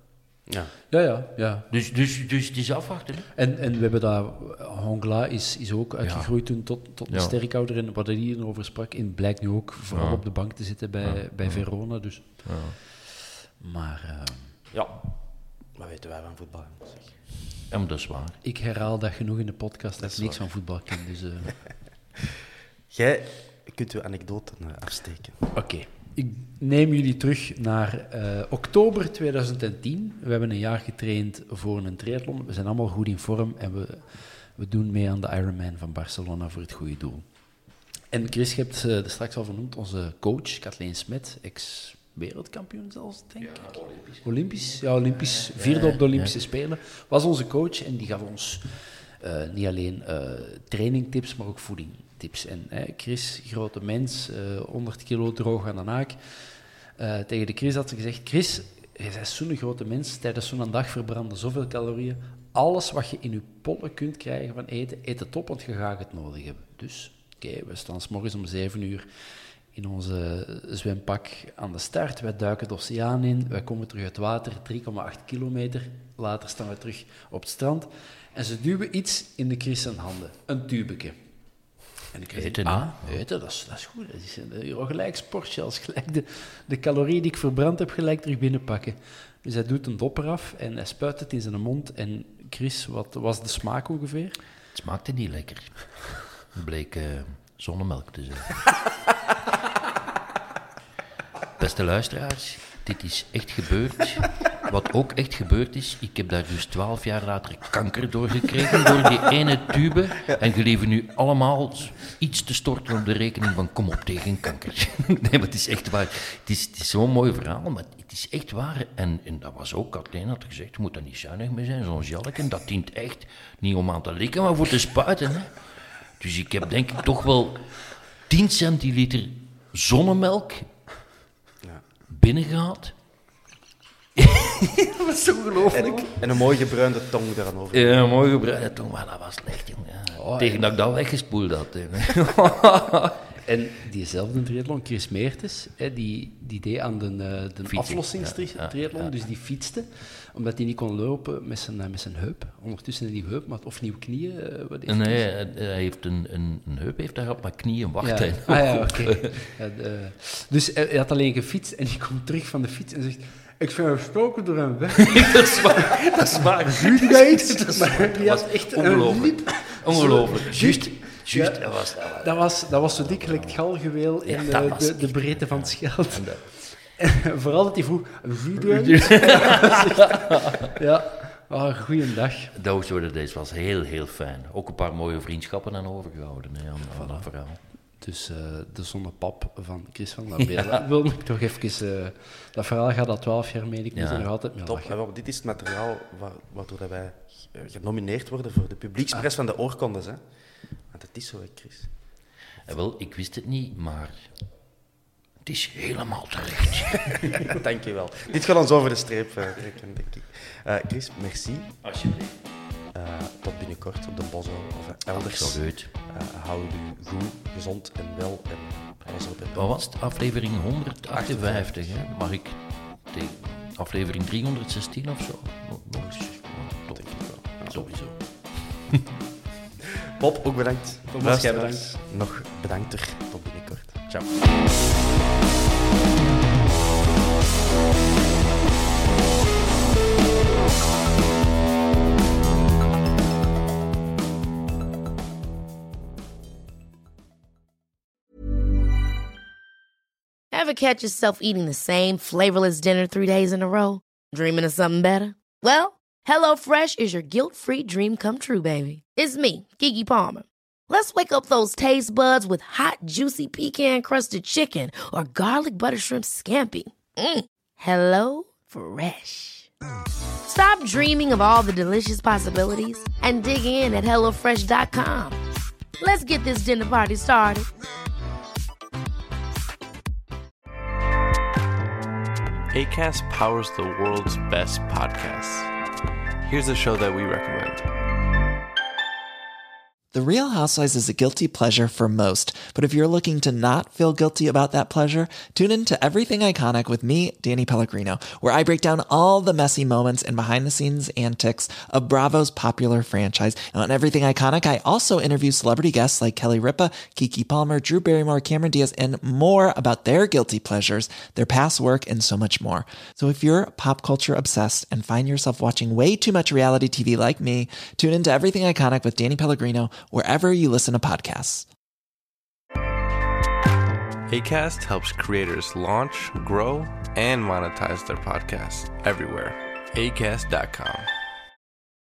Ja.
Ja, ja, ja.
Dus, dus, dus het is afwachten. Hè?
En, en we hebben dat... Hongla is, is ook uitgegroeid toen tot, tot een
Ja.
sterkhouder. En wat hij hierover sprak, en blijkt nu ook vooral
Ja.
op de bank te zitten bij,
Ja.
bij Verona. Dus.
Ja.
Maar uh,
Ja, wat weten wij van voetbal? Zeg.
Ja, maar dat is waar.
ik herhaal dat genoeg in de podcast, dat,
Dat
ik
is
niks
waar.
van voetbal ken. Dus, uh,
Jij kunt uw anekdoten uh, afsteken.
Oké. Okay. Ik neem jullie terug naar uh, oktober tweeduizend tien. We hebben een jaar getraind voor een triathlon. We zijn allemaal goed in vorm en we, we doen mee aan de Ironman van Barcelona voor het goede doel. En Chris, je hebt uh, straks al vernoemd, onze coach, Kathleen Smet, ex-wereldkampioen zelfs, denk ik. Ja, Olympisch. Olympisch, ja, Olympisch. Vierde op de Olympische ja. Spelen. Was onze coach en die gaf ons uh, niet alleen uh, trainingtips, maar ook voedingtips. En uh, Chris, grote mens, uh, honderd kilo droog aan de naak. Uh, tegen de Chris had ze gezegd, Chris, je bent zo'n grote mens, tijdens zo'n dag verbranden zoveel calorieën. Alles wat je in je pollen kunt krijgen van eten, eet het op, want je gaat het nodig hebben. Dus, oké, okay, we staan 's morgens om zeven uur in onze zwempak aan de start. Wij duiken de oceaan in, wij komen terug uit water, drie komma acht kilometer. Later staan we terug op het strand. En ze duwen iets in de Chris zijn handen, een tubeke. En ik zeg,
eten,
ah, eten, dat is, dat is goed. Dat is een, een gelijk sportje, als gelijk de, de calorieën die ik verbrand heb, gelijk terug binnenpakken. Dus hij doet een dopper af en hij spuit het in zijn mond. En Chris, wat was de smaak ongeveer?
Het smaakte niet lekker. Het bleek uh, zonnemelk te zijn. Beste luisteraars, dit is echt gebeurd. Wat ook echt gebeurd is, ik heb daar dus twaalf jaar later kanker door gekregen, door die ene tube. En jullie nu allemaal iets te storten op de rekening van kom op tegen kanker. Nee, maar het is echt waar. Het is, het is zo'n mooi verhaal, maar het is echt waar. En, en dat was ook, Kathleen had gezegd, je moet daar niet zuinig mee zijn, zo'n jalken. Dat dient echt niet om aan te likken, maar voor te spuiten. Hè. Dus ik heb denk ik toch wel tien centiliter zonnemelk binnengehaald.
Dat was zo ongelooflijk. En, en een mooi gebruinde tong eraan over.
Ja, een mooi gebruinde tong, maar dat was slecht, jongen. Ja. Oh, tegen ja. dat ik dat weggespoeld had.
En diezelfde triathlon, Chris Meertens, hè, die, die deed aan de, de aflossingstriathlon, ja, ja, ja. Dus die fietste, omdat hij niet kon lopen met zijn, met zijn heup. Ondertussen die heup, maar of nieuwe knieën. Wat heeft
nee, hij, hij heeft een, een, een heup heeft hij gehad, maar knieën wachten.
Ja. Ah ja, oké. Okay. Ja, dus hij had alleen gefietst en die komt terug van de fiets en zegt... Ik ben gestoken door een weg.
dat smaakt... Dat smaakt...
Dat smaakt... Die had echt
ongelooflijk. Ongelooflijk. Juist... Juist,
ja,
dat was... Dat was,
dat was, dat was zo dik gelijk het galgenweel in ja, de, de, de breedte van het Scheld. En vooral dat hij vroeg... Ja, oh, goeiedag.
Those were the days was heel, heel fijn. Ook een paar mooie vriendschappen aan overgehouden, hè, aan, aan dat verhaal.
Dus uh, de zonnepap van Chris van der Beel. Ja. Wil ik toch even... Uh, dat verhaal gaat al twaalf jaar mee. Ik moet ja. er nog altijd mee lachen.
Top. Dit is het materiaal waar, waardoor wij genomineerd worden voor de publieksprijs ah. van de oorkondes. Hè. Want het is zo, hè, Chris.
Ja, wel, ik wist het niet, maar... Het is helemaal terecht.
Dank je wel. Dit gaat ons over de streep uh, trekken, denk ik. Uh, Chris, merci.
Alsjeblieft.
Uh, tot binnenkort op de Bozo of elders.
Absoluut.
Uh, hou u goed, gezond en wel en alles op en
Wat was het? Aflevering honderdachtenvijftig, hè? Mag ik tegen aflevering driehonderdzestien of zo? Nog eens. Top. Denk ik wel. Ja, sowieso.
Bob, ook bedankt.
Thomas, jij bedankt.
Nog bedankter. Tot binnenkort. Ciao.
Ever catch yourself eating the same flavorless dinner three days in a row? Dreaming of something better? Well, HelloFresh is your guilt-free dream come true, baby. It's me, Keke Palmer. Let's wake up those taste buds with hot, juicy pecan-crusted chicken or garlic butter shrimp scampi. Mm. Hello Fresh. Stop dreaming of all the delicious possibilities and dig in at hello fresh dot com. Let's get this dinner party started.
Acast powers the world's best podcasts. Here's a show that we recommend.
The Real Housewives is a guilty pleasure for most, but if you're looking to not feel guilty about that pleasure, tune in to Everything Iconic with me, Danny Pellegrino, where I break down all the messy moments and behind-the-scenes antics of Bravo's popular franchise. And on Everything Iconic, I also interview celebrity guests like Kelly Ripa, Keke Palmer, Drew Barrymore, Cameron Diaz, and more about their guilty pleasures, their past work, and so much more. So if you're pop culture obsessed and find yourself watching way too much reality T V like me, tune into Everything Iconic with Danny Pellegrino, wherever you listen to podcasts.
Acast helps creators launch, grow, and monetize their podcasts everywhere. acast dot com.